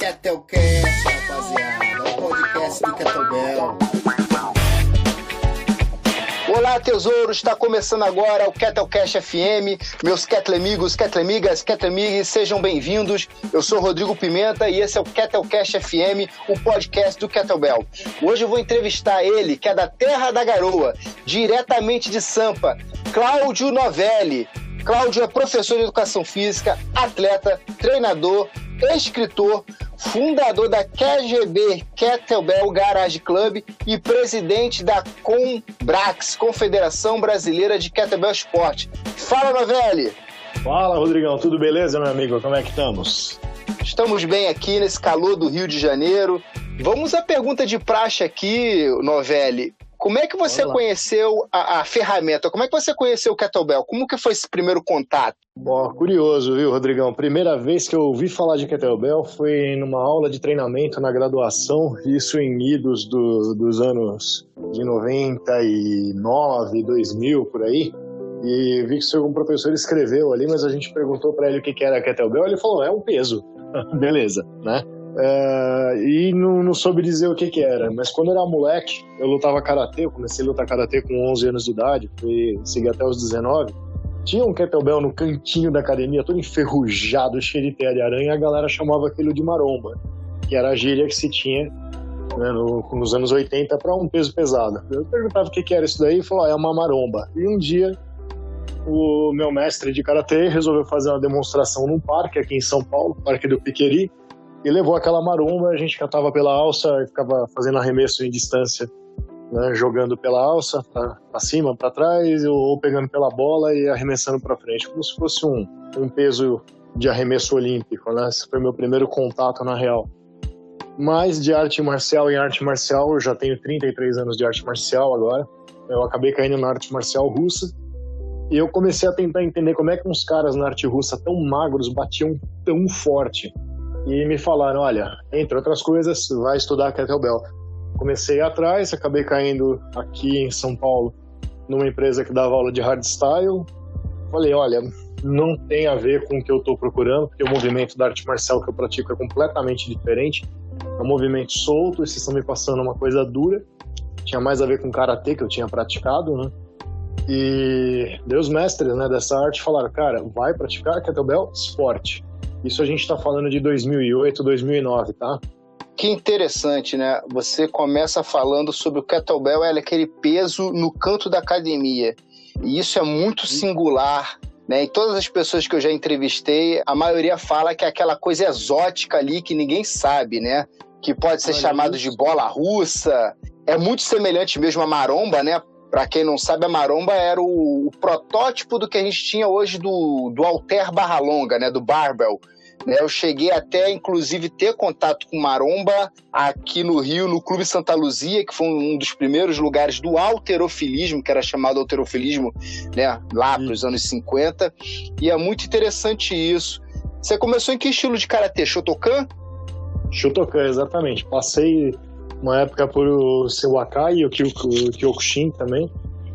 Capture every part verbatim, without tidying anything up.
Kettlecast, rapaziada, o podcast do Kettlebell. Olá, tesouros, está começando agora o Kettlecast F M. Meus Kettlemigos, Kettlemigas, Kettlemigas, sejam bem-vindos. Eu sou Rodrigo Pimenta e esse é o Kettlecast F M, o podcast do Kettlebell. Hoje eu vou entrevistar ele, que é da Terra da Garoa, diretamente de Sampa, Cláudio Novelli. Cláudio é professor de educação física, atleta, treinador, escritor, fundador da Q G B Kettlebell Garage Club e presidente da Combrax, Confederação Brasileira de Kettlebell Esporte. Fala, Novelli! Fala, Rodrigão, tudo beleza, meu amigo? Como é que estamos? Estamos bem aqui nesse calor do Rio de Janeiro. Vamos à pergunta de praxe aqui, Novelli. Como é que você conheceu a, a ferramenta? Como é que você conheceu o Kettlebell? Como que foi esse primeiro contato? Bom, curioso, viu, Rodrigão? Primeira vez que eu ouvi falar de Kettlebell foi numa aula de treinamento na graduação, isso em idos do, dos anos de noventa e nove, dois mil, por aí. E vi que o professor escreveu ali, mas a gente perguntou para ele o que era Kettlebell, ele falou, é um peso. Beleza, né? Uh, e não, não soube dizer o que que era, mas quando eu era moleque, eu lutava karatê, eu comecei a lutar karatê com onze anos de idade, fui seguir até os dezenove. Tinha um kettlebell no cantinho da academia, todo enferrujado, cheio de teia de aranha, e a galera chamava aquilo de maromba, que era a gíria que se tinha, né, no, nos anos oitenta para um peso pesado. Eu perguntava o que que era isso daí e falou, ah, é uma maromba. E um dia o meu mestre de karatê resolveu fazer uma demonstração num parque aqui em São Paulo, Parque do Piqueri, e levou aquela maromba, a gente catava pela alça e ficava fazendo arremesso em distância, né, jogando pela alça, pra, pra cima, pra trás, ou pegando pela bola e arremessando pra frente, como se fosse um, um peso de arremesso olímpico, né? Esse foi meu primeiro contato na real. Mas de arte marcial em arte marcial, eu já tenho trinta e três anos de arte marcial agora, eu acabei caindo na arte marcial russa, e eu comecei a tentar entender como é que uns caras na arte russa tão magros batiam tão forte. E me falaram, olha, entre outras coisas, vai estudar Kettlebell. Comecei atrás, acabei caindo aqui em São Paulo, numa empresa que dava aula de hardstyle. Falei, olha, não tem a ver com o que eu estou procurando, porque o movimento da arte marcial que eu pratico é completamente diferente. É um movimento solto, e vocês estão me passando uma coisa dura. Tinha mais a ver com karatê que eu tinha praticado, né? E Deus mestres, né, dessa arte falaram, cara, vai praticar Kettlebell esporte. Isso a gente está falando de dois mil e oito, dois mil e nove, tá? Que interessante, né? Você começa falando sobre o Kettlebell, é aquele peso no canto da academia. E isso é muito singular, né? E todas as pessoas que eu já entrevistei, a maioria fala que é aquela coisa exótica ali que ninguém sabe, né? Que pode ser Olha chamado isso. de bola russa. É muito semelhante mesmo à maromba, né? Para quem não sabe, a maromba era o, o protótipo do que a gente tinha hoje do, do halter barra longa, né? Do barbell. Eu cheguei até, inclusive, ter contato com maromba aqui no Rio, no Clube Santa Luzia, que foi um dos primeiros lugares do halterofilismo, que era chamado halterofilismo, né, lá para os anos cinquenta. E é muito interessante isso. Você começou em que estilo de karatê? Shotokan? Shotokan, exatamente. Passei uma época por o Sewakai e o Kyokushin também,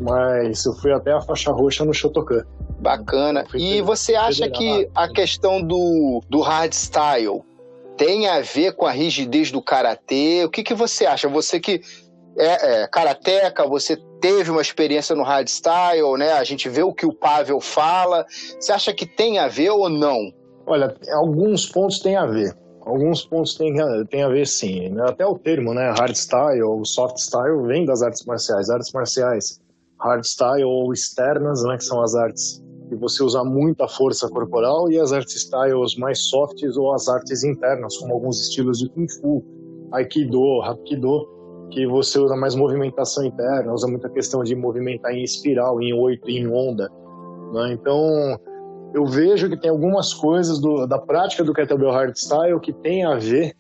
mas eu fui até a faixa roxa no Shotokan. Bacana. E você acha que a questão do, do hardstyle tem a ver com a rigidez do karatê? O que, que você acha? Você que é, é karateca, você teve uma experiência no hardstyle, né? A gente vê o que o Pavel fala. Você acha que tem a ver ou não? Olha, alguns pontos tem a ver. Alguns pontos tem, tem a ver, sim. Até o termo, né? Hardstyle ou softstyle vem das artes marciais. Artes marciais hardstyle ou externas, né? Que são as artes que você usa muita força corporal, e as artes styles mais softs ou as artes internas, como alguns estilos de Kung Fu, Aikido, Hapkido, que você usa mais movimentação interna, usa muita questão de movimentar em espiral, em oito, em onda, né? Então, eu vejo que tem algumas coisas do, da prática do Kettlebell Hardstyle que tem a ver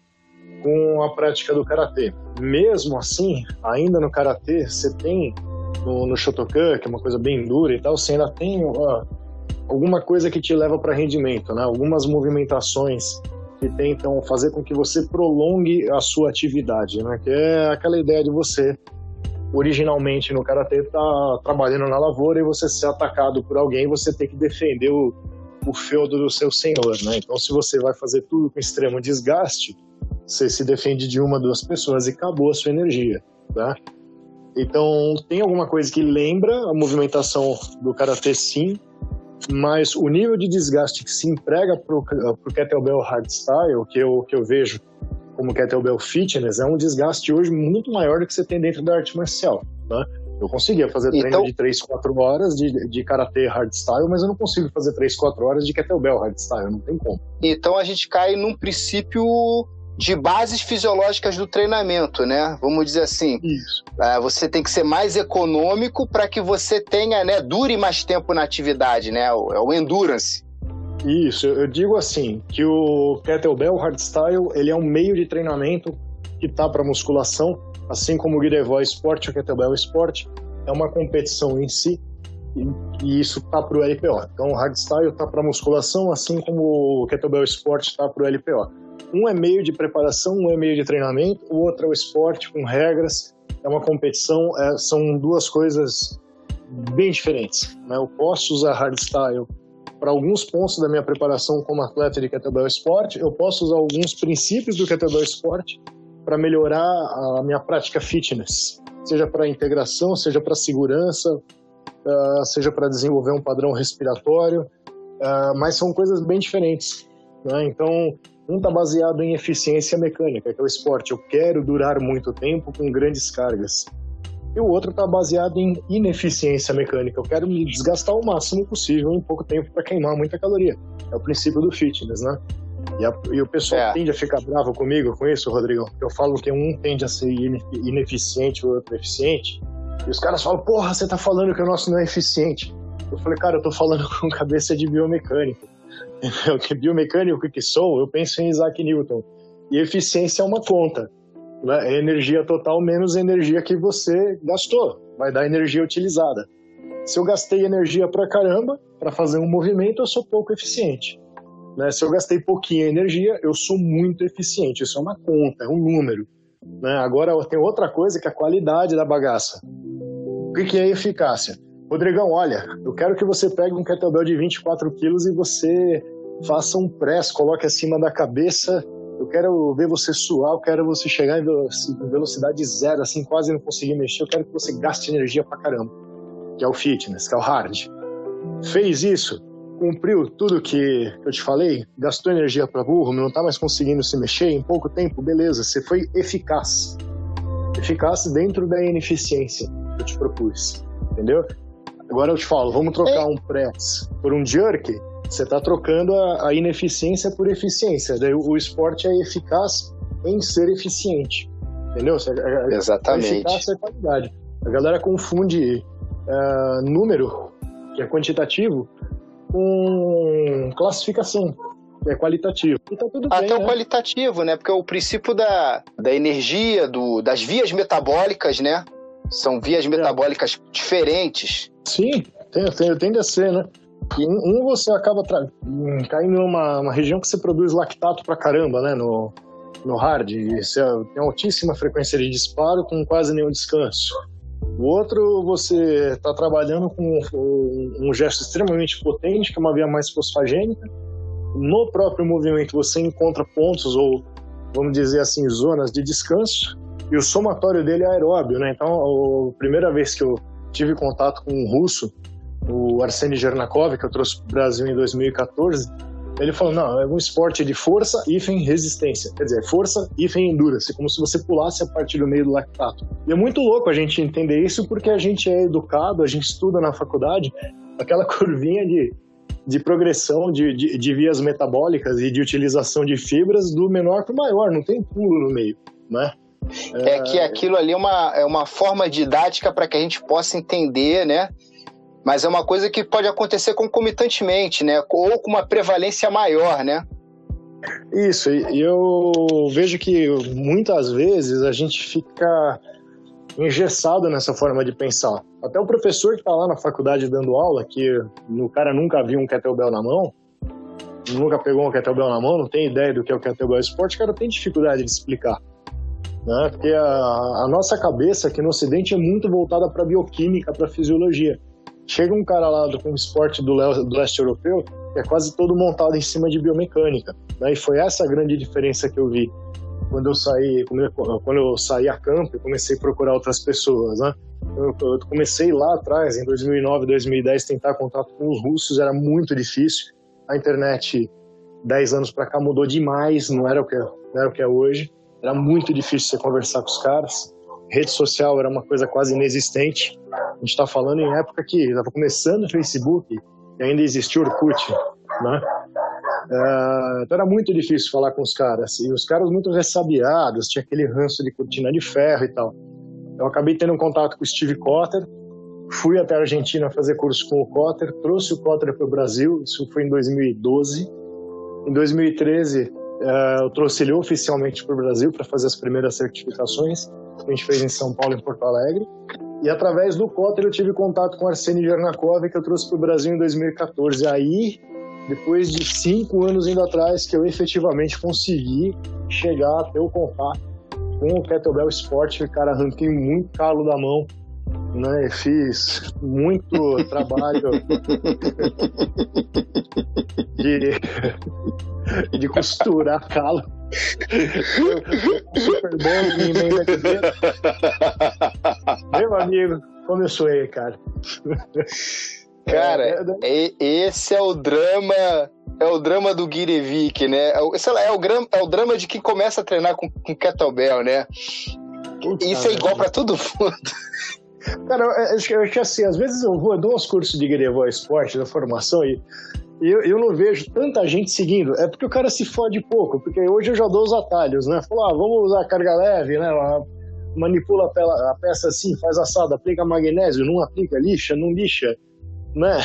com a prática do Karatê. Mesmo assim, ainda no Karatê, você tem no, no Shotokan, que é uma coisa bem dura e tal, você ainda tem uh, alguma coisa que te leva para rendimento, né? Algumas movimentações que tentam fazer com que você prolongue a sua atividade, né? Que é aquela ideia de você, originalmente no Karatê, tá trabalhando na lavoura e você ser atacado por alguém, você tem que defender o, o feudo do seu senhor, né? Então, se você vai fazer tudo com extremo desgaste, Você se defende de uma, duas pessoas e acabou a sua energia, tá? Então, tem alguma coisa que lembra a movimentação do Karatê, sim, mas o nível de desgaste que se emprega para o Kettlebell Hardstyle, que eu, que eu vejo como Kettlebell Fitness, é um desgaste hoje muito maior do que você tem dentro da arte marcial, tá? Eu conseguia fazer treino então... de três, quatro horas de, de Karatê Hardstyle, mas eu não consigo fazer três, quatro horas de Kettlebell Hardstyle, não tem como. Então a gente cai num princípio de bases fisiológicas do treinamento, né? Vamos dizer assim. Isso. Uh, você tem que ser mais econômico para que você tenha, né, dure mais tempo na atividade, né? O, é o endurance. Isso, eu digo assim, que o Kettlebell Hardstyle, ele é um meio de treinamento que tá para musculação, assim como o Guidevoy Sport, o Kettlebell Sport, é uma competição em si, e, e isso tá pro L P O. Então o Hardstyle tá para musculação, assim como o Kettlebell Sport tá pro L P O. Um é meio de preparação, um é meio de treinamento, o outro é o esporte com regras, é uma competição, é, são duas coisas bem diferentes, né? Eu posso usar Hardstyle para alguns pontos da minha preparação como atleta de Kettlebell Sport, eu posso usar alguns princípios do Kettlebell Sport para melhorar a minha prática fitness, seja para integração, seja para segurança, uh, seja para desenvolver um padrão respiratório, uh, mas são coisas bem diferentes, né? Então, um está baseado em eficiência mecânica, que é o esporte. Eu quero durar muito tempo com grandes cargas. E o outro está baseado em ineficiência mecânica. Eu quero me desgastar o máximo possível em pouco tempo para queimar muita caloria. É o princípio do fitness, né? E, a, e o pessoal é. tende a ficar bravo comigo com isso, Rodrigão. Eu falo que um tende a ser ineficiente, o outro eficiente. E os caras falam, porra, você está falando que o nosso não é eficiente. Eu falei, cara, eu estou falando com cabeça de biomecânico. Que biomecânico que sou, eu penso em Isaac Newton. E eficiência é uma conta, né? É energia total menos energia que você gastou. Vai dar energia utilizada. Se eu gastei energia pra caramba para fazer um movimento, eu sou pouco eficiente, né? Se eu gastei pouquinha energia, eu sou muito eficiente. Isso é uma conta, é um número, né? Agora tem outra coisa que é a qualidade da bagaça. O que é eficácia? Rodrigão, olha, eu quero que você pegue um kettlebell de vinte e quatro quilos e você faça um press, coloque acima da cabeça. Eu quero ver você suar, eu quero você chegar em velocidade zero, assim, quase não conseguir mexer. Eu quero que você gaste energia pra caramba, que é o fitness, que é o hard. Fez isso, cumpriu tudo que eu te falei, gastou energia pra burro, não tá mais conseguindo se mexer em pouco tempo, beleza, você foi eficaz. Eficaz dentro da ineficiência que eu te propus, entendeu? Agora eu te falo, vamos trocar um press por um jerk, você está trocando a, a ineficiência por eficiência. Daí o, o esporte é eficaz em ser eficiente, entendeu? A, Exatamente. A eficácia é qualidade. A galera confunde uh, número, que é quantitativo, com classificação, que é qualitativo. E tá tudo Até bem, o né? qualitativo, né? Porque é o princípio da, da energia, do, das vias metabólicas, né? São vias é. metabólicas diferentes. Sim, tem, tem, tende a ser, né? E um, um você acaba tra... caindo numa uma região que você produz lactato pra caramba, né? No, no hard. E você tem altíssima frequência de disparo com quase nenhum descanso. O outro, você está trabalhando com um, um gesto extremamente potente, que é uma via mais fosfagênica. No próprio movimento você encontra pontos, ou vamos dizer assim, zonas de descanso. E o somatório dele é aeróbio, né? Então, a primeira vez que eu tive contato com um russo, o Arseny Jernakov, que eu trouxe para o Brasil em dois mil e quatorze, ele falou, não, é um esporte de força, hífen, resistência. Quer dizer, força, hífen, endurance, como se você pulasse a partir do meio do lactato. E é muito louco a gente entender isso, porque a gente é educado, a gente estuda na faculdade, aquela curvinha de, de progressão de, de, de vias metabólicas e de utilização de fibras do menor para o maior, não tem pulo no meio, né? É que aquilo ali é uma, é uma forma didática para que a gente possa entender, né? Mas é uma coisa que pode acontecer concomitantemente, né? Ou com uma prevalência maior, né? Isso, e eu vejo que muitas vezes a gente fica engessado nessa forma de pensar. Até o professor que está lá na faculdade dando aula, que o cara nunca viu um kettlebell na mão, nunca pegou um kettlebell na mão, não tem ideia do que é o kettlebell esporte, o cara tem dificuldade de explicar. Né? Porque a, a nossa cabeça aqui no Ocidente é muito voltada para bioquímica, para fisiologia. Chega um cara lá do, com o esporte do, do leste europeu, que é quase todo montado em cima de biomecânica. Né? E foi essa a grande diferença que eu vi. quando eu saí, quando eu saí a campo, eu comecei a procurar outras pessoas, né? Eu, eu comecei lá atrás, em dois mil e nove, dois mil e dez, tentar contato com os russos, era muito difícil. A internet, dez anos para cá, mudou demais, não era o que, não era o que é hoje. Era muito difícil você conversar com os caras. Rede social era uma coisa quase inexistente. A gente está falando em época que estava começando o Facebook e ainda existia Orkut, né? Uh, então era muito difícil falar com os caras. E os caras muito ressabiados, tinha aquele ranço de cortina de ferro e tal. Eu acabei tendo um contato com o Steve Cotter, fui até a Argentina fazer curso com o Cotter, trouxe o Cotter para o Brasil, isso foi em dois mil e doze. Em dois mil e treze, uh, eu trouxe ele oficialmente para o Brasil para fazer as primeiras certificações, que a gente fez em São Paulo e em Porto Alegre. E através do Cotter eu tive contato com o Arseny Jernakov, que eu trouxe para o Brasil em dois mil e quatorze. Aí, depois de cinco anos indo atrás, que eu efetivamente consegui chegar a ter o contato com o Kettlebell Sport. Cara, arranquei muito calo da mão, né? Fiz muito trabalho de, de costurar calo. Super bom de emenda de dedo. Meu amigo, como eu suei, cara. Cara, é, esse é o drama, é o drama do Girevik, né? É o, sei lá, é, o, é o drama de quem começa a treinar com, com kettlebell, né? Puta, isso é igual pra todo mundo. Cara, eu acho, eu acho que assim, às vezes eu vou, eu dou uns cursos de Girevik Sport, da formação, e, e eu, eu não vejo tanta gente seguindo. É porque o cara se fode pouco, porque hoje eu já dou os atalhos, né? Falo, ah, vamos usar carga leve, né? Manipula a peça assim, faz assado, aplica magnésio, não aplica, lixa, não lixa. Né?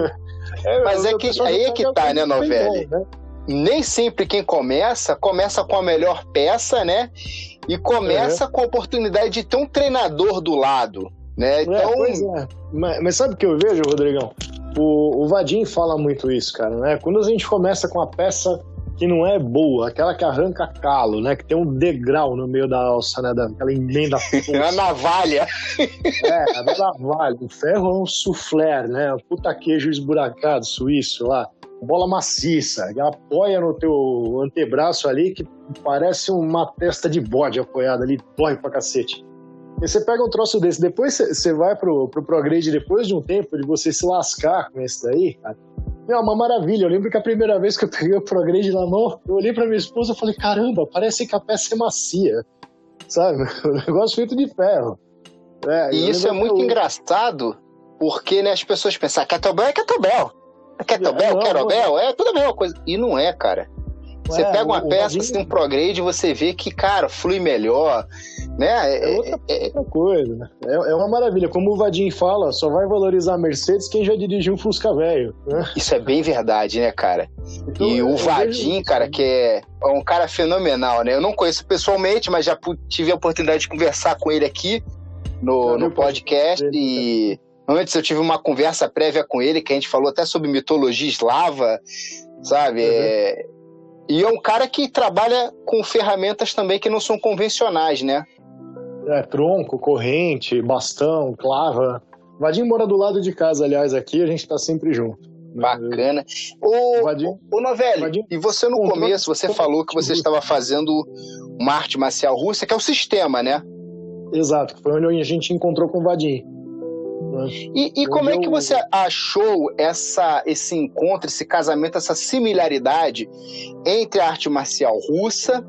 É, mas é que aí é que tá, né, Novelli? Né? Nem sempre quem começa, começa com a melhor peça, né? E começa uhum. com a oportunidade de ter um treinador do lado, né? Então... É, pois é. Mas, mas sabe o que eu vejo, Rodrigão? O, o Vadim fala muito isso, cara, né? Quando a gente começa com a peça que não é boa, aquela que arranca calo, né? Que tem um degrau no meio da alça, né? Aquela emenda. É uma navalha. É, a navalha. O ferro é um soufflé, né? O puta queijo esburacado suíço lá. Bola maciça, que apoia no teu antebraço ali, que parece uma testa de bode apoiada ali, dói pra cacete. E você pega um troço desse, depois você vai pro, pro ProGrade, depois de um tempo de você se lascar com esse daí, cara. É uma maravilha. Eu lembro que a primeira vez que eu peguei o ProGrade na mão, eu olhei pra minha esposa e falei, caramba, parece que a peça é macia, sabe? O negócio feito de ferro. É, e isso é muito eu... engraçado, porque, né, as pessoas pensam, kettlebell é kettlebell. Kettlebell, é, kettlebell, é tudo a mesma coisa. E não é, cara. Você é, pega uma peça, Vadinho... assim, um ProGrade, você vê que, cara, flui melhor, né? É, é outra, é, outra coisa, né? É, é uma maravilha. Como o Vadim fala, só vai valorizar a Mercedes quem já dirigiu um Fusca velho, né? Isso é bem verdade, né, cara? Então, e o Vadim, cara, que é um cara fenomenal, né? Eu não conheço pessoalmente, mas já tive a oportunidade de conversar com ele aqui no, no podcast e... Antes eu tive uma conversa prévia com ele, que a gente falou até sobre mitologia eslava, sabe? Uhum. É... E é um cara que trabalha com ferramentas também que não são convencionais, né? É, tronco, corrente, bastão, clava. Vadim mora do lado de casa, aliás, aqui a gente tá sempre junto. Bacana. Ô, Vadim, ô Novelli, Vadim, e você no começo, você falou que você estava fazendo uma arte marcial russa, que é o sistema, né? Exato, que foi onde a gente encontrou com o Vadim. E, e como é que você achou essa, esse encontro, esse casamento, essa similaridade entre a arte marcial russa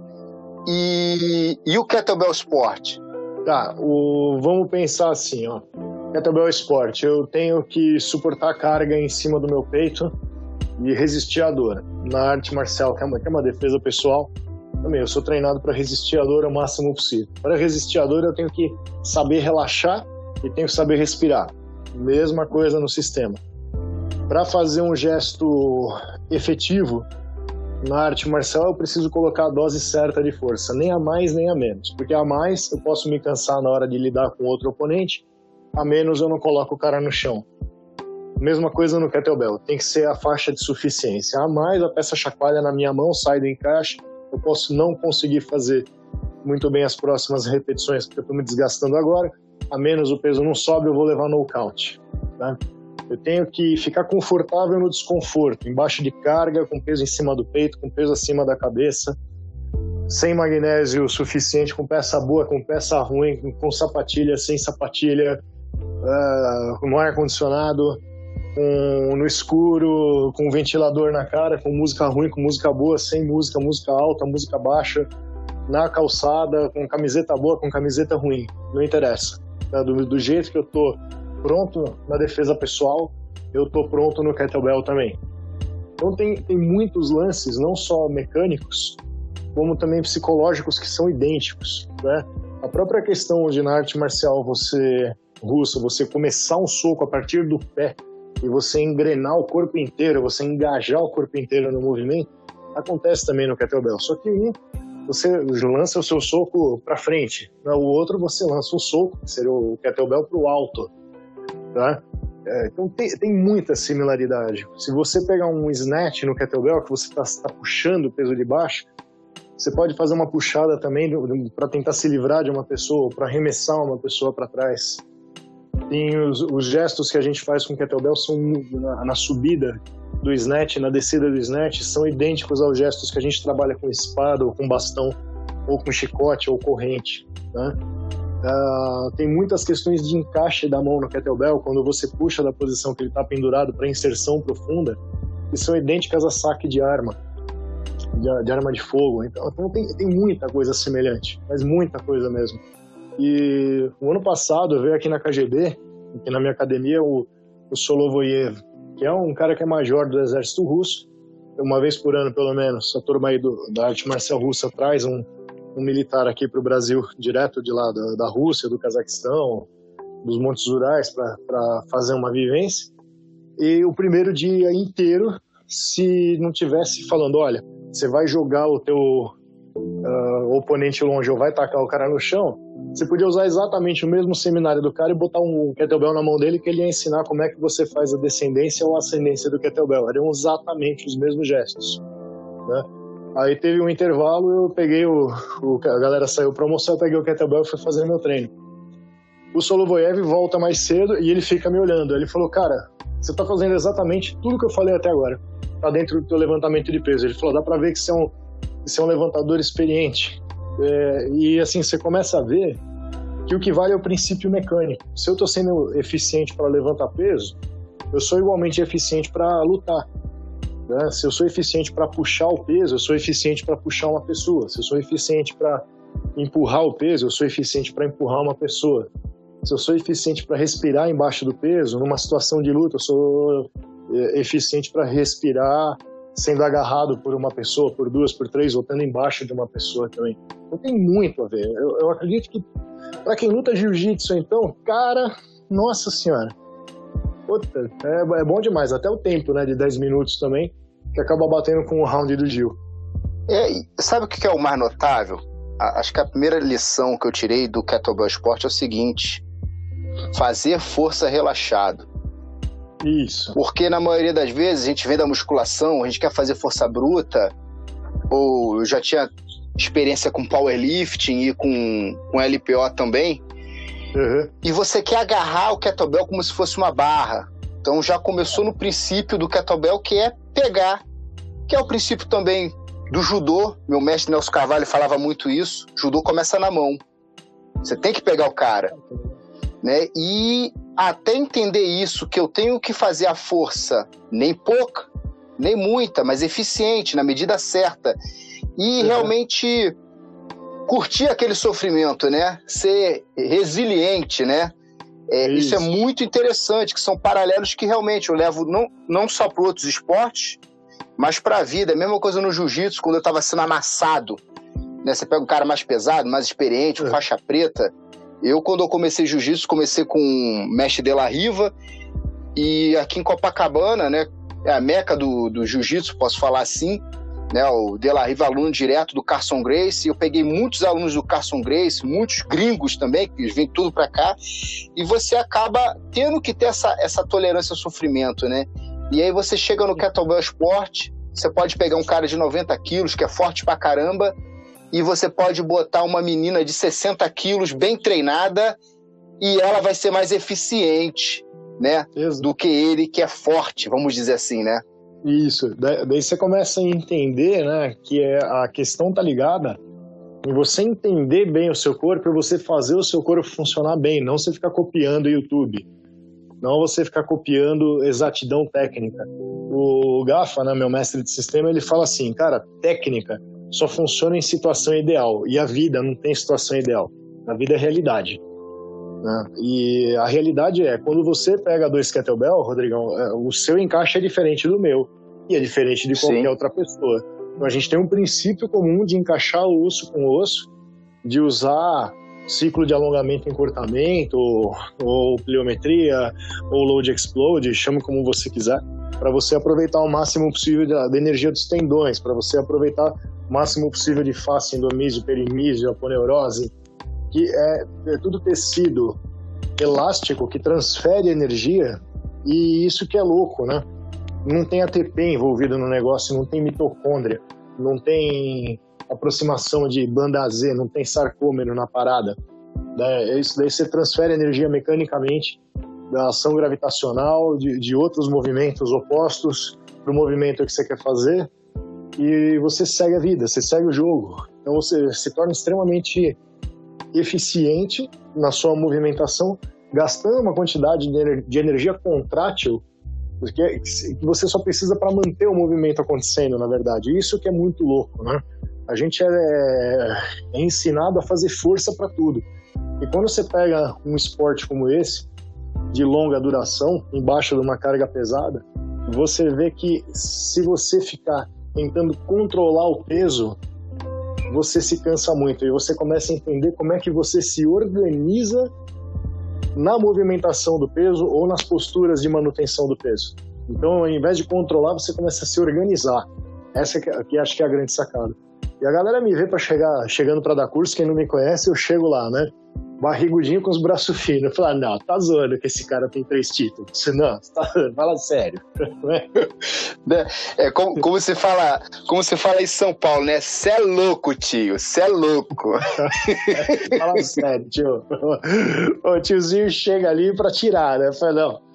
e, e o Kettlebell Sport? Tá, o, vamos pensar assim, ó. Kettlebell Sport, eu tenho que suportar a carga em cima do meu peito e resistir à dor. Na arte marcial, que é uma, que é uma defesa pessoal, também eu sou treinado para resistir à dor o máximo possível. Para resistir à dor, eu tenho que saber relaxar e tenho que saber respirar. Mesma coisa no sistema. Para fazer um gesto efetivo na arte marcial, eu preciso colocar a dose certa de força, nem a mais nem a menos, porque a mais eu posso me cansar na hora de lidar com outro oponente, a menos eu não coloco o cara no chão. Mesma coisa no kettlebell, tem que ser a faixa de suficiência. A mais, a peça chacoalha na minha mão, sai do encaixe, eu posso não conseguir fazer muito bem as próximas repetições, porque eu estou me desgastando agora. A menos o peso não sobe, eu vou levar no count, tá? Eu tenho que ficar confortável no desconforto, embaixo de carga, com peso em cima do peito, com peso acima da cabeça. sem magnésio suficiente, com peça boa, com peça ruim, com sapatilha, sem sapatilha, uh, no ar-condicionado, com, no escuro, com ventilador na cara, com música ruim, com música boa, sem música, música alta, música baixa, na calçada, com camiseta boa, com camiseta ruim, não interessa. Do, do jeito que eu tô pronto na defesa pessoal, eu tô pronto no kettlebell também. Então tem, tem muitos lances, não só mecânicos, como também psicológicos, que são idênticos, né? A própria questão de na arte marcial você russa, você começar um soco a partir do pé e você engrenar o corpo inteiro, você engajar o corpo inteiro no movimento, acontece também no kettlebell. Só que um, você lança o seu soco para frente, né? O outro você lança um soco, que seria o kettlebell, para o alto, tá? É, então tem, tem muita similaridade. Se você pegar um snatch no kettlebell, que você está tá puxando o peso de baixo, você pode fazer uma puxada também para tentar se livrar de uma pessoa, para arremessar uma pessoa para trás. Tem os, os gestos que a gente faz com kettlebell são na, na subida do snatch, na descida do snatch, são idênticos aos gestos que a gente trabalha com espada, ou com bastão, ou com chicote, ou corrente, né? Uh, tem muitas questões de encaixe da mão no kettlebell, quando você puxa da posição que ele está pendurado para inserção profunda, que são idênticas a saque de arma, de, de arma de fogo. Então, então tem, tem muita coisa semelhante, mas muita coisa mesmo. E o ano passado veio aqui na K G B, aqui na minha academia, o, o Solovoyev, que é um cara que é major do exército russo. Uma vez por ano, pelo menos, a turma aí do, da arte marcial russa traz um um militar aqui para o Brasil, direto de lá da, da Rússia, do Cazaquistão, dos Montes Urais, para fazer uma vivência. E o primeiro dia inteiro, se não tivesse falando, olha, você vai jogar o teu uh, oponente longe ou vai tacar o cara no chão, você podia usar exatamente o mesmo seminário do cara e botar um kettlebell na mão dele, que ele ia ensinar como é que você faz a descendência ou a ascendência do kettlebell. Eram exatamente os mesmos gestos, né? Aí teve um intervalo, eu peguei o, o a galera saiu para almoçar, eu peguei o kettlebell e fui fazer meu treino. O Solovoyev volta mais cedo e ele fica me olhando. Ele falou, cara, você tá fazendo exatamente tudo que eu falei até agora. Tá dentro do teu levantamento de peso. Ele falou, dá para ver que você é um, que você é um levantador experiente. É, e assim, você começa a ver que o que vale é o princípio mecânico. Se eu tô sendo eficiente para levantar peso, eu sou igualmente eficiente para lutar. Né? Se eu sou eficiente para puxar o peso, eu sou eficiente para puxar uma pessoa. Se eu sou eficiente para empurrar o peso, eu sou eficiente para empurrar uma pessoa. Se eu sou eficiente para respirar embaixo do peso, numa situação de luta, eu sou eficiente para respirar sendo agarrado por uma pessoa, por duas, por três, ou estando embaixo de uma pessoa também. Então tem muito a ver. Eu, eu acredito que para quem luta jiu-jitsu, então, cara, nossa senhora, puta, é, é bom demais. Até o tempo, né, de dez minutos também, que acaba batendo com o round do Gil. É, sabe o que é o mais notável? Acho que a primeira lição que eu tirei do Kettlebell Sport é o seguinte: fazer força relaxado. Isso. Porque na maioria das vezes a gente vem da musculação, a gente quer fazer força bruta, ou eu já tinha experiência com powerlifting e com, com L P O também, uhum. E você quer agarrar o kettlebell como se fosse uma barra. Então já começou no princípio do kettlebell, que é pegar, que é o princípio também do judô. Meu mestre Nelson Carvalho falava muito isso. Judô começa na mão. Você tem que pegar o cara, né? E até entender isso, que eu tenho que fazer a força, nem pouca, nem muita, mas eficiente, na medida certa. E uhum. realmente curtir aquele sofrimento, né? Ser resiliente, né? É, isso. isso é muito interessante, que são paralelos que realmente eu levo não, não só para outros esportes, mas para a vida. A mesma coisa no jiu-jitsu, quando eu estava sendo amassado, né? Você pega um cara mais pesado, mais experiente, com é. faixa preta. Eu, quando eu comecei jiu-jitsu, comecei com o mestre De La Riva, e aqui em Copacabana, né? É a meca do, do jiu-jitsu, posso falar assim, né? O De La Riva, aluno direto do Carson Gracie. Eu peguei muitos alunos do Carson Gracie, muitos gringos também, que vêm tudo para cá, e você acaba tendo que ter essa, essa tolerância ao sofrimento, né? E aí você chega no Kettlebell Sport, você pode pegar um cara de noventa quilos, que é forte pra caramba, e você pode botar uma menina de sessenta quilos, bem treinada, e ela vai ser mais eficiente, né? Isso. Do que ele, que é forte, vamos dizer assim, né? Isso, daí você começa a entender, né, que é, a questão tá ligada em você entender bem o seu corpo e você fazer o seu corpo funcionar bem, não você ficar copiando o YouTube, não você ficar copiando exatidão técnica. O Gafa, né, meu mestre de sistema, ele fala assim, cara, técnica só funciona em situação ideal, e a vida não tem situação ideal, a vida é realidade. Né? E a realidade é, quando você pega dois kettlebell, Rodrigão, o seu encaixe é diferente do meu, e é diferente de qualquer Sim. outra pessoa. Então a gente tem um princípio comum de encaixar o osso com o osso, de usar ciclo de alongamento e encurtamento, ou, ou pliometria, ou load explode, chame como você quiser, para você aproveitar o máximo possível da, da energia dos tendões, para você aproveitar o máximo possível de face, endomísio, perimísio, aponeurose, que é, é tudo tecido elástico que transfere energia, e isso que é louco, né? Não tem A T P envolvido no negócio, não tem mitocôndria, não tem aproximação de banda Z, não tem sarcômero na parada. É isso daí, você transfere energia mecanicamente da ação gravitacional, de, de outros movimentos opostos para o movimento que você quer fazer, e você segue a vida, você segue o jogo. Então você se torna extremamente eficiente na sua movimentação, gastando uma quantidade de energia contrátil que você só precisa para manter o movimento acontecendo, na verdade. Isso que é muito louco, né? A gente é, é ensinado a fazer força para tudo. E quando você pega um esporte como esse, de longa duração, embaixo de uma carga pesada, você vê que se você ficar tentando controlar o peso, você se cansa muito e você começa a entender como é que você se organiza na movimentação do peso ou nas posturas de manutenção do peso. Então, ao invés de controlar, você começa a se organizar. Essa é que, que acho que é a grande sacada. E a galera me vê para chegar, chegando para dar curso, quem não me conhece, eu chego lá, né? Barrigudinho com os braços finos. Eu falo, ah, não, tá zoando que esse cara tem três títulos. Não, tá, fala sério. É como, como você fala, como você fala em São Paulo, né? Cê é louco, tio, cê é louco. Fala sério, tio. O tiozinho chega ali pra tirar, né? Eu falo, não.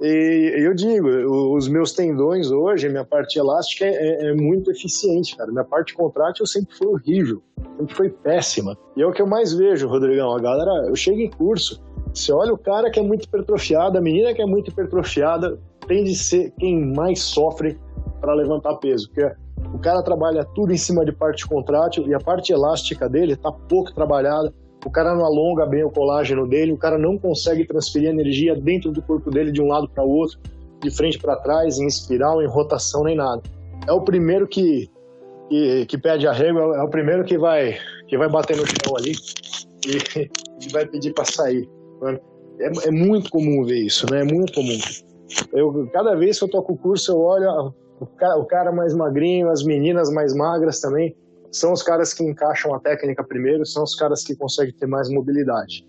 E eu digo, os meus tendões hoje, minha parte elástica é, é muito eficiente, cara. Minha parte contrátil sempre foi horrível, sempre foi péssima. E é o que eu mais vejo, Rodrigão. A galera, eu chego em curso, você olha o cara que é muito hipertrofiado, a menina que é muito hipertrofiada, tem de ser quem mais sofre para levantar peso, porque o cara trabalha tudo em cima de parte contrátil e a parte elástica dele tá pouco trabalhada. O cara não alonga bem o colágeno dele, o cara não consegue transferir energia dentro do corpo dele de um lado para o outro, de frente para trás, em espiral, em rotação, nem nada. É o primeiro que, que, que pede arrego, é o primeiro que vai, que vai bater no chão ali e, e vai pedir para sair. É, é muito comum ver isso, né? É muito comum. Eu, cada vez que eu toco o curso, eu olho o cara, o cara mais magrinho, as meninas mais magras também, são os caras que encaixam a técnica primeiro, são os caras que conseguem ter mais mobilidade.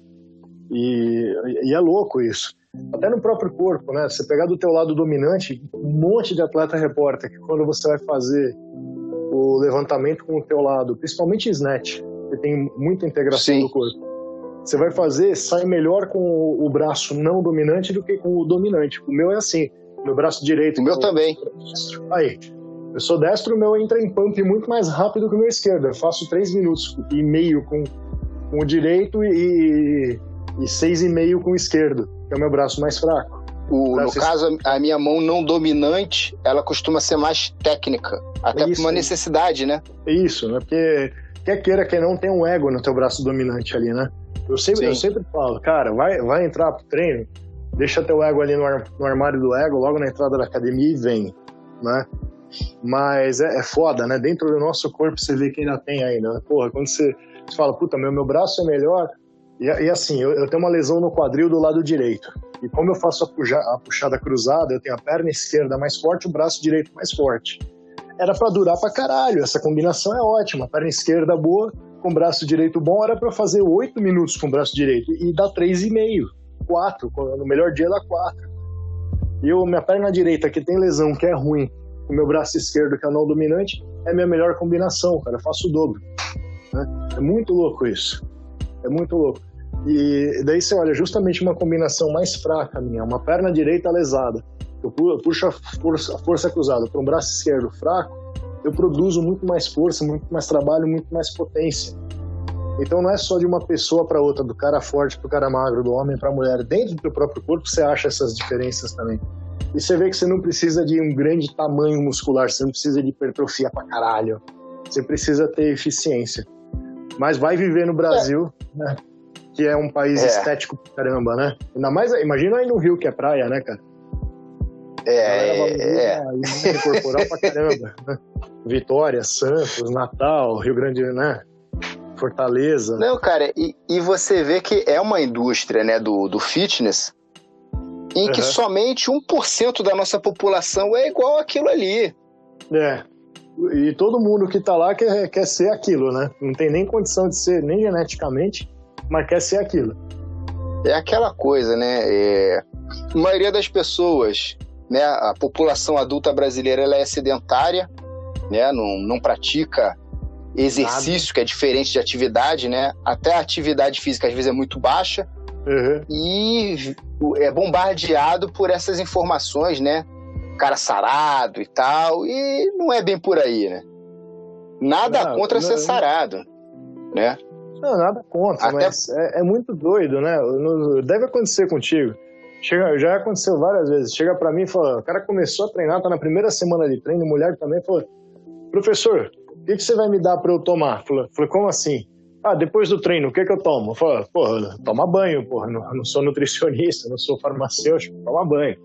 E, e é louco isso. Até no próprio corpo, né? Você pegar do teu lado dominante, um monte de atleta reporta que quando você vai fazer o levantamento com o teu lado, principalmente snatch, que tem muita integração do corpo, você vai fazer, sai melhor com o braço não dominante do que com o dominante. O meu é assim, meu braço direito. O meu também. Aí. Eu sou destro, o meu entra em pump muito mais rápido que o meu esquerdo. Eu faço três minutos e meio com, com o direito e, e seis e meio com o esquerdo, que é o meu braço mais fraco. O, no caso, a minha mão não dominante, ela costuma ser mais técnica, até isso, por uma necessidade, né? Isso, né? Porque quer queira, quer não, tem um ego no teu braço dominante ali, né? Eu sempre, eu sempre falo, cara, vai, vai entrar pro treino, deixa teu ego ali no, ar, no armário do ego, logo na entrada da academia e vem, né? Mas é, é foda, né? Dentro do nosso corpo você vê que ainda tem ainda. Porra, quando você, você fala, puta, meu, meu braço é melhor. E, e assim, eu, eu tenho uma lesão no quadril do lado direito. E como eu faço a, puxa, a puxada cruzada, eu tenho a perna esquerda mais forte e o braço direito mais forte. Era pra durar pra caralho. Essa combinação é ótima. Perna esquerda boa, com braço direito bom. Era pra eu fazer oito minutos com o braço direito. E dá três e meio, quatro. No melhor dia dá quatro. E eu, minha perna direita, que tem lesão, que é ruim, o meu braço esquerdo, que é o não dominante, é a minha melhor combinação, cara. Eu faço o dobro. Né? É muito louco isso. É muito louco. E daí você olha, justamente uma combinação mais fraca minha, uma perna direita lesada, eu puxo a força, a força cruzada para um braço esquerdo fraco, eu produzo muito mais força, muito mais trabalho, muito mais potência. Então não é só de uma pessoa para outra, do cara forte pro cara magro, do homem pra mulher. Dentro do teu próprio corpo você acha essas diferenças também. E você vê que você não precisa de um grande tamanho muscular, você não precisa de hipertrofia pra caralho. Você precisa ter eficiência. Mas vai viver no Brasil, é. né? Que é um país é. estético pra caramba, né? Ainda mais, imagina aí no Rio, que é praia, né, cara? É, é. é. Corporal pra caramba, né? Vitória, Santos, Natal, Rio Grande, né? Fortaleza. Não, cara, e, e você vê que é uma indústria, né, do, do fitness em que uhum. somente um por cento da nossa população é igual àquilo ali. É. E todo mundo que tá lá quer, quer ser aquilo, né? Não tem nem condição de ser, nem geneticamente, mas quer ser aquilo. É aquela coisa, né? É... A maioria das pessoas, né? A população adulta brasileira, ela é sedentária, né? Não, não pratica exercício, Nada. que é diferente de atividade, né? Até a atividade física às vezes é muito baixa. Uhum. E é bombardeado por essas informações, né? Cara sarado e tal, e não é bem por aí, né? Nada não, contra não, ser sarado, né? Não, nada contra, Até... mas é, é muito doido, né? Deve acontecer contigo. Chega, já aconteceu várias vezes. Chega pra mim e fala, o cara começou a treinar, tá na primeira semana de treino, mulher também, falou, professor, o que, que você vai me dar pra eu tomar? Falei, como assim? Ah, depois do treino, o que que eu tomo? Falei, porra, toma banho, porra, não, não sou nutricionista, não sou farmacêutico, toma banho.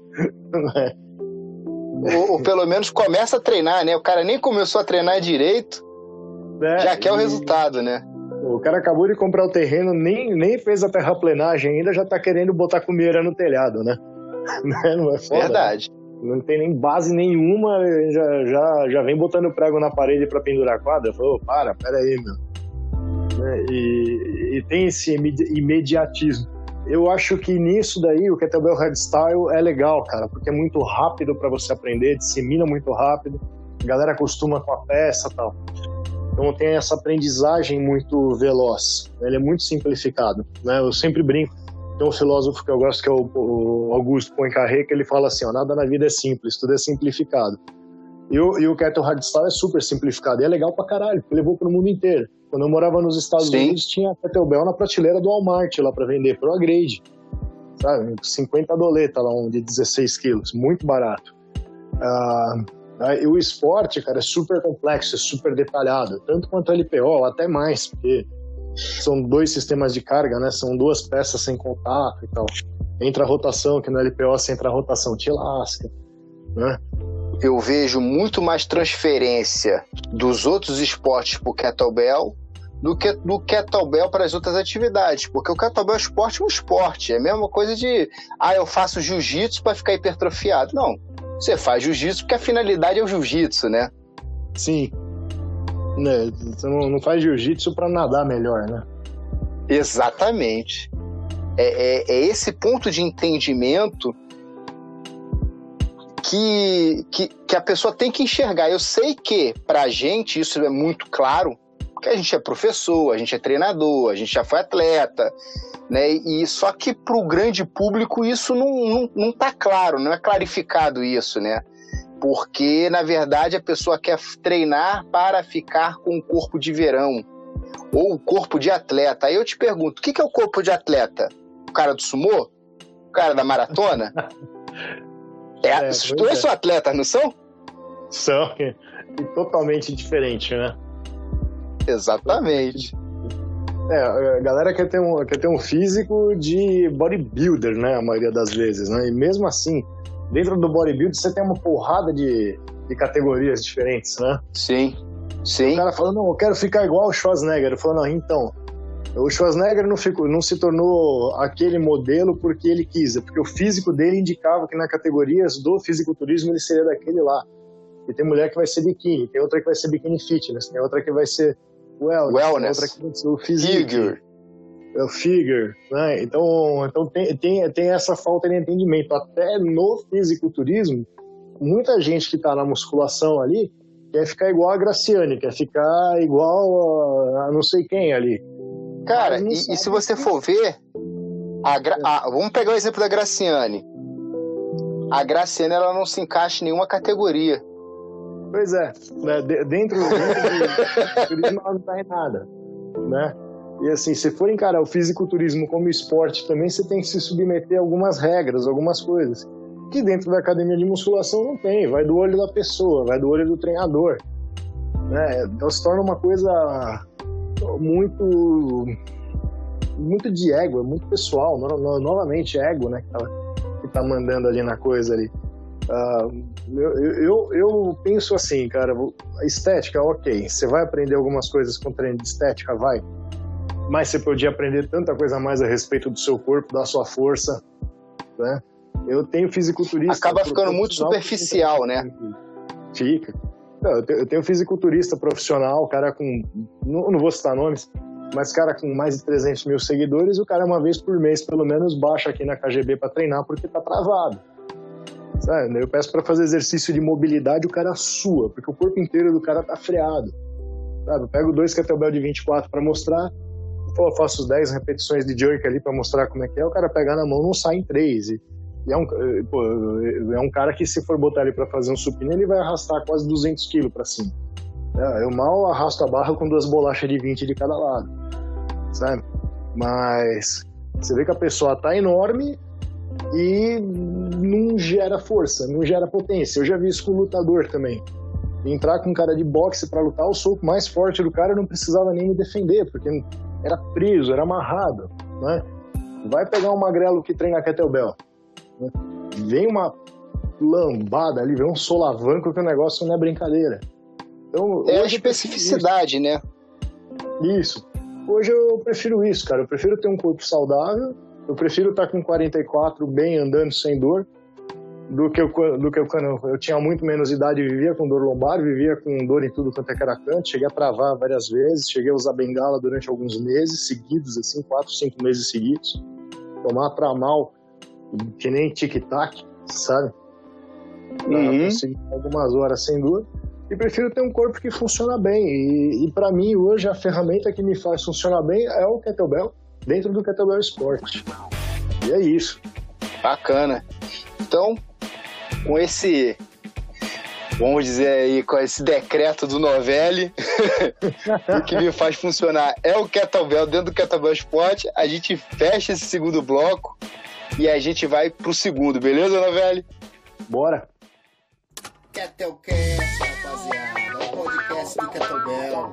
Ou, ou pelo menos começa a treinar, né? O cara nem começou a treinar direito, é, já quer e... o resultado, né? O cara acabou de comprar o terreno, nem, nem fez a terraplenagem ainda, já tá querendo botar comida no telhado, né? Não é foda, verdade. Né? Não tem nem base nenhuma, já, já, já vem botando prego na parede pra pendurar a quadra. Falou, oh, para, pera aí, meu. E, e tem esse imediatismo. Eu acho que nisso daí o Kettlebell Hardstyle é legal, cara, porque é muito rápido para você aprender, dissemina muito rápido, a galera acostuma com a peça e tal. Então tem essa aprendizagem muito veloz, ele é muito simplificado, né? Eu sempre brinco, tem um filósofo que eu gosto que é o, o Augusto Poincaré, que ele fala assim, ó, nada na vida é simples, tudo é simplificado. E o, e o Kettlebell Hardstyle é super simplificado, e é legal pra caralho, porque levou pro mundo inteiro. Quando eu morava nos Estados Sim. Unidos, tinha Kettlebell na prateleira do Walmart lá para vender, pro Upgrade, sabe? cinquenta doleta lá, um de dezesseis quilos, muito barato. Ah, e o esporte, cara, é super complexo, é super detalhado, tanto quanto o L P O, até mais, porque são dois sistemas de carga, né? São duas peças sem contato e tal. Entra a rotação, que no L P O, se entra a rotação, te lasca, né? Eu vejo muito mais transferência dos outros esportes pro kettlebell do que do kettlebell para as outras atividades, porque o kettlebell esporte é um esporte, é a mesma coisa de, ah, eu faço jiu-jitsu para ficar hipertrofiado. Não, você faz jiu-jitsu porque a finalidade é o jiu-jitsu, né? Sim, né? Você não, não faz jiu-jitsu para nadar melhor, né? Exatamente. É, é, é esse ponto de entendimento Que, que, que a pessoa tem que enxergar. Eu sei que, pra gente, isso é muito claro, porque a gente é professor, a gente é treinador, a gente já foi atleta, né? E só que pro grande público isso não, não, não tá claro, não é clarificado isso, né? Porque, na verdade, a pessoa quer treinar para ficar com o corpo de verão, ou o corpo de atleta. Aí eu te pergunto, o que é o corpo de atleta? O cara do sumô? O cara da maratona? É, os dois é. são atletas, não são? São, e totalmente diferente, né? Exatamente. É, a galera quer ter, um, quer ter um físico de bodybuilder, né? A maioria das vezes, né? E mesmo assim, dentro do bodybuilder você tem uma porrada de, de categorias diferentes, né? Sim, sim. O cara fala, não, eu quero ficar igual o Schwarzenegger. Eu falo, não, então... O Schwarzenegger não, ficou, não se tornou aquele modelo porque ele quis, é porque o físico dele indicava que na categorias do fisiculturismo ele seria daquele lá. E tem mulher que vai ser biquíni, tem outra que vai ser biquíni fitness, tem outra que vai ser wellness, wellness. Tem outra que vai ser o physique, figure. É o figure, né? Então, então tem, tem, tem essa falta de entendimento. Até no fisiculturismo, muita gente que está na musculação ali quer ficar igual a Graciane, quer ficar igual a, a não sei quem ali. Cara, e, e se você for ver, a Gra... a, vamos pegar o exemplo da Graciane. A Graciane, ela não se encaixa em nenhuma categoria. Pois é, né? dentro, dentro do turismo ela não está em nada, né? E assim, se for encarar o fisiculturismo como esporte também, você tem que se submeter a algumas regras, algumas coisas, que dentro da academia de musculação não tem, vai do olho da pessoa, vai do olho do treinador, né? Então se torna uma coisa muito, muito de ego, muito pessoal, no, no, novamente ego, né, que tá, que tá mandando ali na coisa ali. Uh, eu, eu, eu penso assim, cara, a estética, ok, você vai aprender algumas coisas com treino de estética, vai, mas você podia aprender tanta coisa a mais a respeito do seu corpo, da sua força, né? Eu tenho fisiculturista... Acaba ficando muito superficial, né? Fica. Eu tenho fisiculturista profissional, cara com... Não, não vou citar nomes, mas cara com mais de trezentos mil seguidores, e o cara uma vez por mês, pelo menos, baixa aqui na K G B pra treinar porque tá travado. Sabe? Eu peço pra fazer exercício de mobilidade, o cara sua, porque o corpo inteiro do cara tá freado. Sabe? Eu pego dois kettlebell de vinte e quatro pra mostrar, eu faço dez repetições de jerk ali pra mostrar como é que é, o cara pegar na mão não sai em três. E, e é, um, pô, é um cara que, se for botar ele pra fazer um supino, ele vai arrastar quase duzentos quilos pra cima. Eu mal arrasto a barra com duas bolachas de vinte de cada lado, sabe? Mas você vê que a pessoa tá enorme e não gera força, não gera potência. Eu já vi isso com lutador também. Entrar com um cara de boxe pra lutar, o soco mais forte do cara não precisava nem me defender, porque era preso, era amarrado, né? Vai pegar um magrelo que treina kettlebell, né? Vem uma lambada ali, vem um solavanco que o negócio não é brincadeira. Então, é a especificidade, né? Isso. Hoje eu prefiro isso, cara. Eu prefiro ter um corpo saudável, eu prefiro estar com quarenta e quatro bem, andando sem dor, do que eu, do que eu, quando eu tinha muito menos idade, vivia com dor lombar, vivia com dor em tudo quanto é que era canto, cheguei a travar várias vezes, cheguei a usar bengala durante alguns meses seguidos, assim, quatro, cinco meses seguidos, tomar tramal que nem tic-tac, sabe? Uhum. Consegui algumas horas sem dor, e prefiro ter um corpo que funciona bem, e, e para mim hoje a ferramenta que me faz funcionar bem é o kettlebell, dentro do kettlebell esporte, e é isso. Bacana. Então, com esse, vamos dizer aí, com esse decreto do Novelli, o que me faz funcionar é o kettlebell dentro do kettlebell esporte, a gente fecha esse segundo bloco e a gente vai pro segundo, beleza, Novelli? Bora! Kettlecast, rapaziada, é o podcast do kettlebell.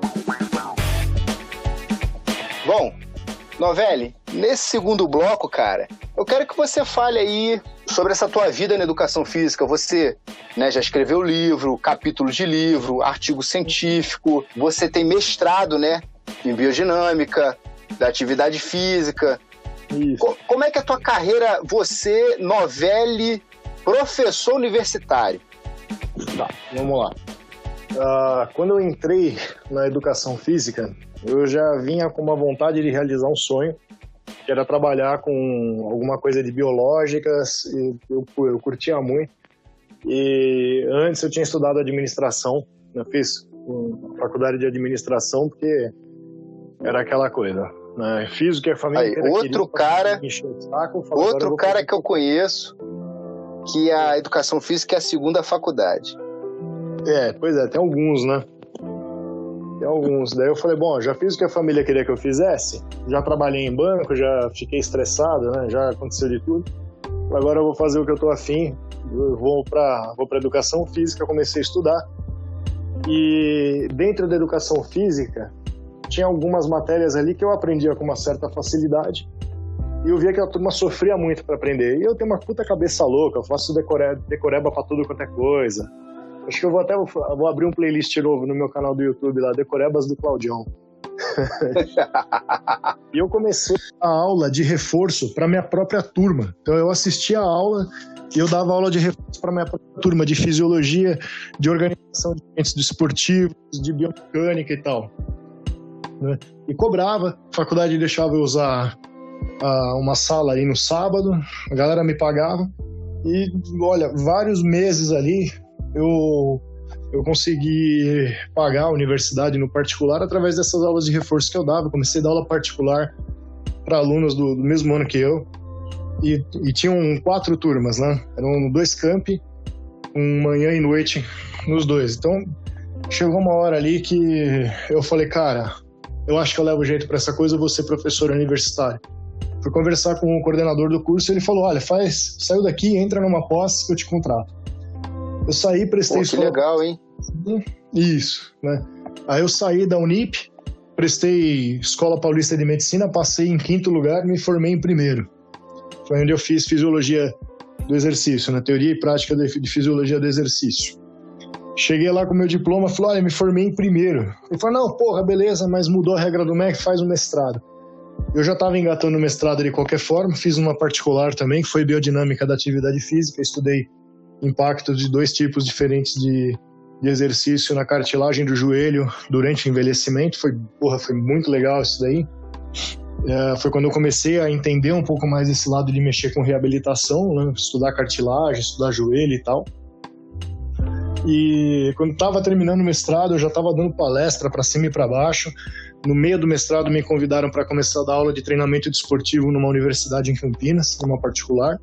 Bom, Novelli, nesse segundo bloco, cara, eu quero que você fale aí sobre essa tua vida na educação física. Você, né, já escreveu livro, capítulos de livro, artigo científico, você tem mestrado, né, em biodinâmica, da atividade física. Isso. Como é que é a tua carreira, você, Novelli, professor universitário? Tá, vamos lá. Uh, quando eu entrei na educação física, eu já vinha com uma vontade de realizar um sonho, que era trabalhar com alguma coisa de biológicas, e eu, eu curtia muito. E antes eu tinha estudado administração, eu fiz uma faculdade de administração, porque era aquela coisa, né? Fiz o que a família Aí, outro cara, saco, falei, outro cara que eu conheço, que a educação física é a segunda faculdade. É, pois é, tem alguns, né? Tem alguns. Daí eu falei, bom, já fiz o que a família queria que eu fizesse, já trabalhei em banco, já fiquei estressado, né? Já aconteceu de tudo. Agora eu vou fazer o que eu tô afim, eu vou pra, vou pra educação física, comecei a estudar. E dentro da educação física, tinha algumas matérias ali que eu aprendia com uma certa facilidade. E eu via que a turma sofria muito para aprender. E eu tenho uma puta cabeça louca, eu faço decoreba, decoreba pra tudo quanto é coisa. Acho que eu vou até vou abrir um playlist novo no meu canal do YouTube lá, Decorebas do Claudião. E eu comecei a aula de reforço para minha própria turma. Então eu assistia a aula e eu dava aula de reforço para minha própria turma, de fisiologia, de organização de eventos desportivos, de biomecânica e tal. E cobrava, a faculdade deixava eu usar uh, uma sala aí no sábado, a galera me pagava. E olha, vários meses ali eu, eu consegui pagar a universidade no particular através dessas aulas de reforço que eu dava. Comecei a dar aula particular para alunos do, do mesmo ano que eu. E, e tinham quatro turmas, né? Eram dois campi, um manhã e noite nos dois. Então, chegou uma hora ali que eu falei, cara, eu acho que eu levo jeito para essa coisa, eu vou ser professor universitário. Fui conversar com o coordenador do curso, ele falou, olha, faz, saiu daqui, entra numa pós que eu te contrato. Eu saí, prestei... Pô, que escola... legal, hein? Isso, né? Aí eu saí da Unip, prestei Escola Paulista de Medicina, passei em quinto lugar e me formei em primeiro. Foi onde eu fiz Fisiologia do Exercício, na Teoria e Prática de Fisiologia do Exercício. Cheguei lá com meu diploma, falei, olha, me formei em primeiro. Ele falou, não, porra, beleza, mas mudou a regra do M E C, faz um mestrado. Eu já estava engatando o mestrado de qualquer forma, fiz uma particular também, que foi Biodinâmica da Atividade Física, estudei impacto de dois tipos diferentes de, de exercício na cartilagem do joelho durante o envelhecimento. Foi, porra, foi muito legal isso daí. É, foi quando eu comecei a entender um pouco mais esse lado de mexer com reabilitação, né? Estudar cartilagem, estudar joelho e tal. E quando estava terminando o mestrado, eu já estava dando palestra para cima e para baixo. No meio do mestrado, me convidaram para começar a dar aula de treinamento desportivo numa universidade em Campinas, numa particular.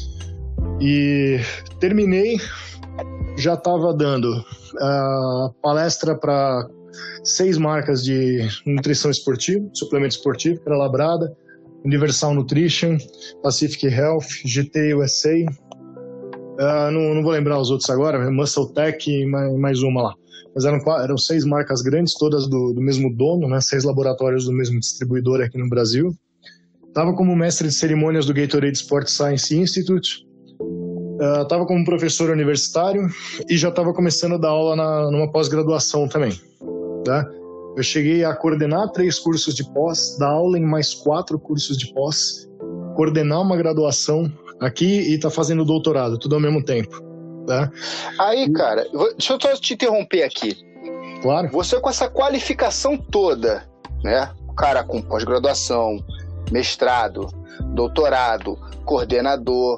E terminei, já estava dando uh, palestra para seis marcas de nutrição esportiva, suplemento esportivo, que era Labrada, Universal Nutrition, Pacific Health, G T U S A, uh, não, não vou lembrar os outros agora, Muscle Tech e mais, mais uma lá. Mas eram, eram seis marcas grandes, todas do, do mesmo dono, né? Seis laboratórios do mesmo distribuidor aqui no Brasil. Estava como mestre de cerimônias do Gatorade Sport Science Institute. Estava uh, como professor universitário e já estava começando a dar aula na, numa pós-graduação também. Tá? Eu cheguei a coordenar três cursos de pós, dar aula em mais quatro cursos de pós, coordenar uma graduação aqui e tá fazendo doutorado, tudo ao mesmo tempo. Tá? Aí, cara, deixa eu só te interromper aqui. Claro. Você com essa qualificação toda, né? O cara com pós-graduação, mestrado, doutorado, coordenador.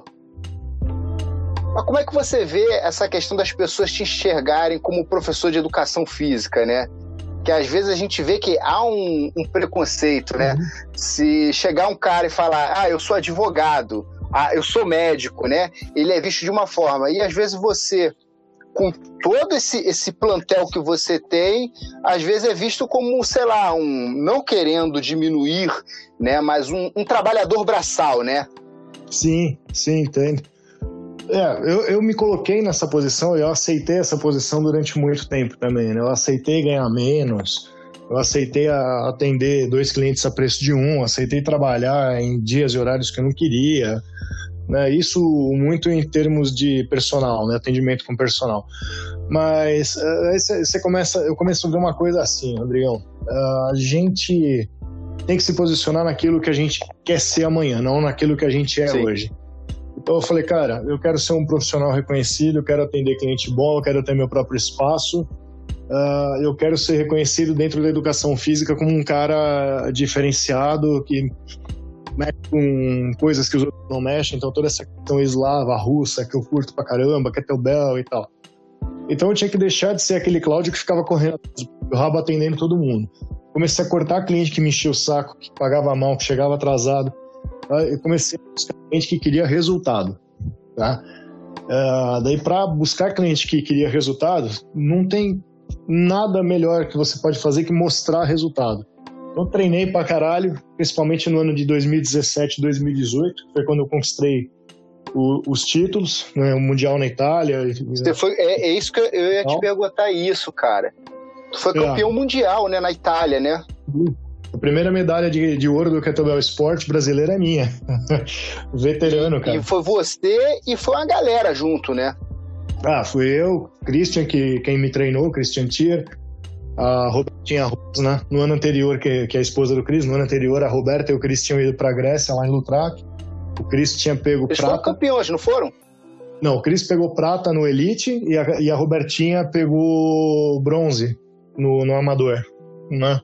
Mas como é que você vê essa questão das pessoas te enxergarem como professor de educação física, né? Que às vezes a gente vê que há um, um preconceito, né? Uhum. Se chegar um cara e falar, ah, eu sou advogado, ah, eu sou médico, né? Ele é visto de uma forma. E às vezes você, com todo esse, esse plantel que você tem, às vezes é visto como, sei lá, um, não querendo diminuir, né? Mas um, um trabalhador braçal, né? Sim, sim, entendo. É, eu, eu me coloquei nessa posição, eu aceitei essa posição durante muito tempo também, né? Eu aceitei ganhar menos, eu aceitei a, atender dois clientes a preço de um, aceitei trabalhar em dias e horários que eu não queria, né? Isso muito em termos de personal, né? Atendimento com personal. Mas aí você começa, eu começo a ver uma coisa assim, Rodrigão, a gente tem que se posicionar naquilo que a gente quer ser amanhã, não naquilo que a gente é Sim. hoje. Então eu falei, cara, eu quero ser um profissional reconhecido, eu quero atender cliente bom, eu quero ter meu próprio espaço, uh, eu quero ser reconhecido dentro da educação física como um cara diferenciado, que mexe com coisas que os outros não mexem, então toda essa questão eslava, russa, que eu curto pra caramba, kettlebell e tal. Então eu tinha que deixar de ser aquele Cláudio que ficava correndo o rabo atendendo todo mundo. Comecei a cortar cliente que me enchia o saco, que pagava mal, que chegava atrasado. Eu comecei a buscar cliente que queria resultado, tá? Uh, daí para buscar cliente que queria resultado, não tem nada melhor que você pode fazer que mostrar resultado. Eu treinei pra caralho, principalmente no ano de dois mil e dezessete, dois mil e dezoito, foi quando eu conquistei o, os títulos, né, o Mundial na Itália. Você foi, é, é isso que eu, eu ia te perguntar isso, cara. Tu foi campeão é. mundial, né, na Itália, né? Uhum. A primeira medalha de, de ouro do Kettlebell Sport brasileira é minha. Veterano, cara. E foi você e foi uma galera junto, né? Ah, fui eu, Christian, que, quem me treinou, Christian Tier, a Robertinha Rose, né? No ano anterior, que, que é a esposa do Cris, no ano anterior a Roberta e o Cris tinham ido pra Grécia, lá em Lutrac. O Cris tinha pego Eles prata. Eles foram campeões, não foram? Não, o Cris pegou prata no Elite e a, e a Robertinha pegou bronze no, no Amador, né?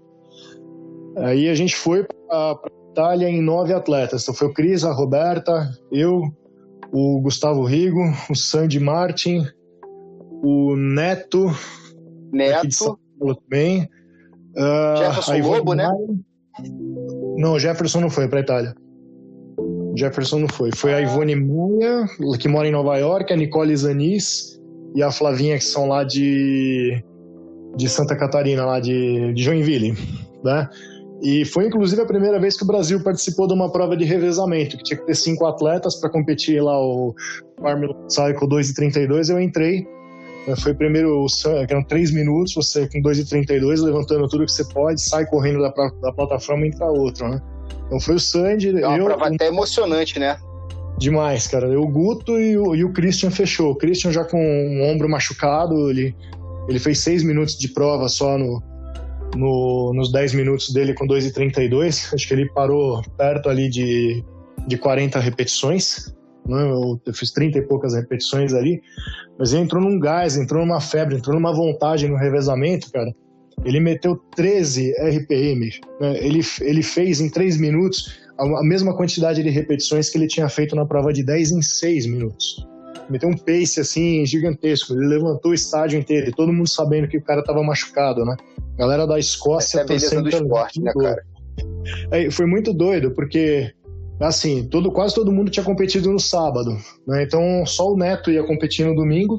Aí a gente foi para a Itália em nove atletas. Então foi o Cris, a Roberta, eu, o Gustavo Rigo, o Sandy Martin, o Neto, Neto, de São Paulo também. Uh, Jefferson Lobo, né? Não, o Jefferson não foi para a Itália. Jefferson não foi. Foi a Ivone Maia, que mora em Nova York, a Nicole Zanis e a Flavinha, que são lá de, de Santa Catarina, lá de, de Joinville, né? E foi inclusive a primeira vez que o Brasil participou de uma prova de revezamento, que tinha que ter cinco atletas para competir lá o Farm Cycle dois e trinta e dois. Eu entrei, foi primeiro, que eram três minutos, você com dois e trinta e dois, levantando tudo que você pode, sai correndo da, da plataforma e entra outro, né? Então foi o Sandy. É uma eu, prova até emocionante, né? Demais, cara. Eu, o Guto e o, e o Christian fechou. O Christian já com um ombro machucado, ele, ele fez seis minutos de prova só no, no, nos dez minutos dele com dois e trinta e dois. Acho que ele parou perto ali de, de quarenta repetições. Né? Eu, eu fiz trinta e poucas repetições ali. Mas ele entrou num gás, entrou numa febre, entrou numa vontade no revezamento, cara. Ele meteu treze R P M. Né? Ele, ele fez em três minutos a mesma quantidade de repetições que ele tinha feito na prova de dez em seis minutos. Meteu um pace assim gigantesco. Ele levantou o estádio inteiro, e todo mundo sabendo que o cara estava machucado, né? A galera da Escócia... Essa é a beleza do esporte, né, cara? É, foi muito doido, porque assim, todo, quase todo mundo tinha competido no sábado, né? Então só o Neto ia competir no domingo,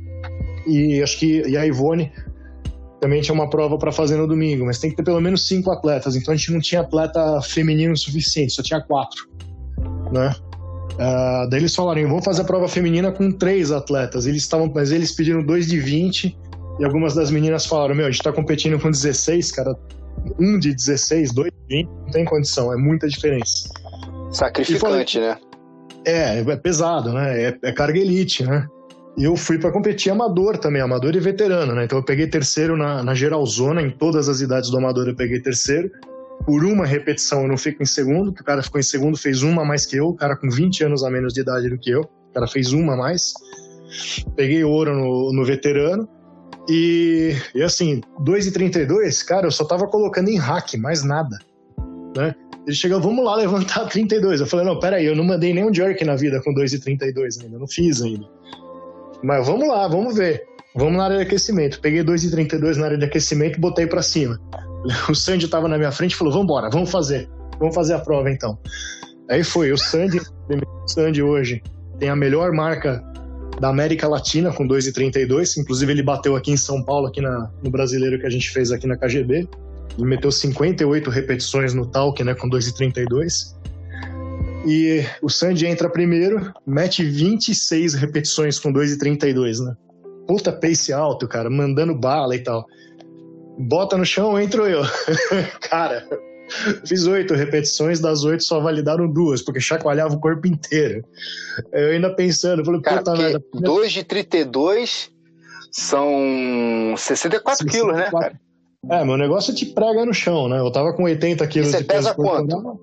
e acho que e a Ivone também tinha uma prova para fazer no domingo, mas tem que ter pelo menos cinco atletas, então a gente não tinha atleta feminino suficiente, só tinha quatro, né? Uh, daí eles falaram, vamos fazer a prova feminina com três atletas, eles estavam, mas eles pediram dois de vinte, e algumas das meninas falaram, meu, a gente tá competindo com dezesseis, cara, um de dezesseis, dois de vinte, não tem condição, é muita diferença. Sacrificante, falei, né? É, é pesado, né? É, é carga elite, né? E eu fui para competir amador também, amador e veterano, né? Então eu peguei terceiro na, na geralzona, em todas as idades do amador eu peguei terceiro. Por uma repetição eu não fico em segundo, que o cara ficou em segundo, fez uma a mais que eu, o cara com vinte anos a menos de idade do que eu, o cara fez uma a mais. Peguei ouro no, no veterano. E, e assim, dois e trinta e dois, cara, eu só tava colocando em hack, mais nada, né? Ele chegou, vamos lá levantar trinta e dois. Eu falei, não, peraí, eu não mandei nem um jerk na vida com dois e trinta e dois ainda, não fiz ainda. Mas vamos lá, vamos ver. Vamos na área de aquecimento. Peguei dois e trinta e dois na área de aquecimento e botei pra cima. O Sandy tava na minha frente e falou, vamos embora, vamos fazer. Vamos fazer a prova então. Aí foi, o Sandy, o Sandy hoje tem a melhor marca da América Latina com dois e trinta e dois. Inclusive ele bateu aqui em São Paulo, aqui na, no brasileiro que a gente fez aqui na K G B. Ele meteu cinquenta e oito repetições no talk, né, com dois e trinta e dois. E o Sandy entra primeiro, mete vinte e seis repetições com dois e trinta e dois, né? Puta pace alto, cara, mandando bala e tal. Bota no chão, entro eu. Cara, fiz oito repetições, das oito só validaram duas, porque chacoalhava o corpo inteiro. Eu ainda pensando, falei, cara, puta merda. dois de trinta e dois são sessenta e quatro quilos, né, cara? É, meu negócio te prega no chão, né? Eu tava com oitenta quilos de peso. Você pesa quanto?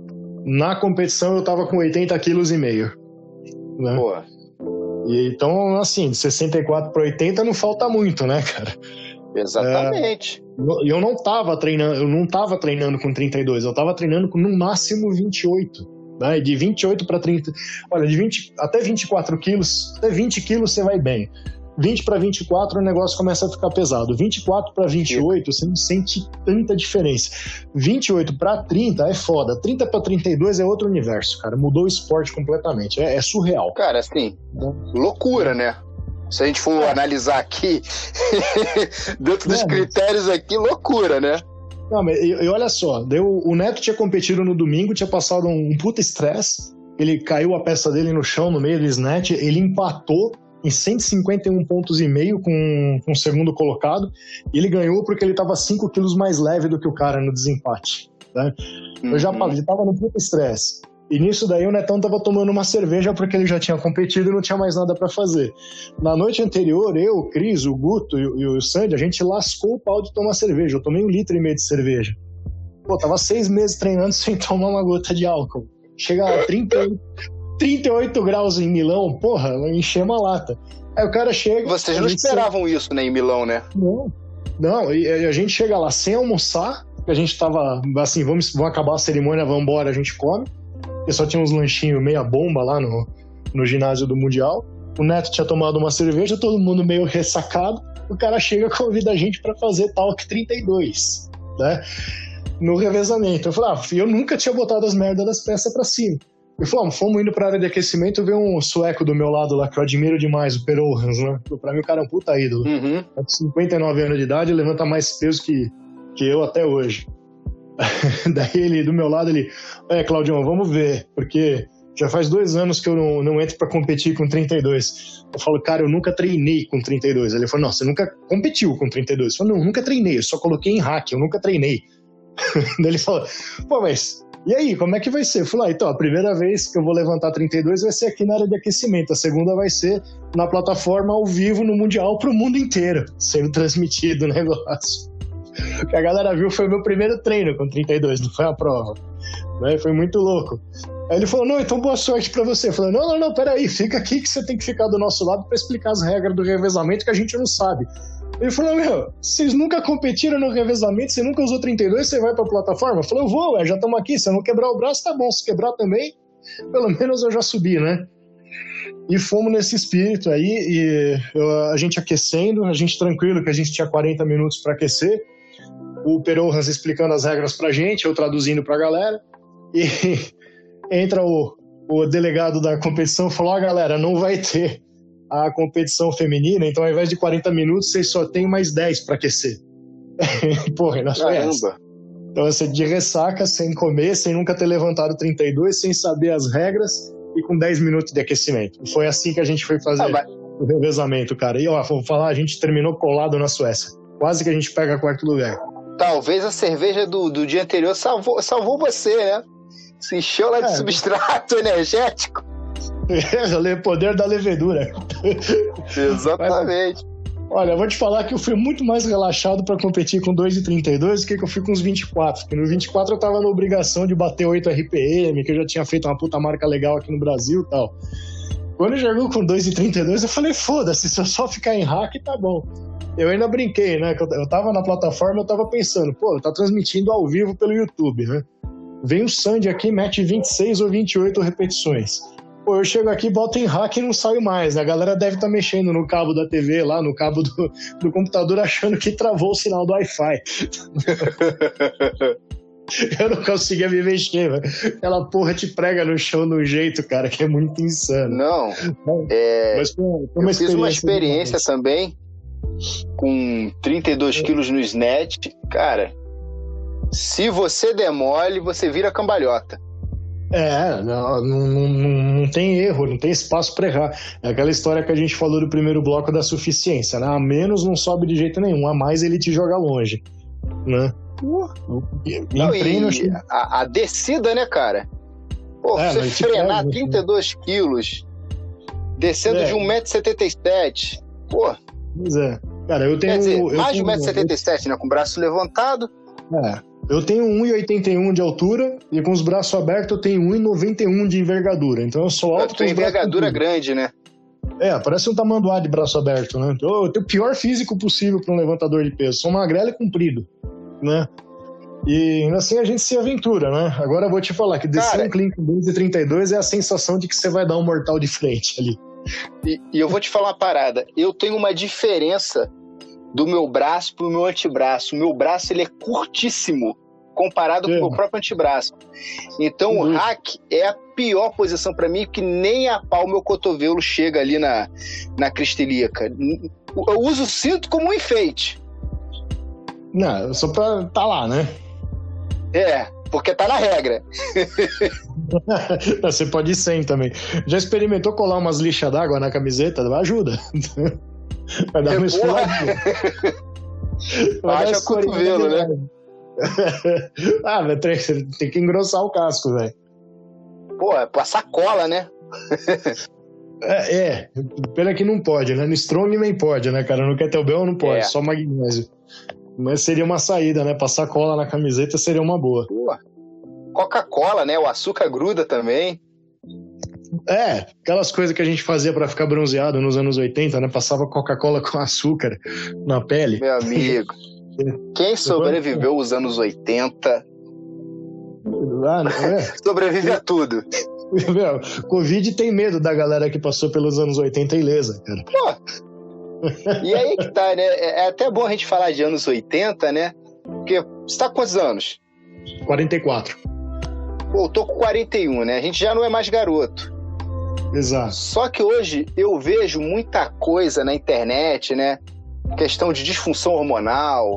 Na competição eu tava com oitenta quilos e meio. Né? Pô. E, então, assim, de sessenta e quatro para oitenta não falta muito, né, cara? Exatamente. E é, eu não tava treinando, eu não tava treinando com trinta e dois, eu tava treinando com no máximo vinte e oito. Né? De vinte e oito para trinta. Olha, de vinte até vinte e quatro quilos, até vinte quilos você vai bem. vinte para vinte e quatro o negócio começa a ficar pesado. vinte e quatro para vinte e oito você não sente tanta diferença. vinte e oito para trinta é foda. trinta para trinta e dois é outro universo, cara. Mudou o esporte completamente. É, é surreal. Cara, assim, loucura, né? Se a gente for é. analisar aqui, dentro dos é, critérios aqui, loucura, né? Não, mas e, e olha só, deu, o Neto tinha competido no domingo, tinha passado um, um puta estresse. Ele caiu a peça dele no chão, no meio do snatch, ele empatou em cento e cinquenta e um pontos e meio com, com o segundo colocado, e ele ganhou porque ele estava cinco quilos mais leve do que o cara no desempate, né? Uhum. Eu já ele estava no puto estresse, e nisso daí o Netão estava tomando uma cerveja porque ele já tinha competido e não tinha mais nada para fazer. Na noite anterior, eu, o Cris, o Guto e, e o Sandy, a gente lascou o pau de tomar cerveja. Eu tomei um litro e meio de cerveja. Pô, tava seis meses treinando sem tomar uma gota de álcool. Chega a trinta, trinta e oito graus em Milão, porra, encher uma lata. Aí o cara chega... Vocês não esperavam se... isso, né, em Milão, né? Não, não, e a gente chega lá sem almoçar, a gente tava assim, vamos, vamos acabar a cerimônia, vamos embora, a gente come. Eu só tinha uns lanchinhos meia bomba lá no, no ginásio do Mundial. O Neto tinha tomado uma cerveja, todo mundo meio ressacado. O cara chega e convida a gente pra fazer talk trinta e dois, né? No revezamento. Eu falei, ah, eu nunca tinha botado as merdas das peças pra cima. Eu falei, ah, fomos indo pra área de aquecimento, ver um sueco do meu lado lá, que eu admiro demais, o Per Orhans, né? Pra mim o cara é um puta ídolo. Uhum. Tá com cinquenta e nove anos de idade, levanta mais peso que, que eu até hoje. Daí ele, do meu lado, ele... É, Claudião, vamos ver, porque já faz dois anos que eu não, não entro pra competir com trinta e dois. Eu falo, cara, eu nunca treinei com trinta e dois. Ele falou, não, você nunca competiu com trinta e dois. Eu falei, não, eu nunca treinei, eu só coloquei em hack, eu nunca treinei. Daí ele falou, pô, mas... E aí, como é que vai ser? Eu falei, ah, então, a primeira vez que eu vou levantar trinta e dois vai ser aqui na área de aquecimento. A segunda vai ser na plataforma ao vivo no Mundial pro mundo inteiro, sendo transmitido o negócio. O que a galera viu foi o meu primeiro treino com trinta e dois, não foi a prova. Né? Foi muito louco. Aí ele falou, não, então boa sorte pra você. Eu falei, não, não, não, peraí, fica aqui que você tem que ficar do nosso lado pra explicar as regras do revezamento que a gente não sabe. Ele falou, meu, vocês nunca competiram no revezamento, você nunca usou trinta e dois, você vai pra plataforma? Eu falei, eu vou, ué, já estamos aqui, se eu não quebrar o braço, tá bom, se quebrar também, pelo menos eu já subi, né? E fomos nesse espírito aí, e eu, a gente aquecendo, a gente tranquilo, que a gente tinha quarenta minutos para aquecer, o Perojas explicando as regras pra gente, eu traduzindo pra galera, e entra o, o delegado da competição e falou, ó, galera, não vai ter a competição feminina, então ao invés de quarenta minutos, vocês só tem mais dez para aquecer. Porra, nós foi essa. Então você de ressaca, sem comer, sem nunca ter levantado trinta e dois, sem saber as regras e com dez minutos de aquecimento. Foi assim que a gente foi fazer ah, mas... o revezamento, cara. E ó, vou falar, a gente terminou colado na Suécia. Quase que a gente pega quarto lugar. Talvez a cerveja do, do dia anterior salvou, salvou você, né? Se encheu lá de é. substrato energético. É, o poder da levedura. Exatamente. Mas, olha, eu vou te falar que eu fui muito mais relaxado para competir com dois e trinta e dois do que que eu fui com os vinte e quatro. Porque no vinte e quatro eu tava na obrigação de bater oito R P M, que eu já tinha feito uma puta marca legal aqui no Brasil e tal. Quando eu joguei com dois e trinta e dois, eu falei, foda-se, se eu só ficar em hack, tá bom. Eu ainda brinquei, né? Eu tava na plataforma, eu tava pensando, pô, tá transmitindo ao vivo pelo YouTube, né? Vem o Sandy aqui, mete vinte e seis ou vinte e oito repetições. Pô, eu chego aqui, boto em hack e não saio mais. A galera deve estar tá mexendo no cabo da T V lá, no cabo do, do computador, achando que travou o sinal do Wi-Fi. Eu não conseguia me mexer, velho. Aquela porra te prega no chão de um jeito, cara, que é muito insano. Não, é... Mas, pô, eu fiz uma experiência também com trinta e dois quilos no snatch. Cara, se você demole, você vira cambalhota. É, não, não, não, não tem erro, não tem espaço para errar. É aquela história que a gente falou do primeiro bloco da suficiência, né? A menos não sobe de jeito nenhum, a mais ele te joga longe, né? Uh. Não, e treino, a, a descida, né, cara? Pô, é, você frenar pega, trinta e dois quilos, descendo é. de um metro e setenta e sete, pô. Pois é. Cara, eu tenho... Quer dizer, eu mais tenho, de um metro e setenta e sete, né? Com o braço levantado. É. Eu tenho um e oitenta e um de altura e com os braços abertos eu tenho um e noventa e um de envergadura. Então eu sou alto. Tu tem envergadura grande, né? É, parece um tamanduá de braço aberto, né? Eu tenho o pior físico possível para um levantador de peso. Sou magrelo e comprido, né? E assim a gente se aventura, né? Agora eu vou te falar que descer Cara, um clean com dois e trinta e dois é a sensação de que você vai dar um mortal de frente ali. E, e eu vou te falar uma parada. Eu tenho uma diferença do meu braço pro meu antebraço. O meu braço, ele é curtíssimo comparado é. com o meu próprio antebraço. Então uhum. o hack é a pior posição para mim, que nem a pau meu cotovelo chega ali na, na crista ilíaca. Eu uso o cinto como um enfeite. Não, só pra tá lá, né? É, porque tá na regra. Você pode ir sem também. Já experimentou colar umas lixas d'água na camiseta? Ajuda. Vai dar uma esfoladinha. Acha cotovelo, né? Ah, mas tem que engrossar o casco, velho. Pô, é pra sacola, né? é, é, pena que não pode, né? No Strongman pode, né, cara? No Kettlebell não pode, é. Só magnésio. Mas seria uma saída, né? Passar cola na camiseta seria uma boa. Pô. Coca-Cola, né? O açúcar gruda também. É, aquelas coisas que a gente fazia pra ficar bronzeado nos anos oitenta, né? Passava Coca-Cola com açúcar na pele. Meu amigo, quem sobreviveu os anos oitenta ah, não é? sobrevive a tudo. Meu, Covid tem medo da galera que passou pelos anos oitenta ilesa, cara. Pô, e aí que tá, né? É até bom a gente falar de anos oitenta, né? Porque você tá com quantos anos? quarenta e quatro. Pô, eu tô com quarenta e um, né? A gente já não é mais garoto. Exato. Só que hoje eu vejo muita coisa na internet, né? Questão de disfunção hormonal,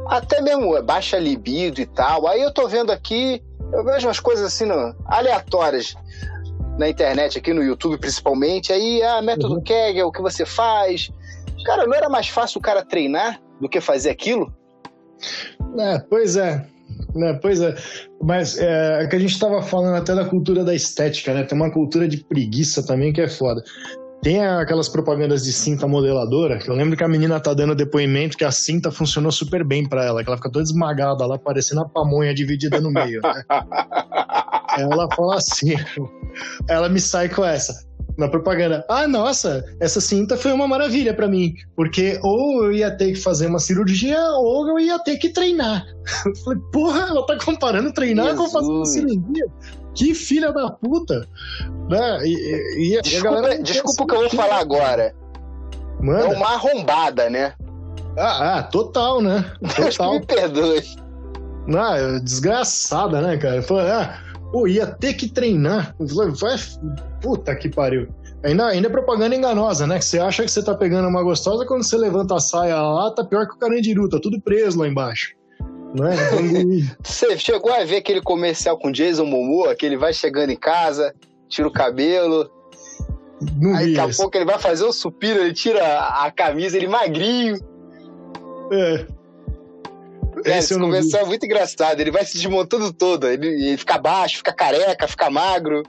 até mesmo baixa libido e tal. Aí eu tô vendo aqui, eu vejo umas coisas assim no, aleatórias na internet, aqui no YouTube principalmente. Aí, ah, método uhum. Kegel, o que você faz? Cara, não era mais fácil o cara treinar do que fazer aquilo? É, pois é. Né, pois é, mas é, é que a gente tava falando até da cultura da estética, né? Tem uma cultura de preguiça também que é foda. Tem aquelas propagandas de cinta modeladora, que eu lembro que a menina tá dando depoimento que a cinta funcionou super bem pra ela, que ela fica toda esmagada lá, parecendo a pamonha dividida no meio, né? Ela fala assim, ela me sai com essa, na propaganda, ah, nossa, essa cinta foi uma maravilha pra mim, porque ou eu ia ter que fazer uma cirurgia, ou eu ia ter que treinar. Eu falei, porra, ela tá comparando treinar Jesus. Com fazer uma cirurgia? Que filha da puta! Né? E, e, desculpa desculpa o que eu vou falar agora. Manda. É uma arrombada, né? Ah, ah total, né? Total. Me perdoe. Ah, desgraçada, né, cara? Eu falei, ah, pô, ia ter que treinar. Eu falei, vai, puta que pariu. Ainda, ainda é propaganda enganosa, né? Que você acha que você tá pegando uma gostosa, quando você levanta a saia lá, tá pior que o Carandiru, tá tudo preso lá embaixo. Né? Você chegou a ver aquele comercial com Jason Momoa, que ele vai chegando em casa, tira o cabelo, não aí daqui a isso. pouco ele vai fazer o supino, ele tira a camisa, ele magrinho. É. É, esse comercial é muito engraçado, ele vai se desmontando todo, ele, ele fica baixo, fica careca, fica magro.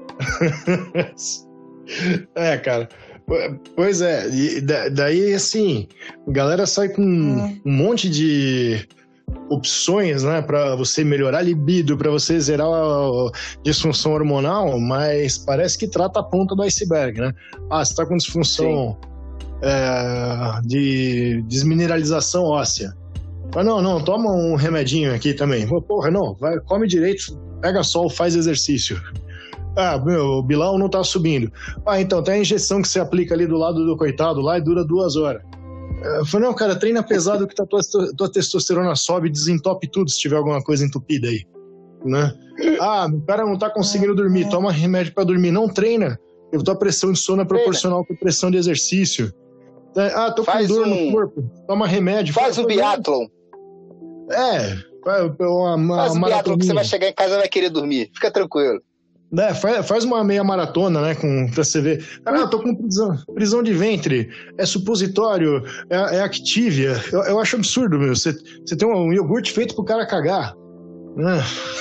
É, cara. Pois é, e daí assim, a galera sai com hum. um monte de opções, né, para você melhorar a libido, para você zerar a disfunção hormonal, mas parece que trata a ponta do iceberg, né? Ah, você tá com disfunção é, de desmineralização óssea. Ah, não, não, toma um remedinho aqui também. Porra, não, vai, come direito, pega sol, faz exercício. Ah, meu, o Bilal não tá subindo. Ah, então, tem a injeção que você aplica ali do lado do coitado lá e dura duas horas. Eu falei, não, cara, treina pesado que tua, tua testosterona sobe, desentope tudo se tiver alguma coisa entupida aí, né? Ah, o cara não tá conseguindo dormir, toma remédio pra dormir, não treina, tua pressão de sono é proporcional com a pressão de exercício. Ah, tô faz com dor um... no corpo, toma remédio. Faz o biatlon. É, uma, uma, faz o biatlon que você vai chegar em casa e vai querer dormir, fica tranquilo. É, faz, faz uma meia maratona, né, com, pra você ver. Ah, tô com prisão, prisão de ventre, é supositório, é, é Activia. Eu, eu acho absurdo, meu. Você, você tem um iogurte feito pro cara cagar. Né?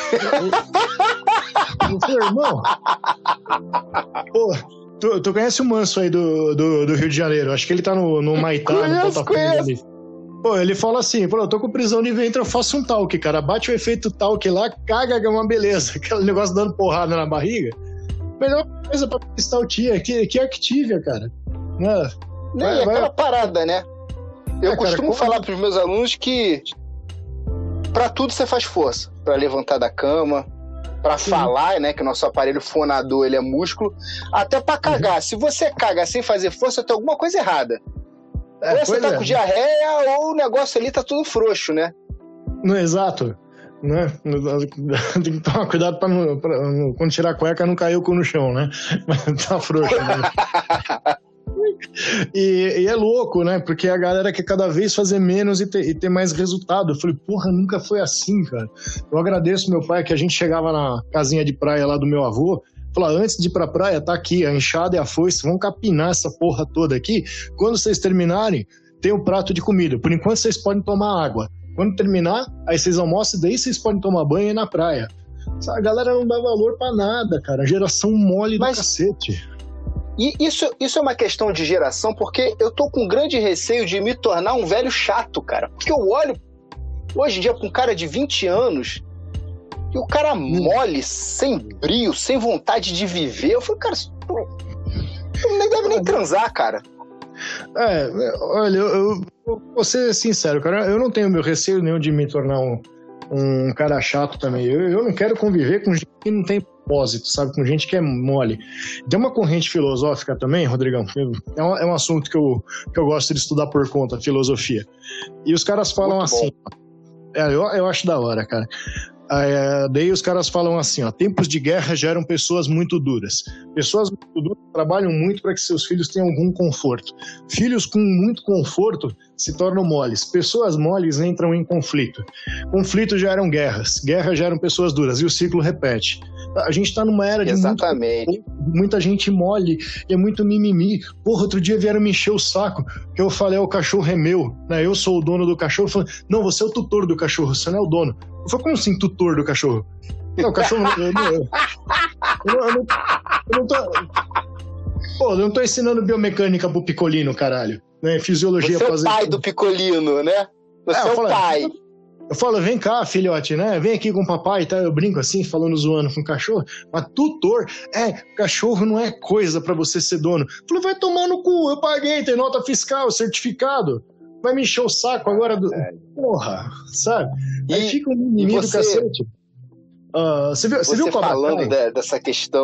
Seu irmão. Pô, tu, tu conhece o Manso aí do, do, do Rio de Janeiro? Acho que ele tá no, no Maitá, no Botafogo ali. Pô, ele fala assim, pô, eu tô com prisão de ventre, eu faço um talque, cara. Bate o efeito talque lá, caga, é uma beleza. Aquele negócio dando porrada na barriga. Melhor coisa pra staltia, que, que Activia, cara. Né? Vai, e aquela vai... parada, né? Eu é, costumo cara, falar pros meus alunos que pra tudo você faz força. Pra levantar da cama, pra Sim. falar, né? Que o nosso aparelho fonador, ele é músculo. Até pra cagar. Uhum. Se você caga sem fazer força, tem alguma coisa errada. É, ou você tá é. com diarreia ou o negócio ali tá tudo frouxo, né? Não, exato. Né? Tem que tomar cuidado pra, não, pra quando tirar a cueca não cair o cu no chão, né? Mas tá frouxo. Né? e, e é louco, né? Porque a galera quer cada vez fazer menos e ter, e ter mais resultado. Eu falei, porra, nunca foi assim, cara. Eu agradeço meu pai que a gente chegava na casinha de praia lá do meu avô. Falar, antes de ir pra praia, tá aqui, a enxada e a foice, vão capinar essa porra toda aqui. Quando vocês terminarem, tem um prato de comida. Por enquanto, vocês podem tomar água. Quando terminar, aí vocês almoçam e daí vocês podem tomar banho e ir na praia. A galera não dá valor pra nada, cara. Geração mole do Mas... cacete. E isso, isso é uma questão de geração, porque eu tô com grande receio de me tornar um velho chato, cara. Porque eu olho, hoje em dia, pra um cara de vinte anos... E o cara mole, sem brio, sem vontade de viver. Eu falei, cara, tu nem deve nem transar, cara. É, olha, eu, eu vou ser sincero, cara, eu não tenho meu receio nenhum de me tornar um, um cara chato também. Eu, eu não quero conviver com gente que não tem propósito, sabe? Com gente que é mole. Tem uma corrente filosófica também, Rodrigão, é um, é um assunto que eu, que eu gosto de estudar por conta, filosofia. E os caras falam Muito assim, é, eu, eu acho da hora, cara. É, daí os caras falam assim, ó, tempos de guerra geram pessoas muito duras. Pessoas muito duras trabalham muito para que seus filhos tenham algum conforto. Filhos com muito conforto se tornam moles. Pessoas moles entram em conflito. Conflitos geram guerras. Guerras geram pessoas duras. E o ciclo repete. A gente está numa era de Exatamente. Muito, muita gente mole e é muito mimimi. Porra, outro dia vieram me encher o saco que eu falei, o cachorro é meu, né? Eu sou o dono do cachorro. Eu falei, não, você é o tutor do cachorro, você não é o dono. Eu falei, como assim tutor do cachorro? Não, o cachorro... Eu, eu, eu, eu, eu, eu, não, eu não tô... Pô, eu não tô ensinando biomecânica pro Picolino, caralho. Né? Fisiologia você fazer... é o pai do Picolino, né? Você é, é o falo, pai. Eu falo, vem cá, filhote, né? Vem aqui com o papai, tá? Eu brinco assim, falando, zoando com o cachorro. Mas tutor, é, cachorro não é coisa pra você ser dono. Eu falei, vai tomar no cu, eu paguei, tem nota fiscal, certificado. Vai me encher o saco agora do... Porra, sabe? E, Aí fica um mimimi do cacete. Uh, você viu, você você viu o Cobra falando Kai? de, dessa questão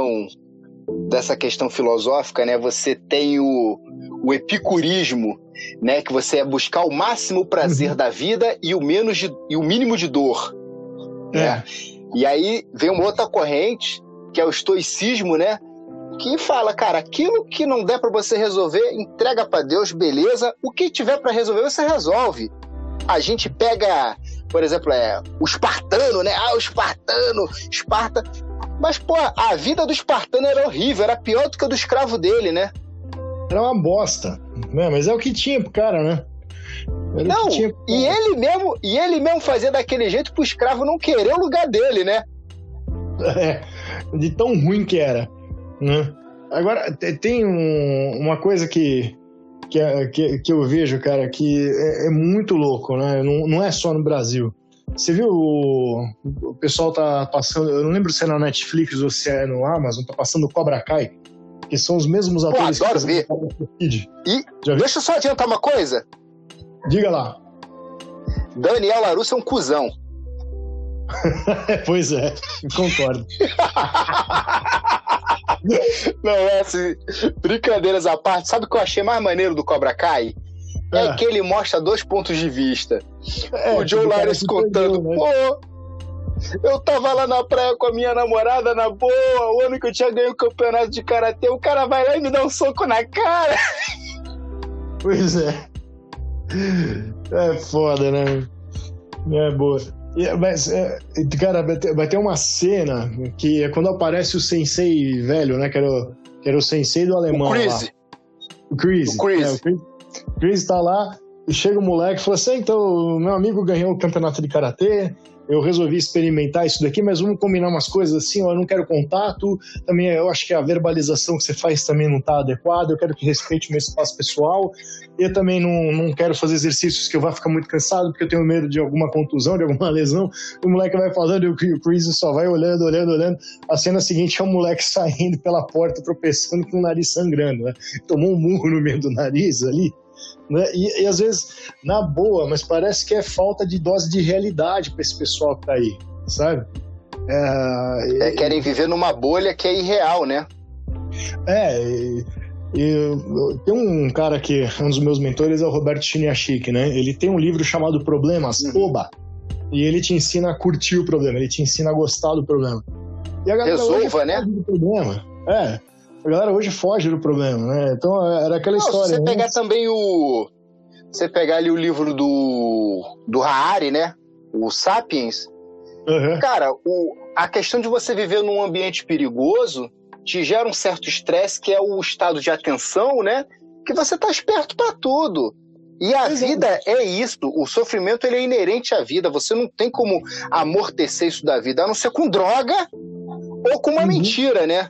dessa questão filosófica, né? Você tem o, o epicurismo, né? Que você é buscar o máximo prazer uhum. da vida e o menos de, e o mínimo de dor, é. né? E aí vem uma outra corrente que é o estoicismo, né? Que fala, cara, aquilo que não der para você resolver, entrega para Deus, beleza? O que tiver para resolver, você resolve. A gente pega, por exemplo, é, o espartano, né? Ah, o espartano, Esparta. Mas, pô, a vida do espartano era horrível, era pior do que a do escravo dele, né? Era uma bosta, né? Mas é o que tinha pro cara, né? Era não, tinha... e, ele mesmo, e ele mesmo fazia daquele jeito pro escravo não querer o lugar dele, né? É, de tão ruim que era, né? Agora, tem um, uma coisa que... Que, que, que eu vejo, cara, que é, é muito louco, né? Não, não é só no Brasil. Você viu o, o pessoal tá passando, eu não lembro se é na Netflix ou se é no Amazon, tá passando o Cobra Kai, que são os mesmos Pô, atores adoro que ver. E deixa eu só adiantar uma coisa. Diga lá. Daniel LaRusso é um cuzão. Pois é, concordo. Não, é assim, brincadeiras à parte, sabe o que eu achei mais maneiro do Cobra Kai? É, é que ele mostra dois pontos de vista. É, o Joe LaRusso contando, perdeu, né? Pô, eu tava lá na praia com a minha namorada, na boa, o ano que eu tinha ganho o campeonato de karatê, o cara vai lá e me dá um soco na cara. Pois é. É foda, né? É boa. Mas, cara, vai ter uma cena que é quando aparece o sensei velho, né? Que era o, que era o sensei do alemão. O Chris. O Chris. O Chris. É, o Chris. O Chris tá lá e chega o moleque e fala assim: então, meu amigo ganhou o campeonato de karatê. Eu resolvi experimentar isso daqui, mas vamos combinar umas coisas assim, ó, eu não quero contato, também eu acho que a verbalização que você faz também não tá adequada, eu quero que respeite o meu espaço pessoal, eu também não, não quero fazer exercícios que eu vá ficar muito cansado, porque eu tenho medo de alguma contusão, de alguma lesão. O moleque vai falando e o Chris só vai olhando, olhando, olhando. A cena seguinte é o moleque saindo pela porta, tropeçando com o nariz sangrando, né? Tomou um murro no meio do nariz ali. Né? E, e às vezes, na boa, mas parece que é falta de dose de realidade para esse pessoal que tá aí, sabe? É, é, querem viver numa bolha que é irreal, né? É, e, e, tem um cara que é um dos meus mentores, é o Roberto Chiniachik, né? Ele tem um livro chamado Problemas, uhum. Oba, e ele te ensina a curtir o problema, ele te ensina a gostar do problema. E a galera Resolva, né? Do problema. É. A galera hoje foge do problema, né? Então era aquela Não, história. Se você né? pegar também o. Você pegar ali o livro do. do Harari, né? O Sapiens. Uhum. Cara, o, a questão de você viver num ambiente perigoso te gera um certo estresse, que é o estado de atenção, né? Que você tá esperto pra tudo. E a Exato. Vida é isso. O sofrimento ele é inerente à vida. Você não tem como amortecer isso da vida, a não ser com droga ou com uma uhum. mentira, né?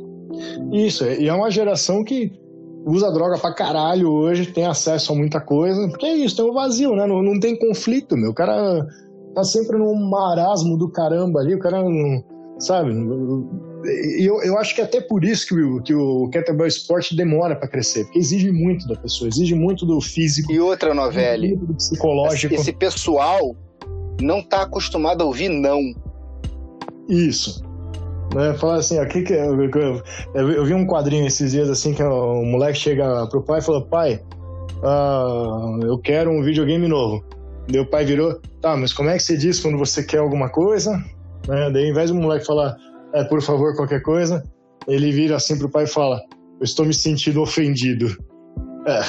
Isso, e é uma geração que usa droga pra caralho hoje, tem acesso a muita coisa, porque é isso, tem um vazio, né? Não, não tem conflito, meu. O cara tá sempre num marasmo do caramba ali, o cara não, sabe? E eu, eu acho que é até por isso que o, que o Kettlebell Sport demora pra crescer, porque exige muito da pessoa, exige muito do físico. E outra, Novelli, muito do psicológico. Esse pessoal não tá acostumado a ouvir não. Isso. Né, fala assim, ó, que que eu, eu, eu, eu vi um quadrinho esses dias assim que o moleque chega pro pai e fala: pai, uh, eu quero um videogame novo. Daí o pai virou: tá, mas como é que você diz quando você quer alguma coisa? Né, daí ao invés do moleque falar: é, por favor, qualquer coisa, ele vira assim pro pai e fala: eu estou me sentindo ofendido. É.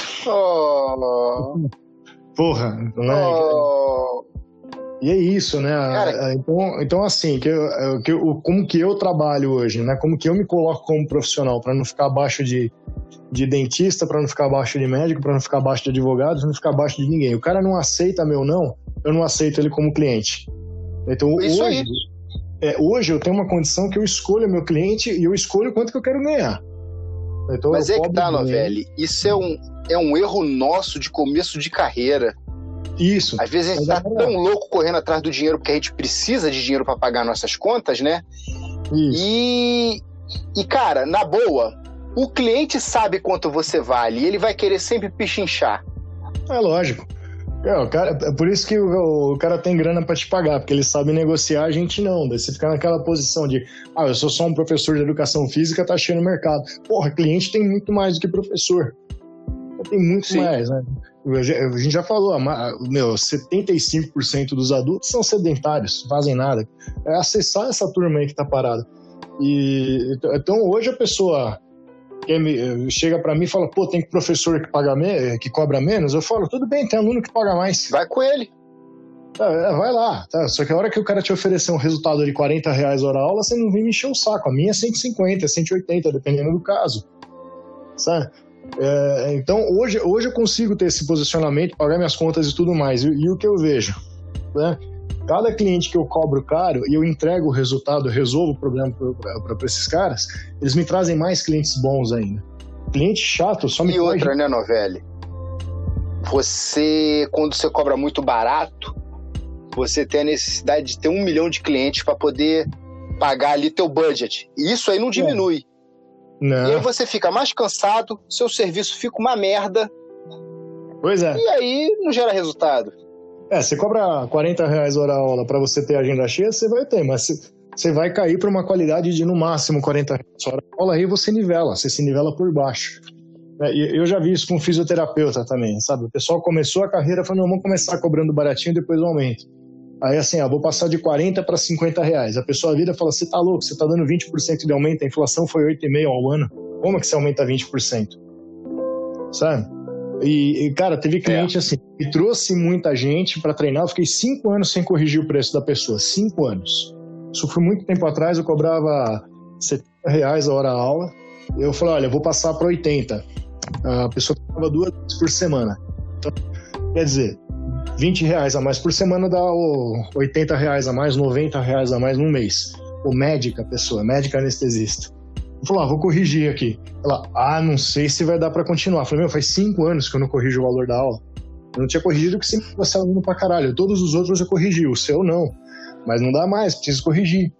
Oh. Porra, né? Oh. E é isso, né? Cara, então, então, assim, que eu, que eu, como que eu trabalho hoje, né? Como que eu me coloco como profissional, para não ficar abaixo de, de dentista, para não ficar abaixo de médico, para não ficar abaixo de advogado, para não ficar abaixo de ninguém. O cara não aceita meu não, eu não aceito ele como cliente. Então, isso hoje, aí. É, hoje eu tenho uma condição que eu escolho meu cliente e eu escolho quanto que eu quero ganhar. Então, Mas é que tá, Novelli, isso é um, é um erro nosso de começo de carreira. Isso. Às vezes a gente tá tão louco correndo atrás do dinheiro porque a gente precisa de dinheiro para pagar nossas contas, né? Isso. E, e, cara, na boa, o cliente sabe quanto você vale e ele vai querer sempre pichinchar. É lógico. É, o cara, é por isso que o, o cara tem grana para te pagar, porque ele sabe negociar, a gente não. Daí você fica naquela posição de, ah, eu sou só um professor de educação física, tá cheio no mercado. Porra, cliente tem muito mais do que professor. Tem muito Sim. mais, né? A gente já falou, meu, setenta e cinco por cento dos adultos são sedentários, não fazem nada. É acessar essa turma aí que tá parada. E, então, hoje a pessoa que me, chega para mim e fala, pô, tem professor que, paga me, que cobra menos? Eu falo, tudo bem, tem aluno que paga mais. Vai com ele. É, vai lá. Tá? Só que a hora que o cara te oferecer um resultado de quarenta reais hora aula, você não vem me encher o saco. A minha é cento e cinquenta, cento e oitenta, dependendo do caso. Sabe? É, então, hoje, hoje eu consigo ter esse posicionamento, pagar minhas contas e tudo mais. E, e o que eu vejo? Né? Cada cliente que eu cobro caro e eu entrego o resultado, eu resolvo o problema para esses caras, eles me trazem mais clientes bons ainda. Cliente chato só me E outra, traz... né, Novelli? Você, quando você cobra muito barato, você tem a necessidade de ter um milhão de clientes para poder pagar ali teu budget. E isso aí não diminui. É. Não. E aí você fica mais cansado, seu serviço fica uma merda. Pois é. E aí não gera resultado. É, você cobra quarenta reais hora aula para você ter agenda cheia, você vai ter, mas você vai cair para uma qualidade de no máximo quarenta reais hora aula, aí você nivela, você se nivela por baixo. E eu já vi isso com fisioterapeuta também, sabe? O pessoal começou a carreira falando, não, vamos começar cobrando baratinho, depois eu aumento. Aí assim, ó, vou passar de quarenta para cinquenta reais. A pessoa vira e fala, você tá louco, você tá dando vinte por cento de aumento, a inflação foi oito vírgula cinco por cento ao ano. Como é que você aumenta vinte por cento? Sabe? E, e cara, teve cliente é. assim, que trouxe muita gente para treinar, eu fiquei cinco anos sem corrigir o preço da pessoa, cinco anos. Isso foi muito tempo atrás, eu cobrava setenta reais a hora aula. Eu falei, olha, eu vou passar para oitenta. A pessoa pagava duas vezes por semana. Então, quer dizer, vinte reais a mais por semana dá oitenta reais a mais, noventa reais a mais num mês. O médica, pessoa, médica anestesista. Eu falei, ah, vou corrigir aqui. Ela, ah, não sei se vai dar pra continuar. Eu falei, meu, faz cinco anos que eu não corrijo o valor da aula. Eu não tinha corrigido porque sempre você é aluno pra caralho. Todos os outros eu corrigi, o seu não. Mas não dá mais, preciso corrigir.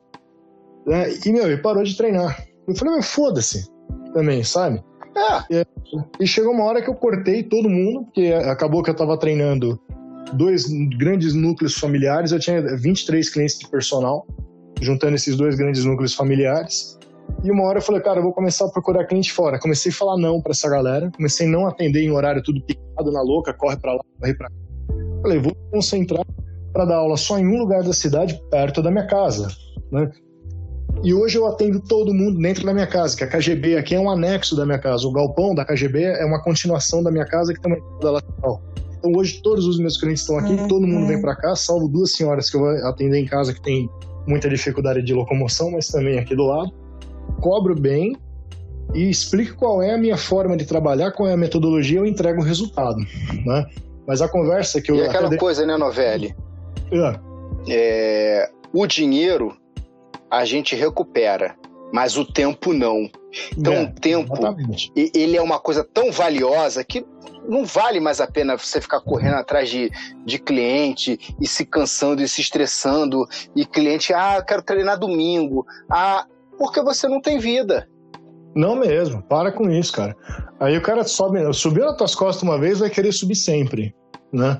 E, meu, ele parou de treinar. Eu falei, meu, foda-se também, sabe? É. E chegou uma hora que eu cortei todo mundo, porque acabou que eu tava treinando dois grandes núcleos familiares, eu tinha vinte e três clientes de personal, juntando esses dois grandes núcleos familiares, e uma hora eu falei, cara, eu vou começar a procurar cliente fora. Comecei a falar não pra essa galera, comecei a não atender em horário tudo picado na louca, corre pra lá, corre pra cá. Falei, vou me concentrar pra dar aula só em um lugar da cidade, perto da minha casa, né? E hoje eu atendo todo mundo dentro da minha casa, que a K G B aqui é um anexo da minha casa. O galpão da K G B é uma continuação da minha casa, que também é da lateral. Então hoje todos os meus clientes estão aqui, uhum. todo mundo vem para cá, salvo duas senhoras que eu vou atender em casa que tem muita dificuldade de locomoção, mas também aqui do lado. Cobro bem e explico qual é a minha forma de trabalhar, qual é a metodologia, eu entrego o resultado, né? Mas a conversa que eu... E aquela coisa, né, Novelli? É. É, o dinheiro a gente recupera, mas o tempo não. Então é, o tempo, exatamente. Ele é uma coisa tão valiosa que não vale mais a pena você ficar correndo atrás de, de cliente e se cansando e se estressando, e cliente, ah, eu quero treinar domingo, ah, porque você não tem vida. Não mesmo, para com isso, cara. Aí o cara sobe, subiu nas tuas costas uma vez, vai querer subir sempre, né?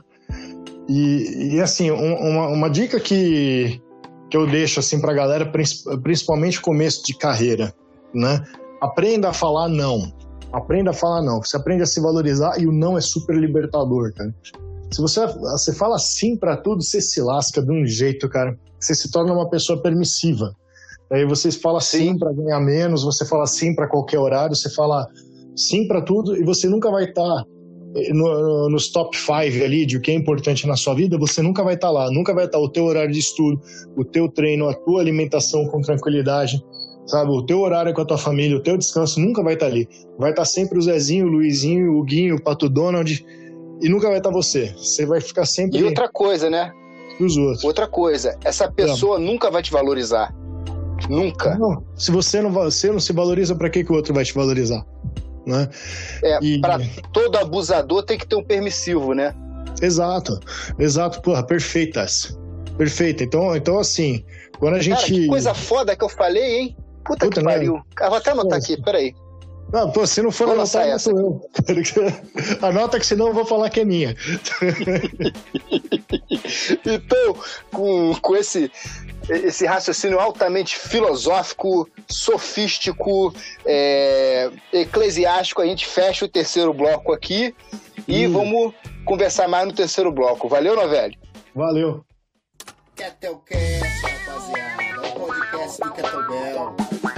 E, e assim, um, uma, uma dica que, que eu deixo assim pra galera, principalmente começo de carreira, né? Aprenda a falar não. Aprenda a falar não. Você aprende a se valorizar e o não é super libertador, cara. Se você, você fala sim pra tudo, você se lasca de um jeito, cara. Você se torna uma pessoa permissiva. Aí você fala sim, sim para ganhar menos, você fala sim para qualquer horário, você fala sim para tudo e você nunca vai estar tá no, nos top cinco ali de o que é importante na sua vida, você nunca vai estar tá lá, nunca vai estar tá o teu horário de estudo, o teu treino, a tua alimentação com tranquilidade, sabe? O teu horário com a tua família, o teu descanso nunca vai estar tá ali. Vai estar tá sempre o Zezinho, o Luizinho, o Guinho, o Pato Donald e nunca vai estar tá você. Você vai ficar sempre... E outra coisa, né? Os outros. Outra coisa, essa pessoa não. nunca vai te valorizar. Nunca. Não, se você não, você não se valoriza, para que, que o outro vai te valorizar? Né? É, e... para todo abusador tem que ter um permissivo, né? Exato, exato, porra, perfeitas. Perfeita. Então, então assim, quando a gente... Cara, que coisa foda que eu falei, hein? Puta, Puta que pariu. Né? Ah, vou até anotar Nossa. aqui, peraí. Não, pô, se não for Vou anotar, essa. Eu. Anota que senão eu vou falar que é minha. Então, com, com esse, esse raciocínio altamente filosófico, sofístico, é, eclesiástico, a gente fecha o terceiro bloco aqui e hum. vamos conversar mais no terceiro bloco. Valeu, Novelli? Valeu. Ketelcast, rapaziada. O podcast do Kettlebell.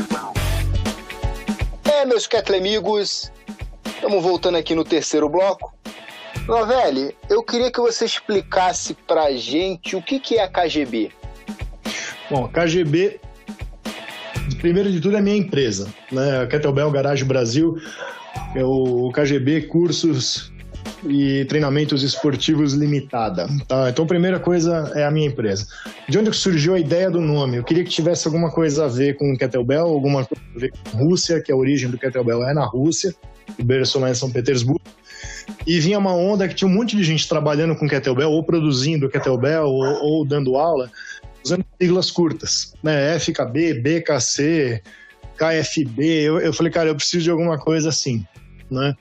É, meus Kettle amigos, estamos voltando aqui no terceiro bloco. Novelli, eu queria que você explicasse pra gente o que, que é a K G B. Bom, a K G B, primeiro de tudo, é a minha empresa, né? A Kettlebell Garage Brasil, é o K G B Cursos e Treinamentos Esportivos Limitada. Tá? Então, a primeira coisa é a minha empresa. De onde surgiu a ideia do nome? Eu queria que tivesse alguma coisa a ver com Kettlebell, alguma coisa a ver com Rússia, que a origem do Kettlebell é na Rússia, o berço lá em São Petersburgo. E vinha uma onda que tinha um monte de gente trabalhando com Kettlebell, ou produzindo Kettlebell, ou, ou dando aula, usando siglas curtas, né? F K B, B K C, K F B. Eu, eu falei, cara, eu preciso de alguma coisa assim, né?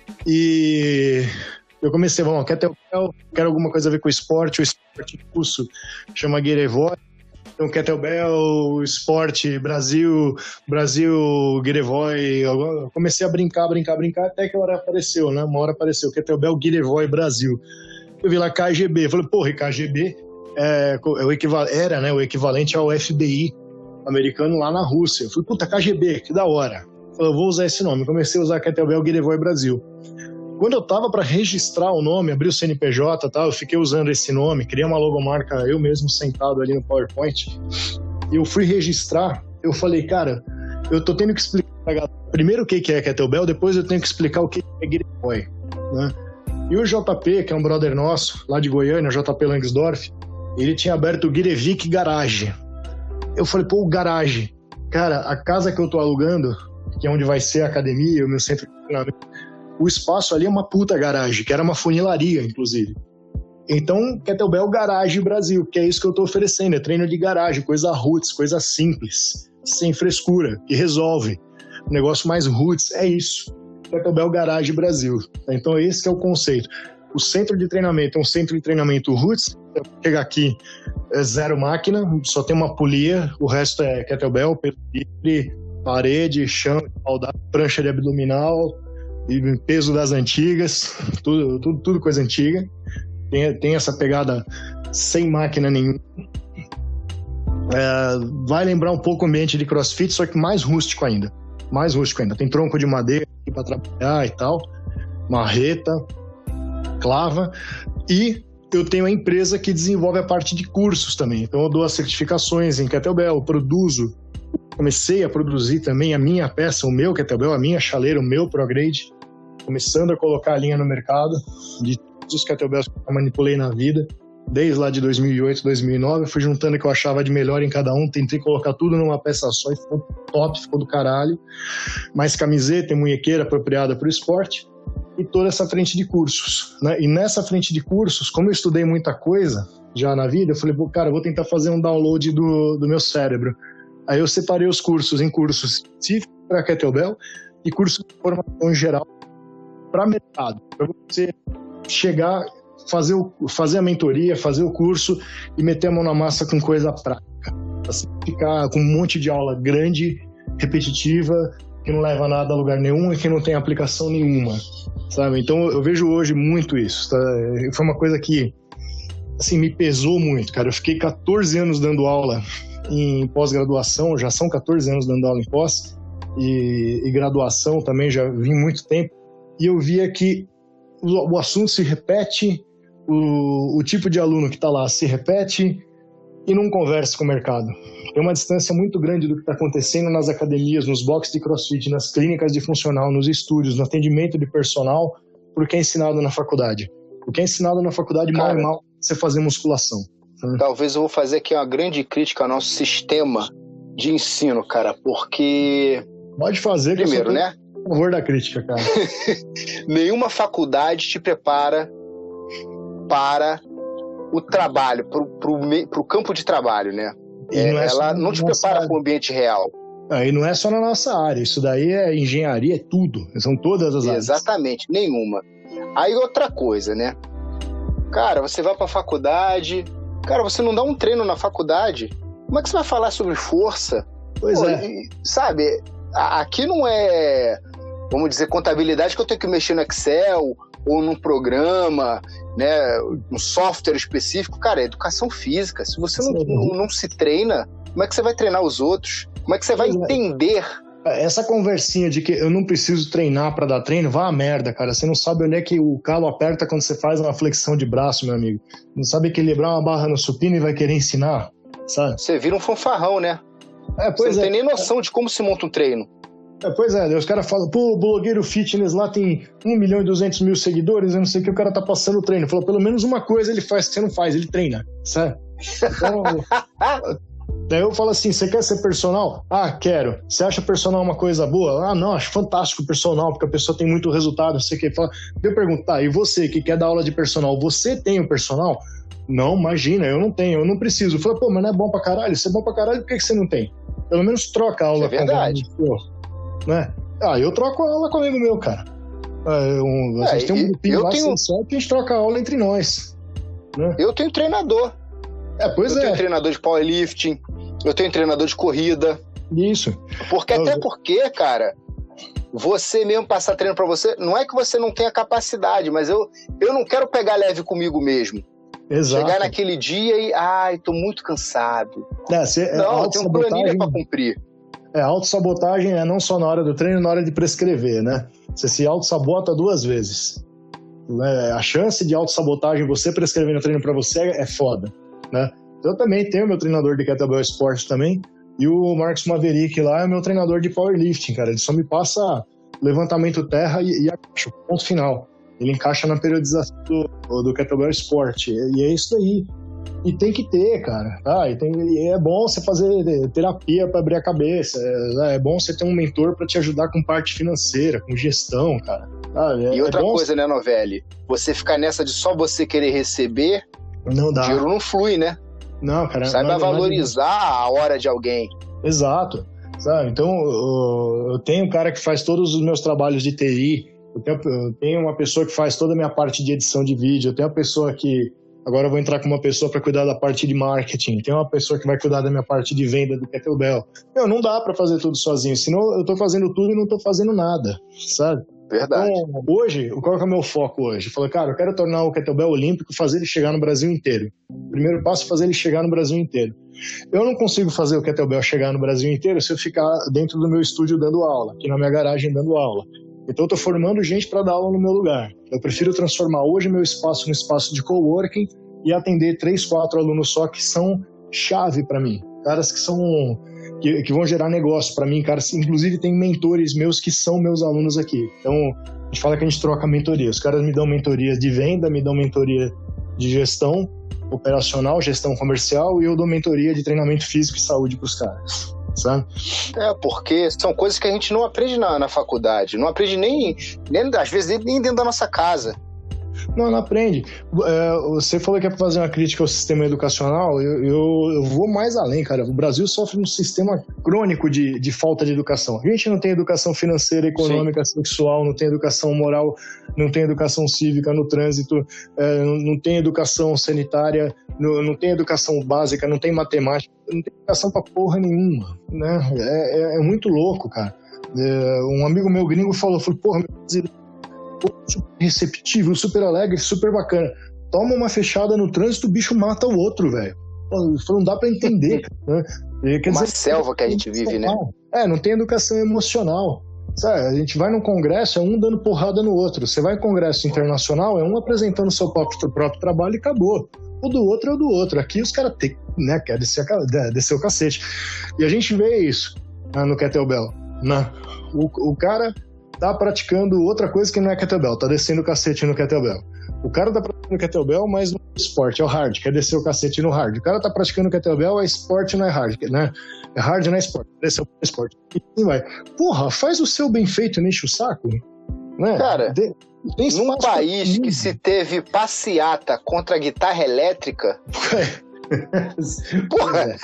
E eu comecei, vamos, Kettlebell, quero alguma coisa a ver com o esporte, o esporte russo chama Girevoy, então Kettlebell, esporte, Brasil, Brasil, Girevoy, eu comecei a brincar, brincar, brincar, até que a hora apareceu, né, uma hora apareceu, Kettlebell, Girevoy, Brasil, eu vi lá K G B, eu falei, porra, K G B é, é o equival- era, né, o equivalente ao F B I americano lá na Rússia, eu falei, puta, K G B, que da hora. Eu vou usar esse nome. Comecei a usar Kettlebell Girevoy Brasil. Quando eu tava para registrar o nome, abri o C N P J e tal, eu fiquei usando esse nome, criei uma logomarca eu mesmo sentado ali no PowerPoint. E eu fui registrar, eu falei, cara, eu tô tendo que explicar pra galera primeiro o que é Kettlebell, depois eu tenho que explicar o que é Girevoy, né? E o J P, que é um brother nosso, lá de Goiânia, o J P Langsdorff, ele tinha aberto o Girevic Garage. Eu falei, pô, o garage. Cara, a casa que eu tô alugando, que é onde vai ser a academia, o meu centro de treinamento, o espaço ali é uma puta garagem, que era uma funilaria, inclusive. Então, Kettlebell Garage Brasil, que é isso que eu tô oferecendo, é treino de garagem, coisa roots, coisa simples, sem frescura, que resolve. O negócio mais roots é isso, Kettlebell Garage Brasil. Então, esse que é o conceito. O centro de treinamento é um centro de treinamento roots, chegar aqui é zero máquina, só tem uma polia, o resto é Kettlebell, peso livre, parede, chão, prancha de abdominal, e peso das antigas, tudo, tudo, tudo coisa antiga. Tem, tem essa pegada sem máquina nenhuma. É, vai lembrar um pouco o ambiente de CrossFit, só que mais rústico ainda. Mais rústico ainda. Tem tronco de madeira para trabalhar e tal, marreta, clava. E eu tenho a empresa que desenvolve a parte de cursos também. Então eu dou as certificações em Kettlebell, eu produzo. Comecei a produzir também a minha peça, o meu Kettlebell, a minha chaleira, o meu ProGrade, começando a colocar a linha no mercado de todos os Kettlebells que eu manipulei na vida, desde lá de dois mil e oito, dois mil e nove, fui juntando o que eu achava de melhor em cada um, tentei colocar tudo numa peça só e ficou top, ficou do caralho. Mais camiseta e munhequeira apropriada para o esporte e toda essa frente de cursos, né? E nessa frente de cursos, como eu estudei muita coisa já na vida, eu falei, cara, eu vou tentar fazer um download do, do meu cérebro. Aí eu separei os cursos em cursos específicos para Kettlebell e cursos de formação em geral para mercado, para você chegar, fazer, o, fazer a mentoria, fazer o curso e meter a mão na massa com coisa prática. Assim, ficar com um monte de aula grande, repetitiva, que não leva nada a lugar nenhum e que não tem aplicação nenhuma, sabe? Então eu vejo hoje muito isso, tá? Foi uma coisa que assim, me pesou muito, cara. Eu fiquei catorze anos dando aula em pós-graduação, já são catorze anos dando aula em pós, e, e graduação também, já vim muito tempo, e eu via que o, o assunto se repete, o, o tipo de aluno que está lá se repete, e não conversa com o mercado. Tem uma distância muito grande do que está acontecendo nas academias, nos boxes de crossfit, nas clínicas de funcional, nos estúdios, no atendimento de personal, por que é ensinado na faculdade. O que é ensinado na faculdade, Cara, mal e mal, você fazer musculação. Talvez eu vou fazer aqui uma grande crítica ao nosso sistema de ensino, cara, porque... Pode fazer, que Primeiro, eu sou né? a favor da crítica, cara. Nenhuma faculdade te prepara para o trabalho, para o campo de trabalho, né? É, não é ela não te prepara para o ambiente real. Ah, e não é só na nossa área, isso daí é engenharia, é tudo, são todas as áreas. Exatamente, nenhuma. Aí outra coisa, né? Cara, você vai para a faculdade, cara, você não dá um treino na faculdade, como é que você vai falar sobre força? Pois Pô, é. E, sabe, aqui não é, vamos dizer, contabilidade que eu tenho que mexer no Excel ou num programa, né, um software específico. Cara, é educação física. Se você não, não, não se treina, como é que você vai treinar os outros? Como é que você vai entender? Essa conversinha de que eu não preciso treinar para dar treino, vá a merda, cara. Você não sabe onde é que o calo aperta quando você faz uma flexão de braço, meu amigo. Não sabe equilibrar uma barra no supino e vai querer ensinar, sabe? Você vira um fanfarrão, né? É, pois você não é. tem nem noção de como se monta um treino. É, pois é, os caras falam, pô, o blogueiro fitness lá tem um milhão e duzentos mil seguidores, eu não sei o que, o cara tá passando o treino. Falou, pelo menos uma coisa ele faz que você não faz, ele treina, sabe? Então, daí eu falo assim, você quer ser personal? Ah, quero. Você acha personal uma coisa boa? Ah, não, acho fantástico o personal, porque a pessoa tem muito resultado, não sei o que. Fala, eu pergunto, tá, e você que quer dar aula de personal, você tem o personal? Não, imagina, eu não tenho, eu não preciso. Fala, pô, mas não é bom pra caralho? Se é bom pra caralho, por que você não tem? Pelo menos troca a aula. Isso é verdade. Com né? Ah, eu troco a aula com um amigo meu, cara. É, um, a gente é, tem um grupinho lá, tenho... sensato, e a gente troca a aula entre nós. Né? Eu tenho treinador. É, pois eu é. tenho treinador de powerlifting, eu tenho treinador de corrida. Isso. Porque, até porque, cara, você mesmo passar treino pra você, não é que você não tenha capacidade, mas eu, eu não quero pegar leve comigo mesmo. Exato. Chegar naquele dia e, ai, tô muito cansado. É, cê, não, é eu tenho planilha pra cumprir. É, autossabotagem é não só na hora do treino, na hora de prescrever, né? Você se autossabota duas vezes. É, a chance de autossabotagem, você prescrevendo treino pra você, é foda, né? Eu também tenho meu treinador de Kettlebell Sport também, e o Marcos Maverick lá é meu treinador de powerlifting, cara. Ele só me passa levantamento terra e, e acho, ponto final. Ele encaixa na periodização do, do Kettlebell Sport, e é isso aí. E tem que ter, cara, tá? E tem, e é bom você fazer terapia para abrir a cabeça, é, é bom você ter um mentor para te ajudar com parte financeira, com gestão, cara. Ah, é, e outra é coisa, né, Novelli? Você ficar nessa de só você querer receber, não dá. O dinheiro não flui, né? Não, cara. Saiba não, valorizar não. a hora de alguém. Exato. Sabe? Então, eu tenho um cara que faz todos os meus trabalhos de T I, eu tenho, eu tenho uma pessoa que faz toda a minha parte de edição de vídeo, eu tenho uma pessoa que agora eu vou entrar com uma pessoa para cuidar da parte de marketing. Tem uma pessoa que vai cuidar da minha parte de venda do Kettlebell. Meu, não dá para fazer tudo sozinho. Senão eu tô fazendo tudo e não tô fazendo nada, sabe? Verdade. Então, hoje, qual que é o meu foco hoje? Eu falei, cara, eu quero tornar o Kettlebell olímpico, fazer ele chegar no Brasil inteiro. O primeiro passo é fazer ele chegar no Brasil inteiro. Eu não consigo fazer o Kettlebell chegar no Brasil inteiro se eu ficar dentro do meu estúdio dando aula, aqui na minha garagem dando aula. Então eu tô formando gente para dar aula no meu lugar. Eu prefiro transformar hoje meu espaço num espaço de coworking e atender três, quatro alunos só que são chave para mim. Caras que são que, que vão gerar negócio para mim, caras, inclusive tem mentores meus que são meus alunos aqui. Então a gente fala que a gente troca mentoria. Os caras me dão mentoria de venda, me dão mentoria de gestão operacional, gestão comercial, e eu dou mentoria de treinamento físico e saúde para os caras. Sabe? É, porque são coisas que a gente não aprende na, na faculdade, não aprende nem, nem, às vezes, nem dentro da nossa casa. Não, não aprende. É, você falou que é para fazer uma crítica ao sistema educacional, eu, eu, eu vou mais além, cara. O Brasil sofre um sistema crônico de, de falta de educação. A gente não tem educação financeira, econômica, Sim. sexual, não tem educação moral, não tem educação cívica no trânsito, é, não, não tem educação sanitária, não, não tem educação básica, não tem matemática, não tem educação pra porra nenhuma, né? É, é, é muito louco, cara. É, um amigo meu gringo falou, falou, porra, meu brasileiro super receptível, super alegre, super bacana. Toma uma fechada no trânsito, o bicho mata o outro, velho. Não dá pra entender, né? E, quer Uma dizer, selva que a gente vive, né? É, não tem educação emocional. Sabe, a gente vai num congresso, é um dando porrada no outro. Você vai em congresso internacional, é um apresentando o seu próprio, próprio trabalho e acabou. O do outro é o do outro. Aqui os caras têm, né, quer descer, descer o cacete. E a gente vê isso, né, no kettlebell. Né? O, o cara tá praticando outra coisa que não é kettlebell, tá descendo o cacete no kettlebell. O cara tá praticando kettlebell, mas no esporte é o hard, quer descer o cacete no hard. O cara tá praticando kettlebell, é esporte, não é hard, né? É hard, não é esporte, desceu o esporte. E assim vai. Porra, faz o seu bem feito, não enche o saco. Né? Cara, De, num país que se teve passeata contra a guitarra elétrica... Porra!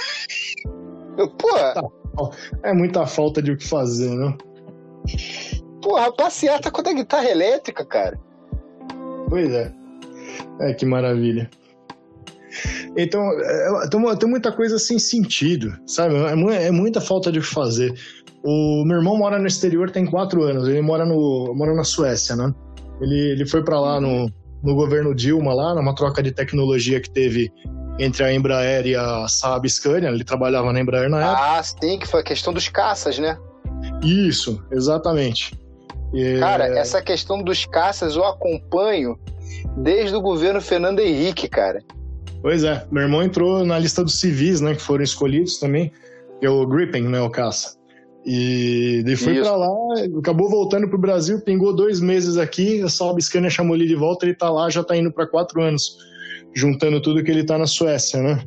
Porra! É muita falta de o que fazer, né? Porra, passeata contra a guitarra elétrica, cara. Pois é. É, que maravilha. Então, é, tem, tem muita coisa sem sentido, sabe? É, é muita falta de o que fazer. O meu irmão mora no exterior tem quatro anos. Ele mora, no, mora na Suécia, né? Ele, ele foi pra lá no, no governo Dilma, lá, numa troca de tecnologia que teve entre a Embraer e a Saab Scania. Ele trabalhava na Embraer na época. Ah, sim, que foi a questão dos caças, né? Isso, exatamente. E... Cara, essa questão dos caças eu acompanho desde o governo Fernando Henrique, cara. Pois é, meu irmão entrou na lista dos civis, né, que foram escolhidos também, que é o Gripen, né, o caça. E ele foi pra lá, acabou voltando pro Brasil, pingou dois meses aqui, a Saab Scania chamou ele de volta, ele tá lá, já tá indo pra quatro anos, juntando tudo que ele tá na Suécia, né.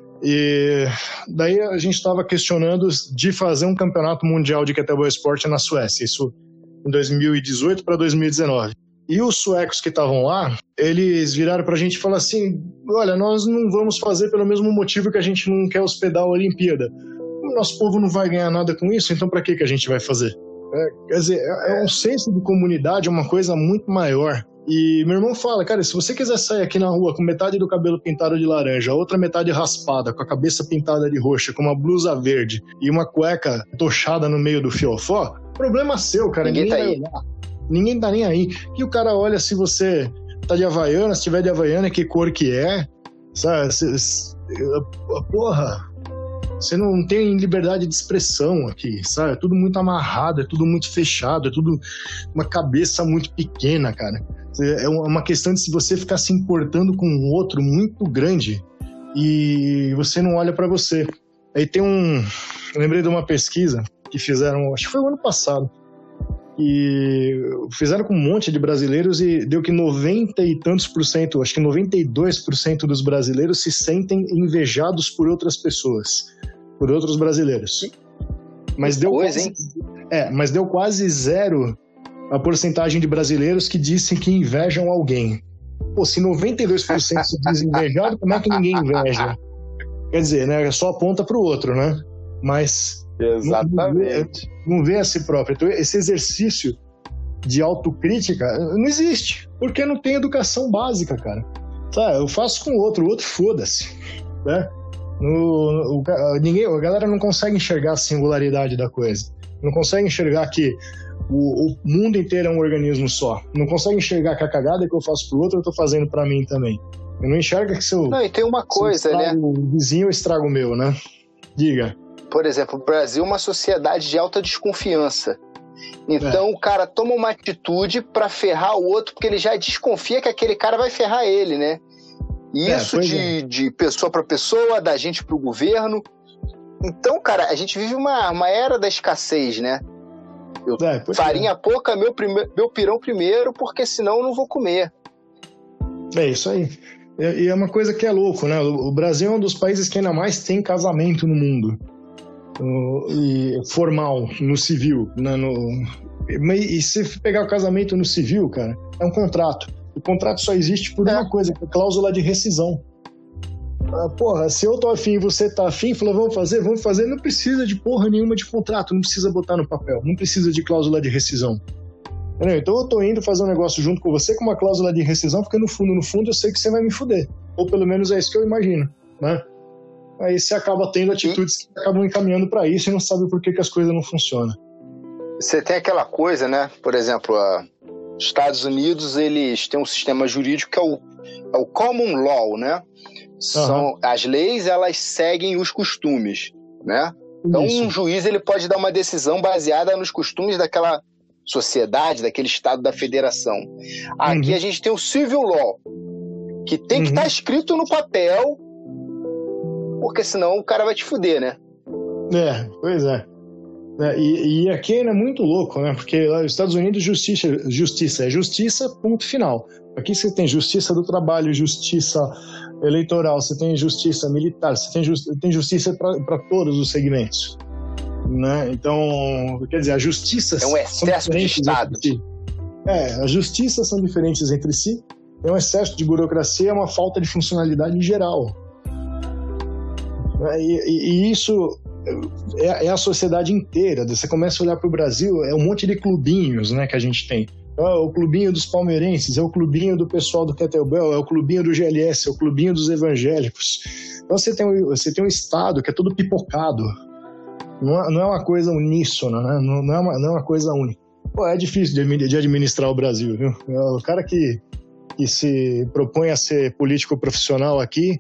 E daí a gente estava questionando de fazer um campeonato mundial de kettlebell esporte na Suécia, isso em dois mil e dezoito para dois mil e dezenove. E os suecos que estavam lá, eles viraram pra gente e falaram assim, olha, nós não vamos fazer pelo mesmo motivo que a gente não quer hospedar a Olimpíada. O nosso povo não vai ganhar nada com isso, então pra que que a gente vai fazer? É, quer dizer, é um senso de comunidade, é uma coisa muito maior. E meu irmão fala, cara, se você quiser sair aqui na rua com metade do cabelo pintado de laranja, outra metade raspada, com a cabeça pintada de roxa, com uma blusa verde e uma cueca tochada no meio do fiofó, problema seu, cara. Ninguém, ninguém tá vai aí. olhar. Ninguém tá nem aí. E o cara olha se você tá de Havaiana, se tiver de Havaiana, que cor que é, sabe? Se, se, porra, você não tem liberdade de expressão aqui, sabe? É tudo muito amarrado, é tudo muito fechado, é tudo uma cabeça muito pequena, cara. É uma questão de se você ficar se importando com um outro muito grande e você não olha pra você. Aí tem um... Eu lembrei de uma pesquisa que fizeram, acho que foi o ano passado, e fizeram com um monte de brasileiros e deu que noventa e tantos por cento, acho que noventa e dois por cento dos brasileiros se sentem invejados por outras pessoas, por outros brasileiros. Mas deu coisa, quase, hein? É, mas deu quase zero a porcentagem de brasileiros que dizem que invejam alguém. Pô, se noventa e dois por cento se diz invejado, como é que ninguém inveja? Quer dizer, né, só aponta pro outro, né? Mas... Exatamente. Não vê, não vê a si próprio. Então, esse exercício de autocrítica não existe, porque não tem educação básica, cara. Sabe, eu faço com o outro, o outro foda-se, né? No, o, ninguém, a galera não consegue enxergar a singularidade da coisa. Não consegue enxergar que o, o mundo inteiro é um organismo só. Não consegue enxergar que a cagada que eu faço pro outro eu tô fazendo pra mim também. Eu não enxerga que se eu... Não, e tem uma coisa, né? O vizinho estraga o meu, né? Diga. Por exemplo, o Brasil é uma sociedade de alta desconfiança. Então é. o cara toma uma atitude pra ferrar o outro porque ele já desconfia que aquele cara vai ferrar ele, né? Isso é, de, é. de pessoa pra pessoa, da gente pro governo. Então, cara, a gente vive uma, uma era da escassez, né? Eu, é, farinha é. pouca, meu, prime... meu pirão primeiro, porque senão eu não vou comer. É isso aí. E é uma coisa que é louco, né? O Brasil é um dos países que ainda mais tem casamento no mundo. E formal, no civil. Né? No... E se pegar o casamento no civil, cara, é um contrato. O contrato só existe por é. uma coisa, que é a cláusula de rescisão. Ah, porra, se eu tô afim e você tá afim, fala, vamos fazer, vamos fazer, não precisa de porra nenhuma de contrato, não precisa botar no papel, não precisa de cláusula de rescisão. Entendeu? Então eu tô indo fazer um negócio junto com você com uma cláusula de rescisão, porque no fundo, no fundo eu sei que você vai me fuder. Ou pelo menos é isso que eu imagino, né? Aí você acaba tendo atitudes que acabam encaminhando para isso e não sabe por que, que as coisas não funcionam. Você tem aquela coisa, né? Por exemplo, os Estados Unidos, eles têm um sistema jurídico que é o, é o common law, né? São, uhum. As leis, elas seguem os costumes. né? Então, Isso. um juiz ele pode dar uma decisão baseada nos costumes daquela sociedade, daquele estado da federação. Aqui Uhum. a gente tem o civil law, que tem que Uhum. estar escrito no papel, porque senão o cara vai te fuder, né? É, pois é. É, e, e aqui ainda é muito louco, né? Porque lá nos Estados Unidos justiça, justiça é justiça, ponto final. Aqui você tem justiça do trabalho, justiça eleitoral, você tem justiça militar, você tem, justi tem justiça para todos os segmentos, né? Então, quer dizer, a justiça é um excesso de Estado. Si. É, as justiças são diferentes entre si. É um excesso de burocracia, é uma falta de funcionalidade em geral. E, e, e isso é, é a sociedade inteira. Você começa a olhar para o Brasil, é um monte de clubinhos, né, que a gente tem. É o clubinho dos palmeirenses, é o clubinho do pessoal do Kettlebell, é o clubinho do G L S, é o clubinho dos evangélicos. Então você tem um, você tem um Estado que é todo pipocado. Não é, não é uma coisa uníssona, né? não, não, é uma, não é uma coisa única. Pô, é difícil de, de administrar o Brasil, viu? O cara que, que se propõe a ser político profissional aqui,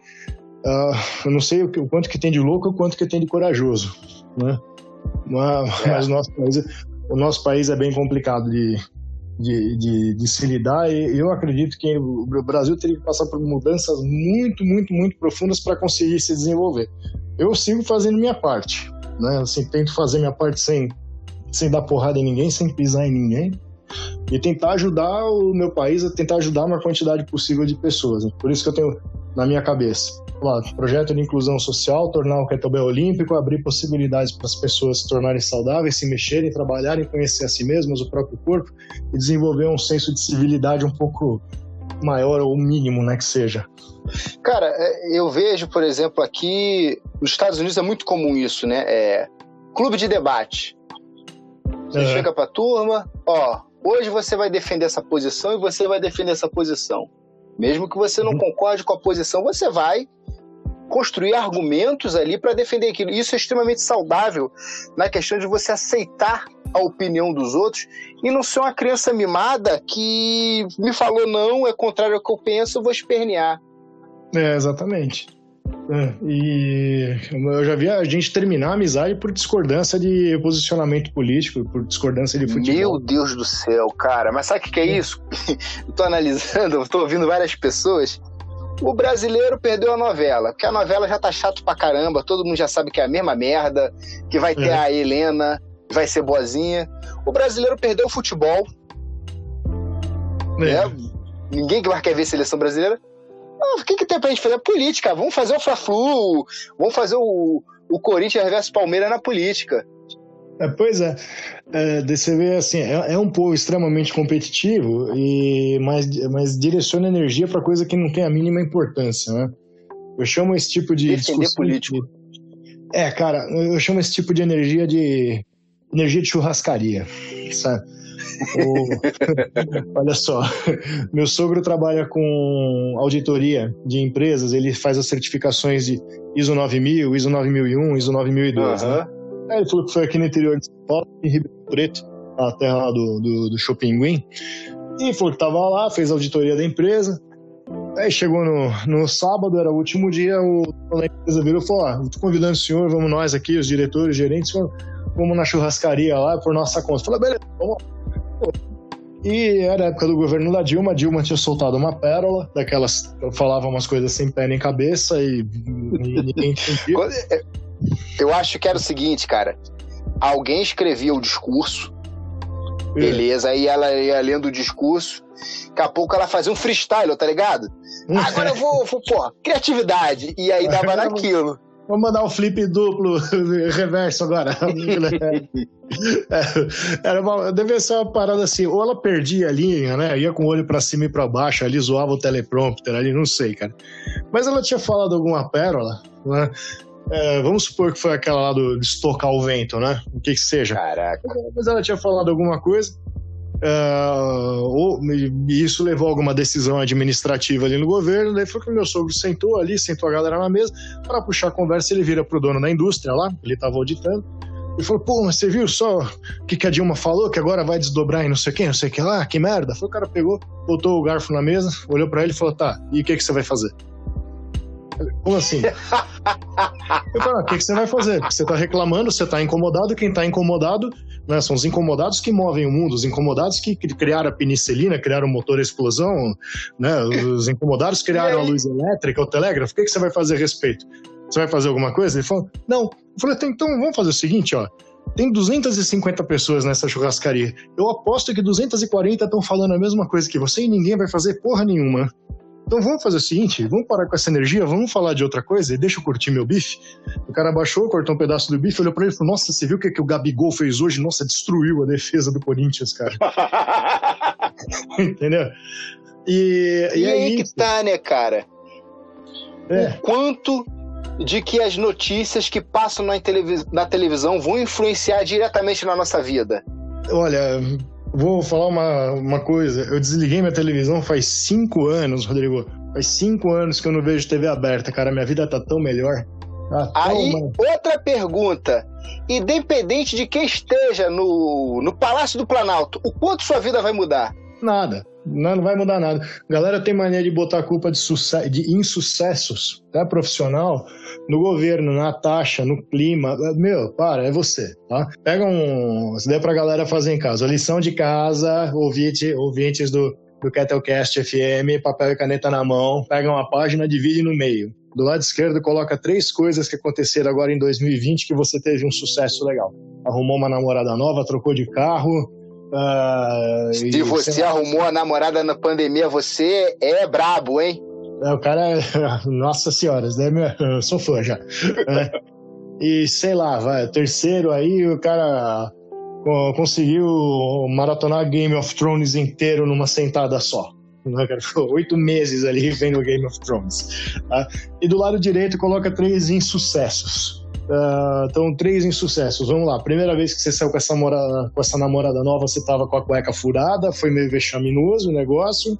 uh, eu não sei o, que, o quanto que tem de louco e o quanto que tem de corajoso, né? Mas, é. mas o, nosso país, o nosso país é bem complicado de, de, de, de se lidar, e eu acredito que o Brasil teria que passar por mudanças muito, muito, muito profundas para conseguir se desenvolver. Eu sigo fazendo minha parte, né? Assim, tento fazer minha parte sem, sem dar porrada em ninguém, sem pisar em ninguém, e tentar ajudar o meu país a tentar ajudar uma quantidade possível de pessoas. Por isso que eu tenho na minha cabeça, claro, projeto de inclusão social, tornar o Kettlebell olímpico, abrir possibilidades para as pessoas se tornarem saudáveis, se mexerem, trabalharem, conhecer a si mesmas, o próprio corpo, e desenvolver um senso de civilidade um pouco maior ou mínimo, né, que seja. Cara, eu vejo, por exemplo, aqui nos Estados Unidos é muito comum isso, né? É clube de debate. Você uhum. chega pra turma, ó, hoje você vai defender essa posição e você vai defender essa posição. Mesmo que você não uhum. concorde com a posição, você vai construir argumentos ali para defender aquilo. Isso é extremamente saudável na questão de você aceitar a opinião dos outros e não ser uma criança mimada que me falou não, é contrário ao que eu penso, eu vou espernear. É, exatamente. É, e eu já vi a gente terminar a amizade por discordância de posicionamento político, por discordância de futebol. Meu Deus do céu, cara. Mas sabe o que, que é isso? Eu tô analisando, eu tô ouvindo várias pessoas. O brasileiro perdeu a novela, porque a novela já tá chato pra caramba, todo mundo já sabe que é a mesma merda, que vai ter é. a Helena, vai ser boazinha. O brasileiro perdeu o futebol. É. Né? Ninguém mais quer ver seleção brasileira. Ah, o que, que tem pra gente fazer? Política. Vamos fazer o Fla-Flu, vamos fazer o, o Corinthians versus Palmeiras na política. É, pois é. é você vê assim, é, é um povo extremamente competitivo, e, mas, mas direciona energia para coisa que não tem a mínima importância, né? Eu chamo esse tipo de defender político. De, é, cara, eu chamo esse tipo de energia de energia de churrascaria, sabe? O, olha só, meu sogro trabalha com auditoria de empresas, ele faz as certificações de I S O nove mil, I S O nove mil e um, I S O nove mil e dois, uhum. né? Aí ele falou que foi aqui no interior de São Paulo, em Ribeirão Preto, a terra lá do, do, do Shopping Green, e falou que tava lá, fez a auditoria da empresa. Aí chegou no, no sábado, era o último dia, o dono da empresa virou e falou: ah, tô convidando o senhor, vamos nós aqui, os diretores, gerentes, vamos na churrascaria lá por nossa conta. Falei, beleza, vamos lá. E era a época do governo da Dilma. A Dilma tinha soltado uma pérola, daquelas que falava umas coisas sem pé nem cabeça e, e ninguém entendia. Eu acho que era o seguinte, cara: alguém escrevia o discurso, é. beleza, aí ela ia lendo o discurso, daqui a pouco ela fazia um freestyle, tá ligado? Agora eu vou, vou pô, criatividade, e aí dava naquilo. Vamos mandar um flip duplo reverso agora. É, era uma, devia ser uma parada assim, ou ela perdia a linha, né? Ia com o olho pra cima e pra baixo, ali zoava o teleprompter ali, não sei, cara. Mas ela tinha falado alguma pérola, né? É, vamos supor que foi aquela lá do, de estocar o vento, né? O que que seja. Caraca. Mas ela tinha falado alguma coisa. Uh, ou, e isso levou a alguma decisão administrativa ali no governo. Daí foi que o meu sogro sentou ali, sentou a galera na mesa para puxar a conversa. Ele vira pro dono da indústria lá, ele tava auditando, e falou: pô, mas você viu só o que, que a Dilma falou, que agora vai desdobrar e não sei o que, não sei o que lá, que merda. Foi, o cara pegou, botou o garfo na mesa, olhou para ele e falou: tá, e o que, que você vai fazer? Como assim? Eu falo, o que, que você vai fazer? Você tá reclamando, você tá incomodado, quem tá incomodado, né, são os incomodados que movem o mundo, os incomodados que criaram a penicilina, criaram o motor à explosão, né, os incomodados criaram a luz elétrica, o telégrafo, o que, que você vai fazer a respeito? Você vai fazer alguma coisa? Ele falou, não. Eu falei, então vamos fazer o seguinte, ó, tem duzentas e cinquenta pessoas nessa churrascaria, eu aposto que duzentas e quarenta estão falando a mesma coisa que você e ninguém vai fazer porra nenhuma. Então vamos fazer o seguinte, vamos parar com essa energia, vamos falar de outra coisa e deixa eu curtir meu bife. O cara baixou, cortou um pedaço do bife, olhou pra ele e falou, nossa, você viu o que, que o Gabigol fez hoje? Nossa, destruiu a defesa do Corinthians, cara. Entendeu? E, e, e é aí isso. que tá, né, cara? É. O quanto de que as notícias que passam na, televis- na televisão vão influenciar diretamente na nossa vida. Olha... Vou falar uma, uma coisa, eu desliguei minha televisão faz cinco anos, Rodrigo, faz cinco anos que eu não vejo T V aberta, cara, minha vida tá tão melhor. Tá tão Aí, mal. outra pergunta, independente de quem esteja no, no Palácio do Planalto, o quanto sua vida vai mudar? Nada, não, não vai mudar nada. A galera tem mania de botar a culpa de, suce- de insucessos, tá, profissional, no governo, na taxa, no clima. Meu, para, é você, tá? Pega um... Se der pra galera fazer em casa. A lição de casa, ouvinte, ouvintes do, do Kettlecast F M, papel e caneta na mão, pega uma página, divide no meio. Do lado esquerdo, coloca três coisas que aconteceram agora em dois mil e vinte que você teve um sucesso legal. Arrumou uma namorada nova, trocou de carro... Uh, Se e, você arrumou a namorada na pandemia, você é brabo, hein? O cara, nossa senhora, eu sou fã já. É. E sei lá, vai, terceiro aí, o cara conseguiu maratonar Game of Thrones inteiro numa sentada só. O cara ficou oito meses ali vendo Game of Thrones. Tá? E do lado direito coloca três insucessos. Uh, então, três insucessos. Vamos lá. Primeira vez que você saiu com essa, morada, com essa namorada nova, você tava com a cueca furada, foi meio vexaminoso o negócio.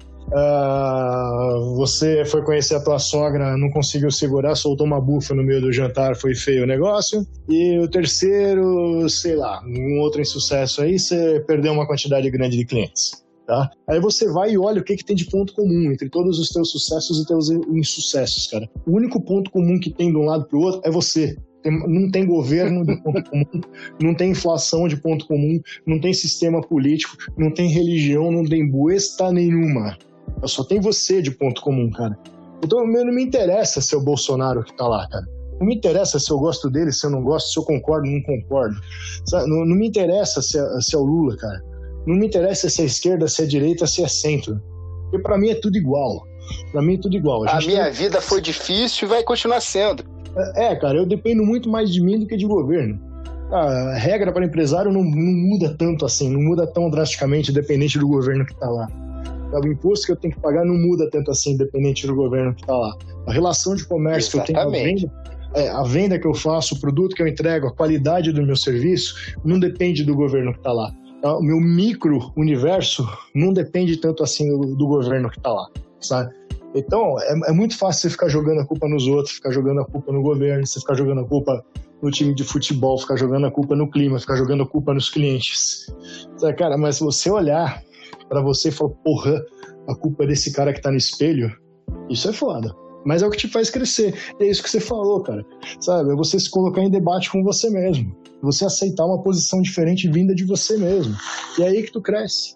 Uh, você foi conhecer a tua sogra, não conseguiu segurar, soltou uma bufa no meio do jantar, foi feio o negócio. E o terceiro, sei lá, um outro insucesso aí, você perdeu uma quantidade grande de clientes. Tá? Aí você vai e olha o que, que tem de ponto comum entre todos os teus sucessos e teus insucessos, cara. O único ponto comum que tem de um lado pro outro é você. Tem, não tem governo de ponto comum, não tem inflação de ponto comum, não tem sistema político, não tem religião, não tem buesta nenhuma. Só tem você de ponto comum, cara. Então, não me interessa se é o Bolsonaro que tá lá, cara. Não me interessa se eu gosto dele, se eu não gosto, se eu concordo ou não concordo. Não, não me interessa se é, se é o Lula, cara. Não me interessa se é esquerda, se é direita, se é centro. Porque pra mim é tudo igual. Pra mim é tudo igual. A, a minha tem... vida foi difícil e vai continuar sendo. É, cara, eu dependo muito mais de mim do que de governo. A regra para empresário não, não muda tanto assim, não muda tão drasticamente dependente do governo que tá lá. O imposto que eu tenho que pagar não muda tanto assim dependente do governo que tá lá. A relação de comércio Exatamente. que eu tenho, a venda, é, a venda que eu faço, o produto que eu entrego, a qualidade do meu serviço, não depende do governo que tá lá. O meu micro-universo não depende tanto assim do, do governo que tá lá, sabe? Então, é, é muito fácil você ficar jogando a culpa nos outros, ficar jogando a culpa no governo, você ficar jogando a culpa no time de futebol, ficar jogando a culpa no clima, ficar jogando a culpa nos clientes. Sabe, cara, mas se você olhar pra você e falar, porra, a culpa é desse cara que tá no espelho, isso é foda. Mas é o que te faz crescer. E é isso que você falou, cara. Sabe, é você se colocar em debate com você mesmo. Você aceitar uma posição diferente vinda de você mesmo. E é aí que tu cresce.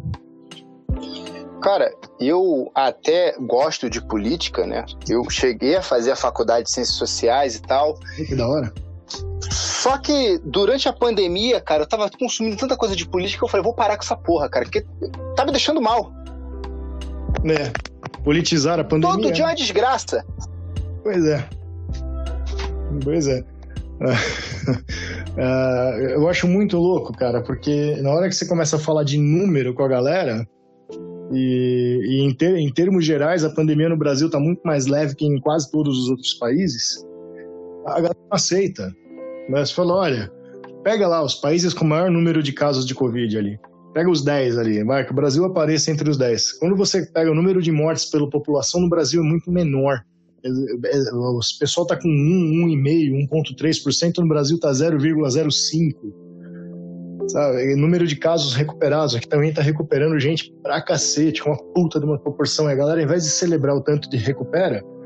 Cara, eu até gosto de política, né? Eu cheguei a fazer a faculdade de Ciências Sociais e tal. Que da hora. Só que durante a pandemia, cara, eu tava consumindo tanta coisa de política que eu falei, vou parar com essa porra, cara, porque tá me deixando mal. É, politizar a pandemia. Todo dia é uma desgraça. Pois é. Pois é. Uh, eu acho muito louco, cara, porque na hora que você começa a falar de número com a galera, e, e em, ter, em termos gerais, a pandemia no Brasil está muito mais leve que em quase todos os outros países, a galera não aceita. Mas você fala, olha, pega lá os países com o maior número de casos de Covid ali. Pega os dez ali, vai, que o Brasil apareça entre os dez. Quando você pega o número de mortes pela população no Brasil é muito menor. O pessoal está com um, um vírgula cinco por cento, um vírgula três por cento, no Brasil está zero vírgula zero cinco por cento. Sabe? O número de casos recuperados aqui também está recuperando gente pra cacete, com uma puta de uma proporção. E a galera, ao invés de celebrar o tanto de recupera,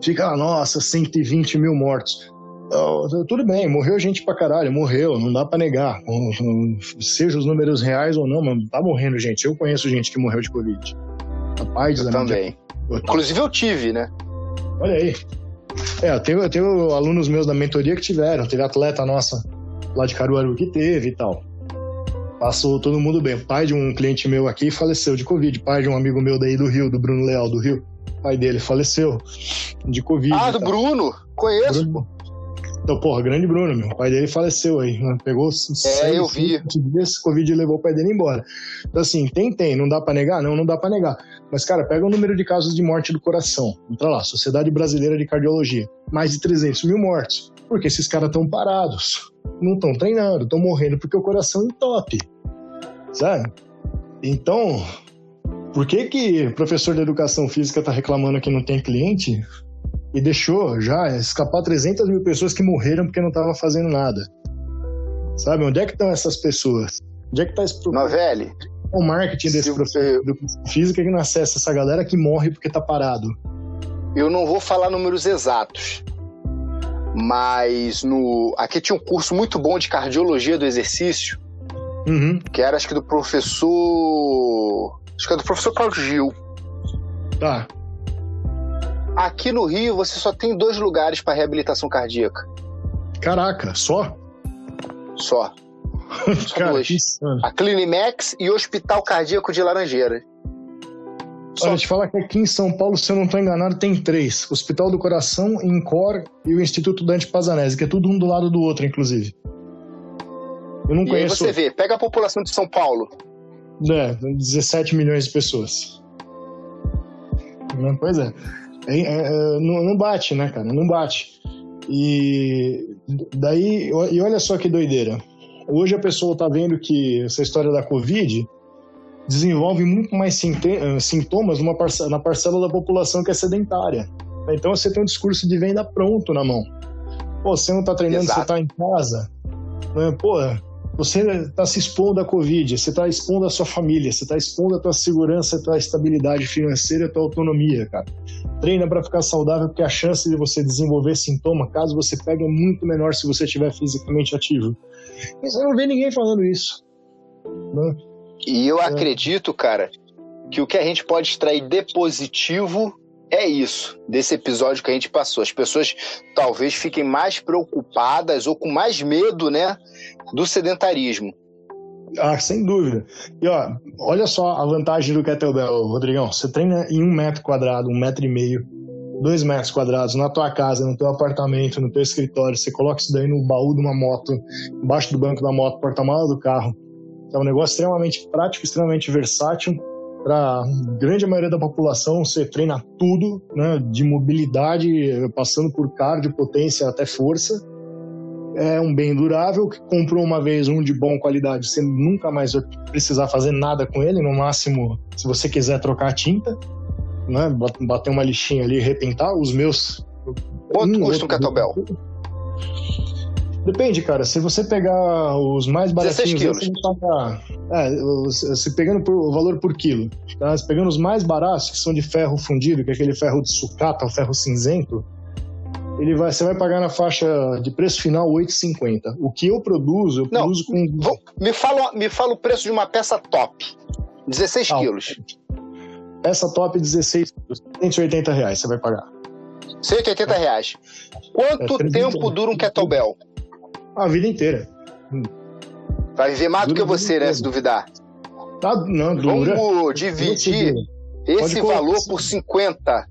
fica, nossa, cento e vinte mil mortos. Uh, tudo bem, morreu gente pra caralho, morreu, não dá pra negar. Um, um, seja os números reais ou não, mas tá morrendo gente. Eu conheço gente que morreu de Covid. Rapaz, eu também. Eu... Inclusive eu tive, né? Olha aí. É, eu tenho, eu tenho alunos meus da mentoria que tiveram. Teve atleta nossa lá de Caruaru que teve e tal. Passou todo mundo bem. Pai de um cliente meu aqui faleceu de Covid. Pai de um amigo meu daí do Rio, do Bruno Leal do Rio. Pai dele faleceu de Covid. Ah, do Bruno? Conheço. Bruno. Então, porra, grande Bruno, meu. O pai dele faleceu aí. Né? Pegou é, seis, eu vi. dias, Covid levou o pai dele embora. Então, assim, tem, tem. Não dá pra negar? Não, não dá pra negar. Mas, cara, pega o número de casos de morte do coração. Entra lá, Sociedade Brasileira de Cardiologia. Mais de trezentos mil mortos. Porque esses caras estão parados. Não estão treinando, estão morrendo porque o coração entope. Sabe? Então, por que que o professor de educação física tá reclamando que não tem cliente e deixou já escapar trezentas mil pessoas que morreram porque não tava fazendo nada? Sabe? Onde é que estão essas pessoas? Onde é que tá esse Novelli, o marketing desse professor de educação física que não acessa essa galera que morre porque tá parado? Eu não vou falar números exatos, mas no aqui tinha um curso muito bom de cardiologia do exercício. Uhum. Que era, acho que do professor... Acho que é do professor Cláudio Gil. Tá. Aqui no Rio, você só tem dois lugares para reabilitação cardíaca. Caraca, só? Só. Só Cara, dois. A Clinimex e o Hospital Cardíaco de Laranjeira. Só. Olha, te falar que aqui em São Paulo, se eu não estou enganado, tem três. Hospital do Coração, INCOR e o Instituto Dante Pazanese, que é tudo um do lado do outro, inclusive. Eu não e conheço... aí você vê, pega a população de São Paulo. É, dezessete milhões de pessoas. Pois é. é, é não, não bate, né, cara? Não bate. E daí, e olha só que doideira. Hoje a pessoa tá vendo que essa história da Covid desenvolve muito mais sintomas numa parcela, na parcela da população que é sedentária. Então você tem um discurso de venda pronto na mão. Pô, você não tá treinando, Exato. Você tá em casa. Né? Pô, você está se expondo à Covid, você está expondo a sua família, você está expondo a tua segurança, a tua estabilidade financeira, a tua autonomia, cara. Treina para ficar saudável, porque a chance de você desenvolver sintoma, caso você pegue, é muito menor se você estiver fisicamente ativo. Mas você não vê ninguém falando isso. Né? E eu é. acredito, cara, que o que a gente pode extrair de positivo é isso, desse episódio que a gente passou. As pessoas talvez fiquem mais preocupadas ou com mais medo, né, do sedentarismo. Ah, sem dúvida. E ó, olha só a vantagem do kettlebell, Rodrigão. Você treina em um metro quadrado, um metro e meio, dois metros quadrados, na tua casa, no teu apartamento, no teu escritório. Você coloca isso daí no baú de uma moto, embaixo do banco da moto, porta-mala do carro. É um negócio extremamente prático, extremamente versátil. Para a grande maioria da população, você treina tudo, né, de mobilidade, passando por cardio, potência até força. É um bem durável, que comprou uma vez um de boa qualidade, você nunca mais vai precisar fazer nada com ele, no máximo, se você quiser trocar a tinta, né, bater uma lixinha ali e repentar. Os meus... Quanto um, custa um kettlebell? Depende, cara. Se você pegar os mais baratinhos, dezesseis você vai pagar. É, você pegando por, o valor por quilo. Tá? Você pegando os mais baratos, que são de ferro fundido, que é aquele ferro de sucata, o ferro cinzento, ele vai, você vai pagar na faixa de preço final oito reais e cinquenta centavos. O que eu produzo, eu Não, produzo com. Vou, me, fala, me fala o preço de uma peça top. dezesseis ah, quilos. Peça top, dezesseis quilos. cento e oitenta reais você vai pagar. cento e oitenta reais. Quanto é, tempo dura um kettlebell? A vida inteira. Vai viver mais dura do que você, né? Se duvidar. Tá, não, dura. Vamos dividir esse valor por cinquenta.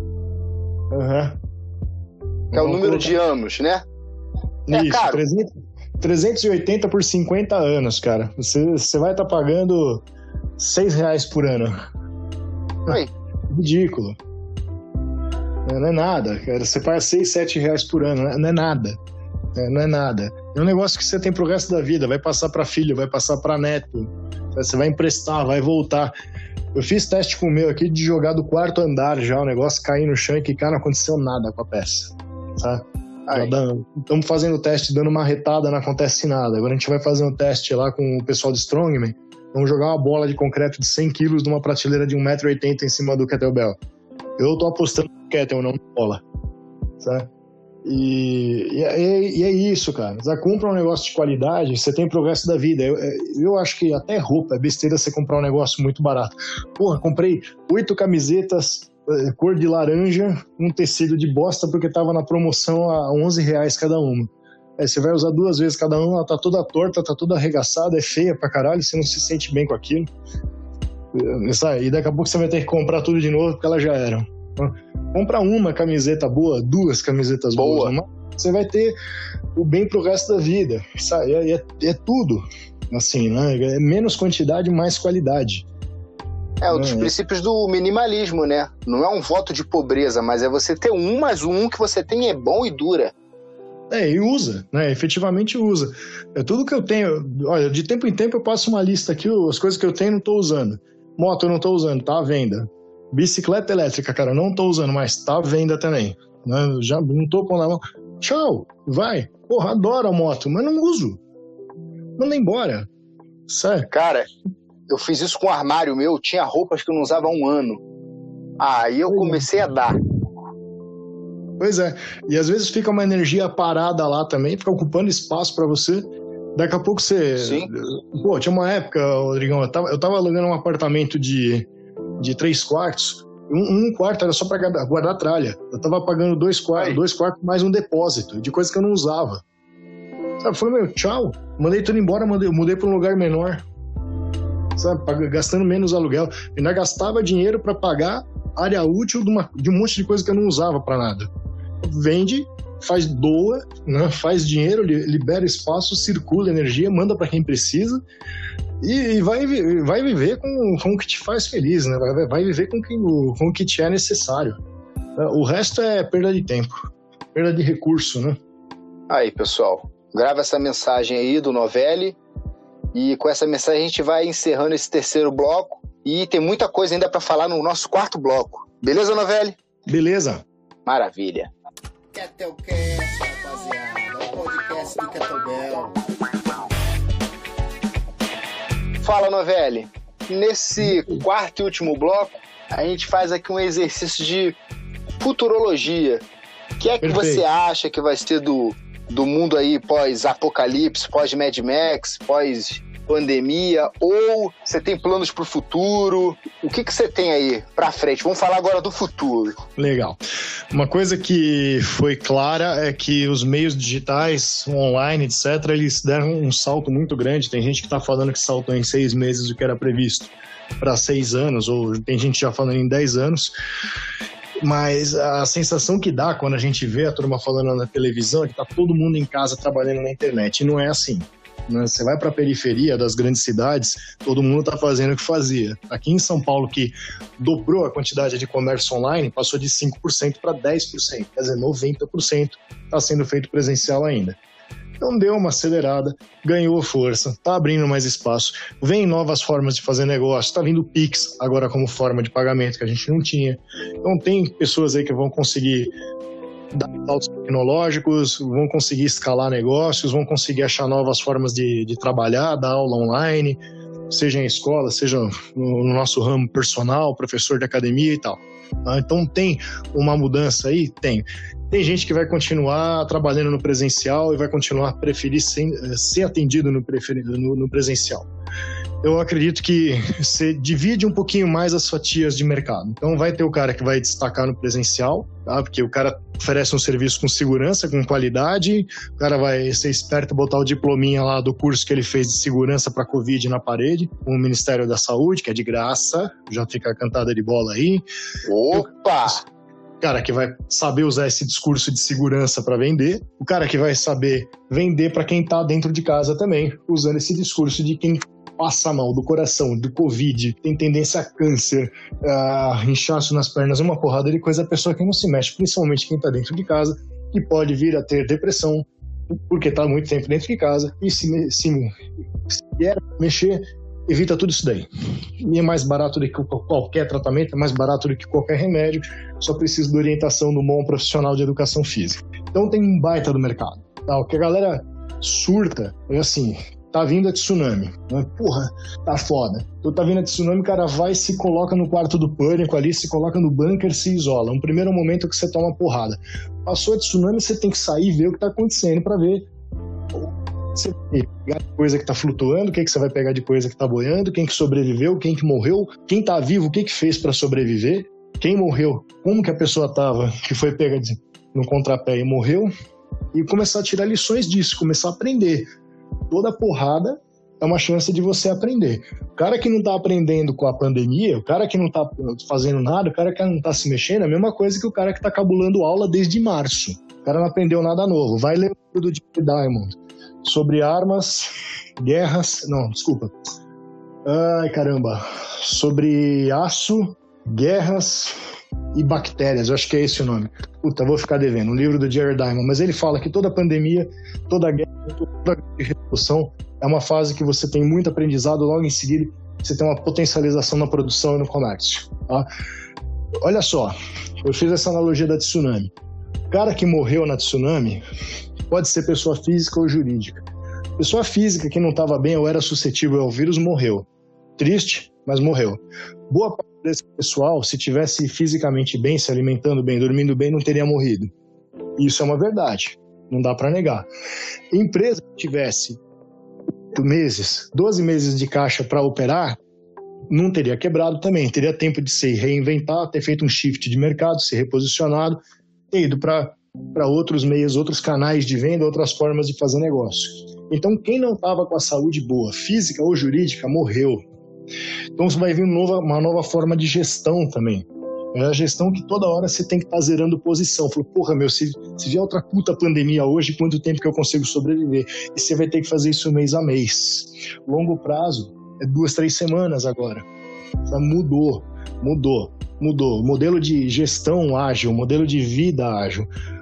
Aham. Uhum. Que é o número colocar... de anos, né? É Isso, caro. trezentos e oitenta por cinquenta anos, cara. Você, você vai estar tá pagando seis reais por ano. Aí. Ridículo. Não é nada, cara. Você paga seis, sete reais por ano. Não é nada. Não é nada. É um negócio que você tem pro resto da vida. Vai passar para filho, vai passar para neto. Você vai emprestar, vai voltar. Eu fiz teste com o meu aqui de jogar do quarto andar já, o negócio cair no chão e que, cara, não aconteceu nada com a peça. Tá? Estamos fazendo o teste, dando uma retada, não acontece nada. Agora a gente vai fazer um teste lá com o pessoal do Strongman. Vamos jogar uma bola de concreto de cem quilos numa prateleira de um metro e oitenta em cima do kettlebell. Eu tô apostando no kettlebell, não na bola. sabe? E, e, é, e é isso, cara. Você compra um negócio de qualidade, você tem progresso da vida. Eu, eu acho que até roupa é besteira você comprar um negócio muito barato. Porra, comprei oito camisetas cor de laranja, um tecido de bosta, porque tava na promoção a onze reais cada uma. Aí você vai usar duas vezes cada uma, ela tá toda torta, tá toda arregaçada, é feia pra caralho, você não se sente bem com aquilo. E daqui a pouco você vai ter que comprar tudo de novo, porque elas já eram. Compra uma camiseta boa, duas camisetas boa. boas, você vai ter o bem pro resto da vida. Sabe? É, é, é tudo, assim, né? É menos quantidade, mais qualidade. É, um dos é. princípios do minimalismo, né? Não é um voto de pobreza, mas é você ter um, mas o um que você tem é bom e dura. É, e usa, né? Efetivamente usa. É tudo que eu tenho. Olha, de tempo em tempo eu passo uma lista aqui, as coisas que eu tenho não tô usando. Moto eu não tô usando, tá à venda. Bicicleta elétrica, cara, não tô usando, mas tá à venda também. Né? Já não tô pondo na mão. Tchau, vai. Porra, adoro a moto, mas não uso. Manda embora. Sério. Cara, eu fiz isso com o armário meu, tinha roupas que eu não usava há um ano. Aí eu comecei a dar. Pois é, e às vezes fica uma energia parada lá também, fica ocupando espaço pra você. Daqui a pouco você... Sim. Pô, tinha uma época, Rodrigão, eu tava, eu tava alugando um apartamento de, de três quartos, um, um quarto era só pra guardar tralha. Eu tava pagando dois quartos, dois quartos mais um depósito de coisa que eu não usava. Sabe, foi meu, tchau, mandei tudo embora, mandei, mudei pra um lugar menor. Sabe, gastando menos aluguel. Eu ainda gastava dinheiro pra pagar área útil de, uma, de um monte de coisa que eu não usava pra nada. Vende, faz doa, né? Faz dinheiro, libera espaço, circula energia, manda para quem precisa e, e vai, vai viver com, com o que te faz feliz, né? Vai, vai viver com, que, com o que te é necessário. O resto é perda de tempo, perda de recurso, né? Aí, pessoal, grava essa mensagem aí do Novelli e com essa mensagem a gente vai encerrando esse terceiro bloco e tem muita coisa ainda para falar no nosso quarto bloco. Beleza, Novelli? Beleza. Maravilha. Ketelcast, rapaziada, é o podcast do Ketelbell. Fala, Novelli. Nesse quarto e último bloco, a gente faz aqui um exercício de futurologia. O que é que Perfeito. Você acha que vai ser do, do mundo aí pós-apocalipse, pós-Mad Max, pós-pandemia? Ou você tem planos para o futuro? O que, que você tem aí para frente? Vamos falar agora do futuro. Legal. Uma coisa que foi clara é que os meios digitais, online, etcétera, eles deram um salto muito grande. Tem gente que está falando que saltou em seis meses o que era previsto para seis anos, ou tem gente já falando em dez anos. Mas a sensação que dá quando a gente vê a turma falando na televisão é que tá todo mundo em casa trabalhando na internet. E não é assim. Você vai para a periferia das grandes cidades, todo mundo está fazendo o que fazia. Aqui em São Paulo, que dobrou a quantidade de comércio online, passou de cinco por cento para dez por cento. Quer dizer, noventa por cento está sendo feito presencial ainda. Então deu uma acelerada, ganhou força, está abrindo mais espaço, vem novas formas de fazer negócio, está vindo o Pix agora como forma de pagamento que a gente não tinha. Então tem pessoas aí que vão conseguir dar saltos tecnológicos, vão conseguir escalar negócios, vão conseguir achar novas formas de, de trabalhar, dar aula online, seja em escola, seja no, no nosso ramo personal, professor de academia e tal. Então tem uma mudança aí? Tem. Tem gente que vai continuar trabalhando no presencial e vai continuar a preferir ser, ser atendido no, no, no presencial. Eu acredito que você divide um pouquinho mais as fatias de mercado. Então vai ter o cara que vai destacar no presencial, tá? Porque o cara oferece um serviço com segurança, com qualidade, o cara vai ser esperto, botar o diplominha lá do curso que ele fez de segurança para Covid na parede, com o Ministério da Saúde, que é de graça, já fica a cantada de bola aí. Opa! O cara que vai saber usar esse discurso de segurança para vender, o cara que vai saber vender para quem está dentro de casa também, usando esse discurso de quem passa mal do coração, do Covid, tem tendência a câncer, a inchaço nas pernas, uma porrada de coisa, a pessoa que não se mexe, principalmente quem está dentro de casa, que pode vir a ter depressão, porque está muito tempo dentro de casa, e se, se, se vier mexer, evita tudo isso daí. E é mais barato do que qualquer tratamento, é mais barato do que qualquer remédio, só precisa de orientação de um bom profissional de educação física. Então tem um baita do mercado. Tá? O que a galera surta é assim, tá vindo a tsunami, né? Porra, tá foda. Então tá vindo a tsunami, o cara vai, se coloca no quarto do pânico ali, se coloca no bunker, se isola. Um primeiro momento que você toma porrada. Passou a tsunami, você tem que sair e ver o que tá acontecendo pra ver. Você vai pegar de coisa que tá flutuando, o que, que você vai pegar de coisa que tá boiando, quem que sobreviveu, quem que morreu, quem tá vivo, o que que fez pra sobreviver, quem morreu, como que a pessoa tava, que foi pega no contrapé e morreu, e começar a tirar lições disso, começar a aprender. Toda porrada é uma chance de você aprender. O cara que não tá aprendendo com a pandemia, o cara que não tá fazendo nada, o cara que não tá se mexendo, é a mesma coisa que o cara que tá cabulando aula desde março. O cara não aprendeu nada novo. Vai ler o livro do Jim Diamond sobre armas, guerras... Não, desculpa. Ai, caramba. Sobre aço, guerras e bactérias. Eu acho que é esse o nome. Puta, vou ficar devendo. Um livro do Jared Diamond. Mas ele fala que toda pandemia, toda guerra, toda revolução é uma fase que você tem muito aprendizado, logo em seguida você tem uma potencialização na produção e no comércio. Tá? Olha só, eu fiz essa analogia da tsunami. O cara que morreu na tsunami pode ser pessoa física ou jurídica. Pessoa física que não estava bem ou era suscetível ao vírus morreu. Triste, mas morreu. Boa parte desse pessoal, se tivesse fisicamente bem, se alimentando bem, dormindo bem, não teria morrido. Isso é uma verdade, não dá para negar. Empresa que tivesse oito meses, doze meses de caixa para operar, não teria quebrado também, teria tempo de se reinventar, ter feito um shift de mercado, se reposicionado, ter ido para outros meios, outros canais de venda, outras formas de fazer negócio. Então, quem não estava com a saúde boa, física ou jurídica, morreu. Então, você vai vir uma nova, uma nova forma de gestão também. É a gestão que toda hora você tem que estar tá zerando posição. Falei, porra, meu, se, se vier outra puta pandemia hoje, quanto tempo que eu consigo sobreviver? E você vai ter que fazer isso mês a mês. Longo prazo é duas, três semanas agora. Mudou, mudou, mudou. O modelo de gestão ágil, o modelo de vida ágil,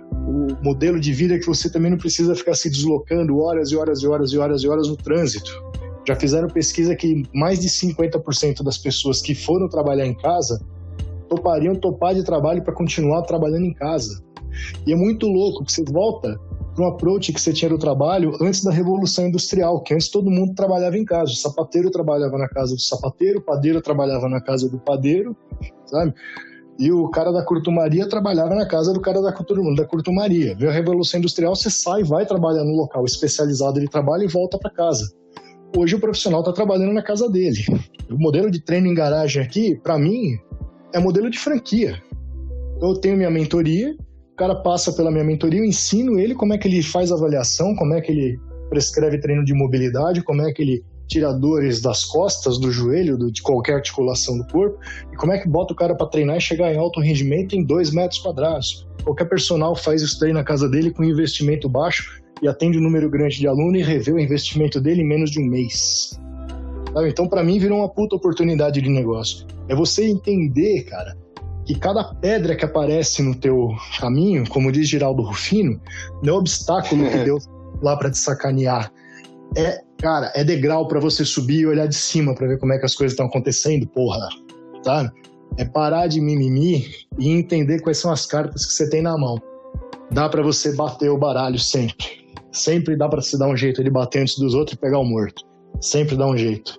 o modelo de vida que você também não precisa ficar se deslocando horas e horas e horas e horas e horas no trânsito. Já fizeram pesquisa que mais de cinquenta por cento das pessoas que foram trabalhar em casa topariam topar de trabalho para continuar trabalhando em casa. E é muito louco que você volta para um approach que você tinha do trabalho antes da Revolução Industrial, que antes todo mundo trabalhava em casa. O sapateiro trabalhava na casa do sapateiro, o padeiro trabalhava na casa do padeiro, sabe? E o cara da curtumaria trabalhava na casa do cara da curtumaria. Veio a Revolução Industrial, você sai, vai trabalhar no local especializado de trabalho e volta para casa. Hoje o profissional está trabalhando na casa dele. O modelo de treino em garagem aqui, para mim, é modelo de franquia. Então eu tenho minha mentoria, o cara passa pela minha mentoria, eu ensino ele como é que ele faz avaliação, como é que ele prescreve treino de mobilidade, como é que ele tira dores das costas, do joelho, de qualquer articulação do corpo, e como é que bota o cara para treinar e chegar em alto rendimento em dois metros quadrados. Qualquer personal faz isso daí na casa dele com investimento baixo e atende um número grande de aluno e revê o investimento dele em menos de um mês. Sabe? Então, para mim, virou uma puta oportunidade de negócio. É você entender, cara, que cada pedra que aparece no teu caminho, como diz Geraldo Rufino, não é obstáculo que Deus lá para te sacanear. É, cara, é degrau para você subir e olhar de cima para ver como é que as coisas estão acontecendo, porra, tá? É parar de mimimi e entender quais são as cartas que você tem na mão. Dá para você bater o baralho sempre. Sempre dá para se dar um jeito de bater antes dos outros e pegar o morto. Sempre dá um jeito.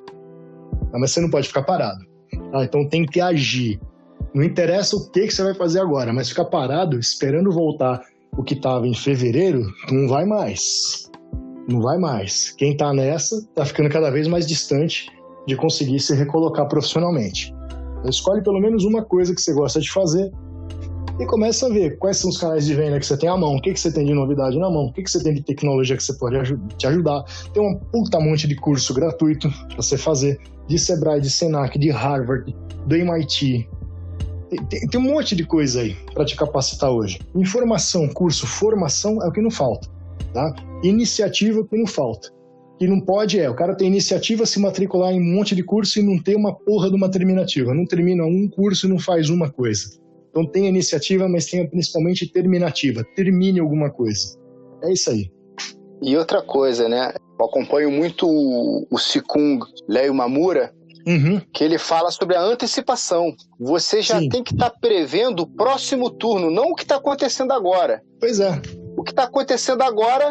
Mas você não pode ficar parado. Tá? Então tem que agir. Não interessa o que, que você vai fazer agora, mas ficar parado esperando voltar o que estava em fevereiro, não vai mais. Não vai mais. Quem está nessa está ficando cada vez mais distante de conseguir se recolocar profissionalmente. Então, escolhe pelo menos uma coisa que você gosta de fazer e começa a ver quais são os canais de venda que você tem à mão, o que, que você tem de novidade na mão, o que, que você tem de tecnologia que você pode te ajudar. Tem um puta monte de curso gratuito para você fazer, de Sebrae, de Senac, de Harvard, do M I T. Tem, tem, tem um monte de coisa aí para te capacitar hoje. Informação, curso, formação é o que não falta. Tá? Iniciativa é o que não falta. O que não pode é, o cara tem iniciativa, se matricular em um monte de curso e não ter uma porra de uma terminativa. Não termina um curso e não faz uma coisa. Então tenha iniciativa, mas tenha principalmente terminativa. Termine alguma coisa. É isso aí. E outra coisa, né? Eu acompanho muito o, o Sikung Leo Mamura, uhum. que ele fala sobre a antecipação. Você já Sim. tem que estar tá prevendo o próximo turno, não o que está acontecendo agora. Pois é. O que está acontecendo agora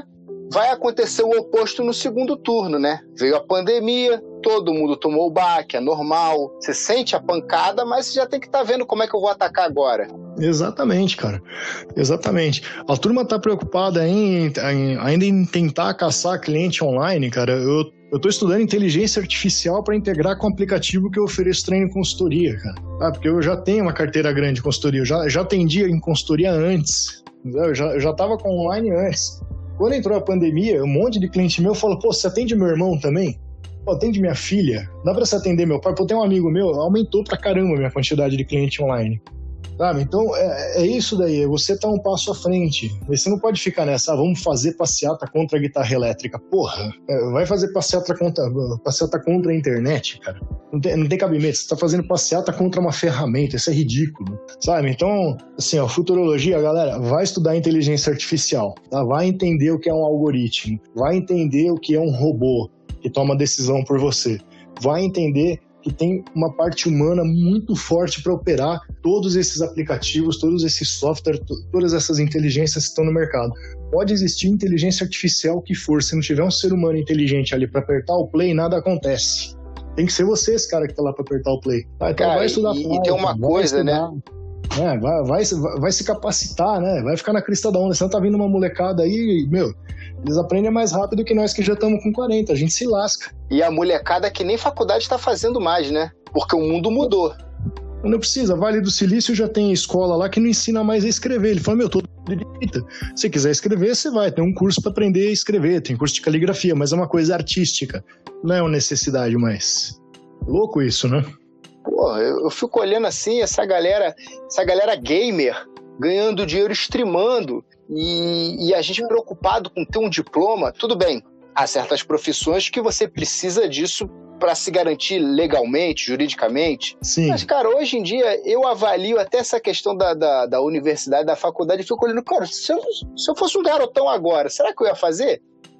vai acontecer o oposto no segundo turno, né? Veio a pandemia, todo mundo tomou o baque, é normal. Você sente a pancada, mas você já tem que estar tá vendo como é que eu vou atacar agora. Exatamente, cara. Exatamente. A turma tá preocupada em, em, ainda em tentar caçar cliente online, cara. Eu, eu tô estudando inteligência artificial para integrar com o aplicativo que eu ofereço treino em consultoria, cara. Ah, porque eu já tenho uma carteira grande de consultoria, eu já, já atendia em consultoria antes. Eu já, eu já tava com online antes. Quando entrou a pandemia, um monte de cliente meu falou, pô, você atende meu irmão também? Pô, atende minha filha? Dá pra você atender meu pai? Pô, tem um amigo meu, aumentou pra caramba a minha quantidade de cliente online. Sabe? Então, é, é isso daí, é você tá um passo à frente. Você não pode ficar nessa, ah, vamos fazer passeata contra a guitarra elétrica. Porra, é, vai fazer passeata contra, passeata contra a internet, cara. Não tem, não tem cabimento, você tá fazendo passeata contra uma ferramenta, isso é ridículo, sabe? Então, assim, ó, futurologia, galera, vai estudar inteligência artificial, tá? Vai entender o que é um algoritmo, vai entender o que é um robô que toma decisão por você, vai entender que tem uma parte humana muito forte para operar todos esses aplicativos, todos esses softwares, todas essas inteligências que estão no mercado. Pode existir inteligência artificial que for, se não tiver um ser humano inteligente ali para apertar o play, nada acontece. Tem que ser você esse cara que tá lá para apertar o play. Ah, então cara, vai estudar. E, prática, e tem uma coisa, né? É, vai, vai, vai se capacitar, né? Vai ficar na crista da onda. Senão tá vindo uma molecada aí, meu, eles aprendem mais rápido que nós que já estamos com quarenta, a gente se lasca. E a molecada que nem faculdade está fazendo mais, né? Porque o mundo mudou. Não precisa, Vale do Silício já tem escola lá que não ensina mais a escrever. Ele fala, meu, todo direita. Se quiser escrever, você vai. Tem um curso para aprender a escrever, tem curso de caligrafia, mas é uma coisa artística. Não é uma necessidade mais. Louco isso, né? Pô, eu, eu fico olhando assim, essa galera, essa galera gamer ganhando dinheiro streamando e, e a gente preocupado com ter um diploma. Tudo bem, há certas profissões que você precisa disso para se garantir legalmente, juridicamente. Sim. Mas, cara, hoje em dia eu avalio até essa questão da, da, da universidade, da faculdade, e fico olhando, cara, se eu, se eu fosse um garotão agora, será que eu ia fazer?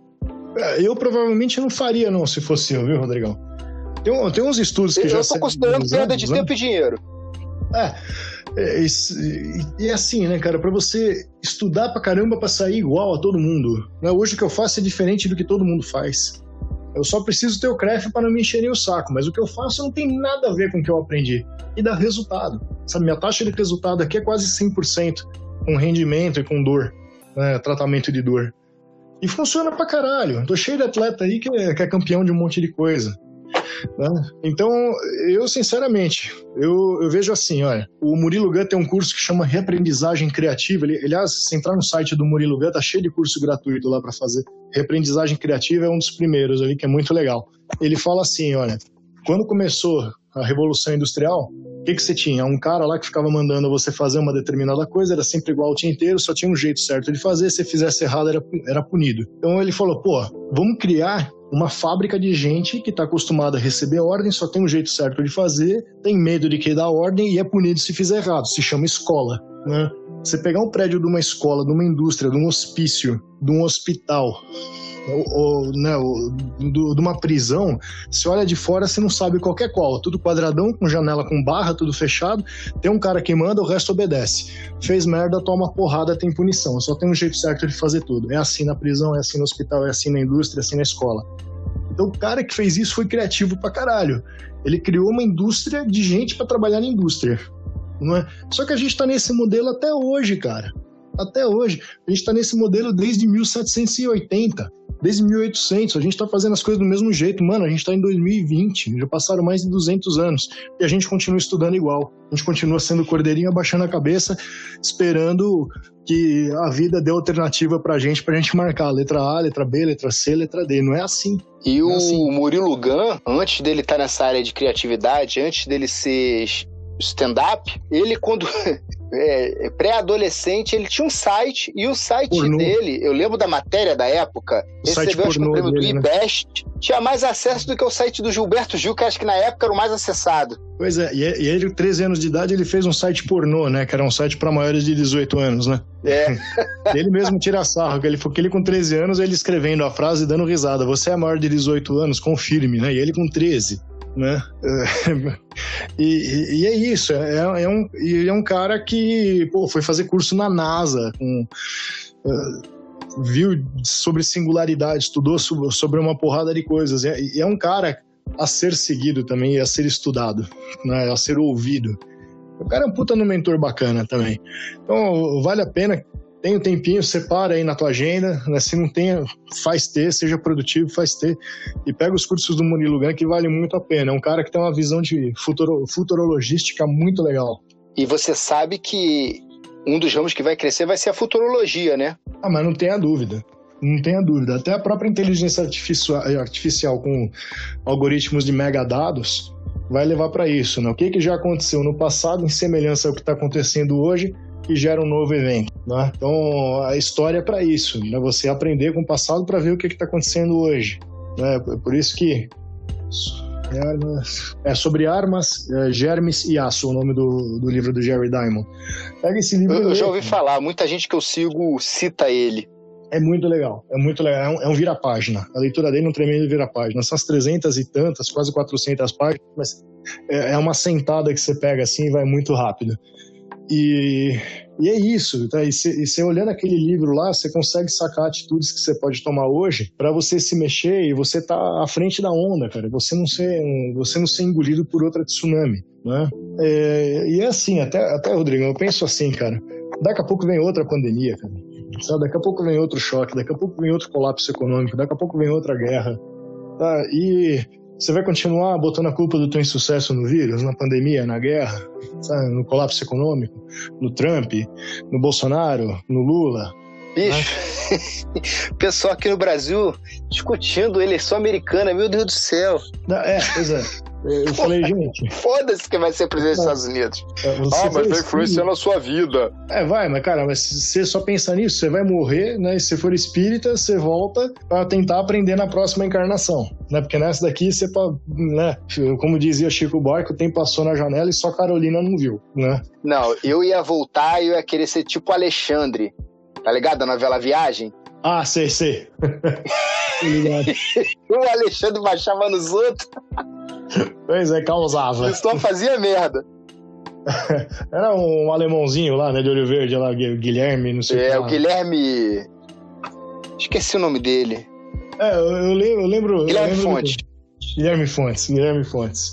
Eu provavelmente não faria, não, se fosse eu, viu, Rodrigão? Tem, um, tem uns estudos que eu já... Eu tô considerando perda de tempo e dinheiro. É, é, e é assim, né, cara, pra você estudar pra caramba pra sair igual a todo mundo, né? Hoje o que eu faço é diferente do que todo mundo faz. Eu só preciso ter o C R E F para não me encherem o saco, mas o que eu faço não tem nada a ver com o que eu aprendi. E dá resultado. Sabe, minha taxa de resultado aqui é quase cem por cento, com rendimento e com dor, né, tratamento de dor. E funciona pra caralho. Tô cheio de atleta aí que é, que é campeão de um monte de coisa. Né? Então, eu sinceramente, eu, eu vejo assim, olha, o Murilo Gun tem um curso que chama Reaprendizagem Criativa. Ele, aliás, se entrar no site do Murilo Gun, tá cheio de curso gratuito lá para fazer. Reaprendizagem Criativa é um dos primeiros ali, que é muito legal. Ele fala assim, olha, quando começou a Revolução Industrial, o que que você tinha? Um cara lá que ficava mandando você fazer uma determinada coisa, era sempre igual o dia inteiro, só tinha um jeito certo de fazer, se fizesse errado era, era punido. Então ele falou, pô, vamos criar uma fábrica de gente que está acostumada a receber ordem, só tem um jeito certo de fazer, tem medo de que dá ordem e é punido se fizer errado, se chama escola, né? Você pegar um prédio de uma escola, de uma indústria, de um hospício, de um hospital, ou, ou, né, ou, do, de uma prisão, você olha de fora, você não sabe qual é qual, tudo quadradão, com janela com barra, tudo fechado, tem um cara que manda, o resto obedece. Fez merda, toma porrada, tem punição, só tem um jeito certo de fazer tudo. É assim na prisão, é assim no hospital, é assim na indústria, é assim na escola. Então o cara que fez isso foi criativo pra caralho. Ele criou uma indústria de gente pra trabalhar na indústria. Não é? Só que a gente tá nesse modelo até hoje, cara. Até hoje. A gente tá nesse modelo desde mil setecentos e oitenta. Desde mil e oitocentos. A gente tá fazendo as coisas do mesmo jeito. Mano, a gente tá em dois mil e vinte. Já passaram mais de duzentos anos. E a gente continua estudando igual. A gente continua sendo cordeirinho, abaixando a cabeça, esperando que a vida dê alternativa pra gente, pra gente marcar letra A, letra B, letra C, letra D. Não é assim. E Não o é assim. Murilo Gun, antes dele estar nessa área de criatividade, antes dele ser stand-up, ele quando é, pré-adolescente, ele tinha um site, e o site Pornô. dele, eu lembro da matéria da época, O site recebeu acho que o pornô prêmio dele, do né? IBEST, tinha mais acesso do que o site do Gilberto Gil, que acho que na época era o mais acessado. Pois é, e e ele, treze anos de idade, ele fez um site pornô, né? Que era um site pra maiores de dezoito anos, né? É. Ele mesmo tira sarro, que ele, que ele com treze anos, ele escrevendo a frase e dando risada. Você é maior de dezoito anos, confirme, né? E ele com treze, né? E, e é isso, é, é, um, é um cara que pô, foi fazer curso na NASA, com... viu sobre singularidade, estudou sobre uma porrada de coisas. E é um cara a ser seguido também, a ser estudado, né? A ser ouvido. O cara é um puta no mentor bacana também. Então, vale a pena. Tem um tempinho, separa aí na tua agenda, né? Se não tem, faz ter, seja produtivo, faz ter. E pega os cursos do Murilo Gun, que vale muito a pena. É um cara que tem uma visão de futuro, futurologística muito legal. E você sabe que um dos ramos que vai crescer vai ser a futurologia, né? Ah, mas não tenha dúvida. Não tenha dúvida. Até a própria inteligência artificial, artificial com algoritmos de megadados vai levar para isso, né? O que, que já aconteceu no passado em semelhança ao que está acontecendo hoje que gera um novo evento, né? Então, a história é para isso, né? Você aprender com o passado para ver o que está acontecendo hoje, né? Por isso que é sobre armas, é, germes e aço, o nome do, do livro do Jerry Diamond. Pega esse livro. Eu, eu já ouvi falar, muita gente que eu sigo cita ele. É muito legal, é muito legal, é um, é um vira-página. A leitura dele é um tremendo vira-página. São as trezentas e tantas, quase quatrocentas páginas, mas é, é uma sentada que você pega assim e vai muito rápido. E, e é isso, tá? E você olhando aquele livro lá, você consegue sacar atitudes que você pode tomar hoje para você se mexer e você tá à frente da onda, cara. Você não ser, você não ser engolido por outra tsunami, né? É, e é assim, até, até, Rodrigo, eu penso assim, cara, daqui a pouco vem outra pandemia, cara. Sabe? Daqui a pouco vem outro choque, daqui a pouco vem outro colapso econômico, daqui a pouco vem outra guerra, tá? E você vai continuar botando a culpa do teu insucesso no vírus, na pandemia, na guerra, sabe? No colapso econômico, no Trump, no Bolsonaro, no Lula. Bicho, né? Pessoal aqui no Brasil discutindo eleição americana, meu Deus do céu. É, pois é. Eu falei, gente... Foda-se que vai ser presidente dos Estados Unidos. Ah, mas vai influenciar na sua vida. É, vai, mas cara, mas se você só pensar nisso, você vai morrer, né? E se você for espírita, você volta pra tentar aprender na próxima encarnação, né? Porque nessa daqui, você, né? Como dizia Chico Buarque, o tempo passou na janela e só Carolina não viu, né? Não, eu ia voltar e eu ia querer ser tipo Alexandre, tá ligado? Da novela Viagem. Ah, sei, sei. O Alexandre baixava nos outros. Pois é, causava. Ele só fazia merda. Era um alemãozinho lá, né, de olho verde, lá, Guilherme, não sei o que. É, o Guilherme... Esqueci o nome dele. É, eu, eu lembro... Eu lembro Guilherme eu lembro Fontes. Do... Guilherme Fontes, Guilherme Fontes.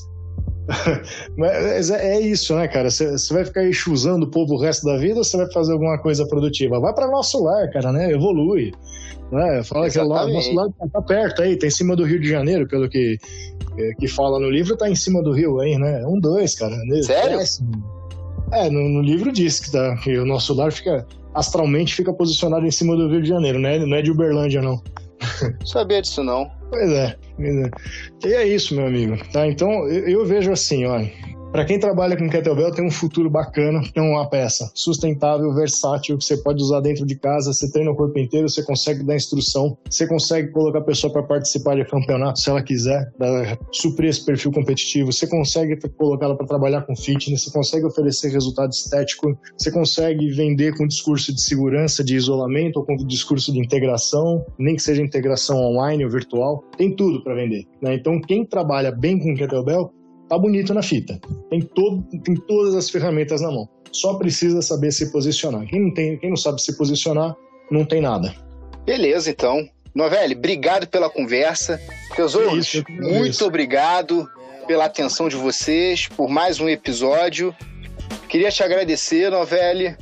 Mas é, é isso, né, cara? Você vai ficar aí chuzando o povo o resto da vida ou você vai fazer alguma coisa produtiva? Vai para nosso lar, cara, né? Evolui. Né? Fala que o nosso lar tá perto aí, tá em cima do Rio de Janeiro, pelo que, que fala no livro, tá em cima do Rio aí, né? Um, dois, cara. Sério? É, no, no livro diz que, tá, que o nosso lar fica, astralmente fica posicionado em cima do Rio de Janeiro, né? Não é de Uberlândia, não. Não sabia disso, não. Pois é, pois é. E é isso, meu amigo. Tá? Então, eu, eu vejo assim, olha, para quem trabalha com kettlebell tem um futuro bacana, tem uma peça sustentável, versátil, que você pode usar dentro de casa, você treina o corpo inteiro, você consegue dar instrução, você consegue colocar a pessoa para participar de campeonato, se ela quiser, pra suprir esse perfil competitivo, você consegue colocar ela para trabalhar com fitness, você consegue oferecer resultado estético, você consegue vender com discurso de segurança, de isolamento, ou com discurso de integração, nem que seja integração online ou virtual, tem tudo para vender, né? Então, quem trabalha bem com kettlebell, tá bonito na fita. Tem, todo, tem todas as ferramentas na mão. Só precisa saber se posicionar. Quem não, tem, quem não sabe se posicionar, não tem nada. Beleza, então. Novelli, obrigado pela conversa. Tesouros, é muito isso. Obrigado pela atenção de vocês, por mais um episódio. Queria te agradecer, Novelli.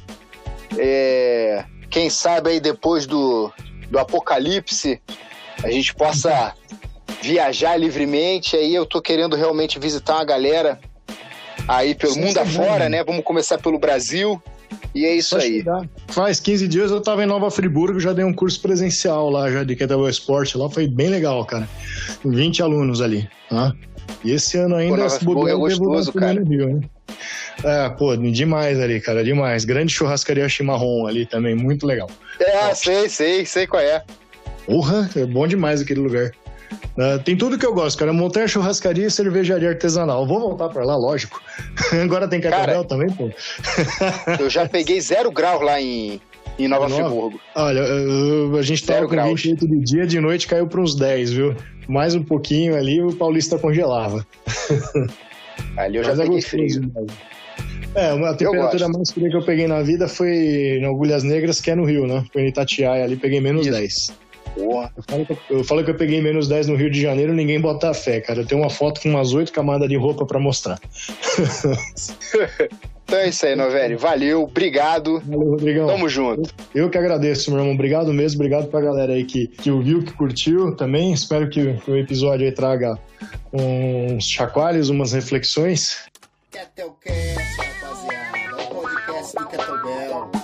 É, quem sabe aí depois do, do apocalipse, a gente possa... viajar livremente, aí eu tô querendo realmente visitar uma galera aí pelo Sim, mundo afora, né? Vamos começar pelo Brasil, e é isso Pode aí. Chegar. Faz quinze dias eu tava em Nova Friburgo, já dei um curso presencial lá, já de kettlebell esporte, lá foi bem legal, cara. vinte alunos ali, tá? E esse ano ainda... Pô, Nova Friburgo é gostoso, cara. Rio, né? É, pô, demais ali, cara, demais. Grande churrascaria chimarrão ali também, muito legal. É, Ó. sei, sei, sei qual é. Porra, é bom demais aquele lugar. Uh, tem tudo que eu gosto, cara. Montanha, churrascaria e cervejaria artesanal. Vou voltar pra lá, lógico. Agora tem kettlebell também, pô. Eu já peguei zero grau lá em, em Nova Friburgo. Olha, uh, a gente tava com vinte e oito de dia, de noite caiu pra uns dez, viu? Mais um pouquinho ali, o paulista congelava. Ali eu já Mas peguei é frio. É, a temperatura mais fria que eu peguei na vida foi em Agulhas Negras, que é no Rio, né? Foi em Itatiaia ali, peguei menos Isso. dez. Porra. Eu falo, que, eu falo que eu peguei menos dez no Rio de Janeiro, ninguém bota fé, cara. Eu tenho uma foto com umas oito camadas de roupa pra mostrar. Então é isso aí, Novelli. Valeu, obrigado. Valeu, Rodrigão. Tamo junto. Eu, eu que agradeço, meu irmão. Obrigado mesmo, obrigado pra galera aí que, que ouviu, que curtiu também. Espero que, que o episódio aí traga uns chacoalhos, umas reflexões. Ketelcast, rapaziada. É o podcast do Kettlebell.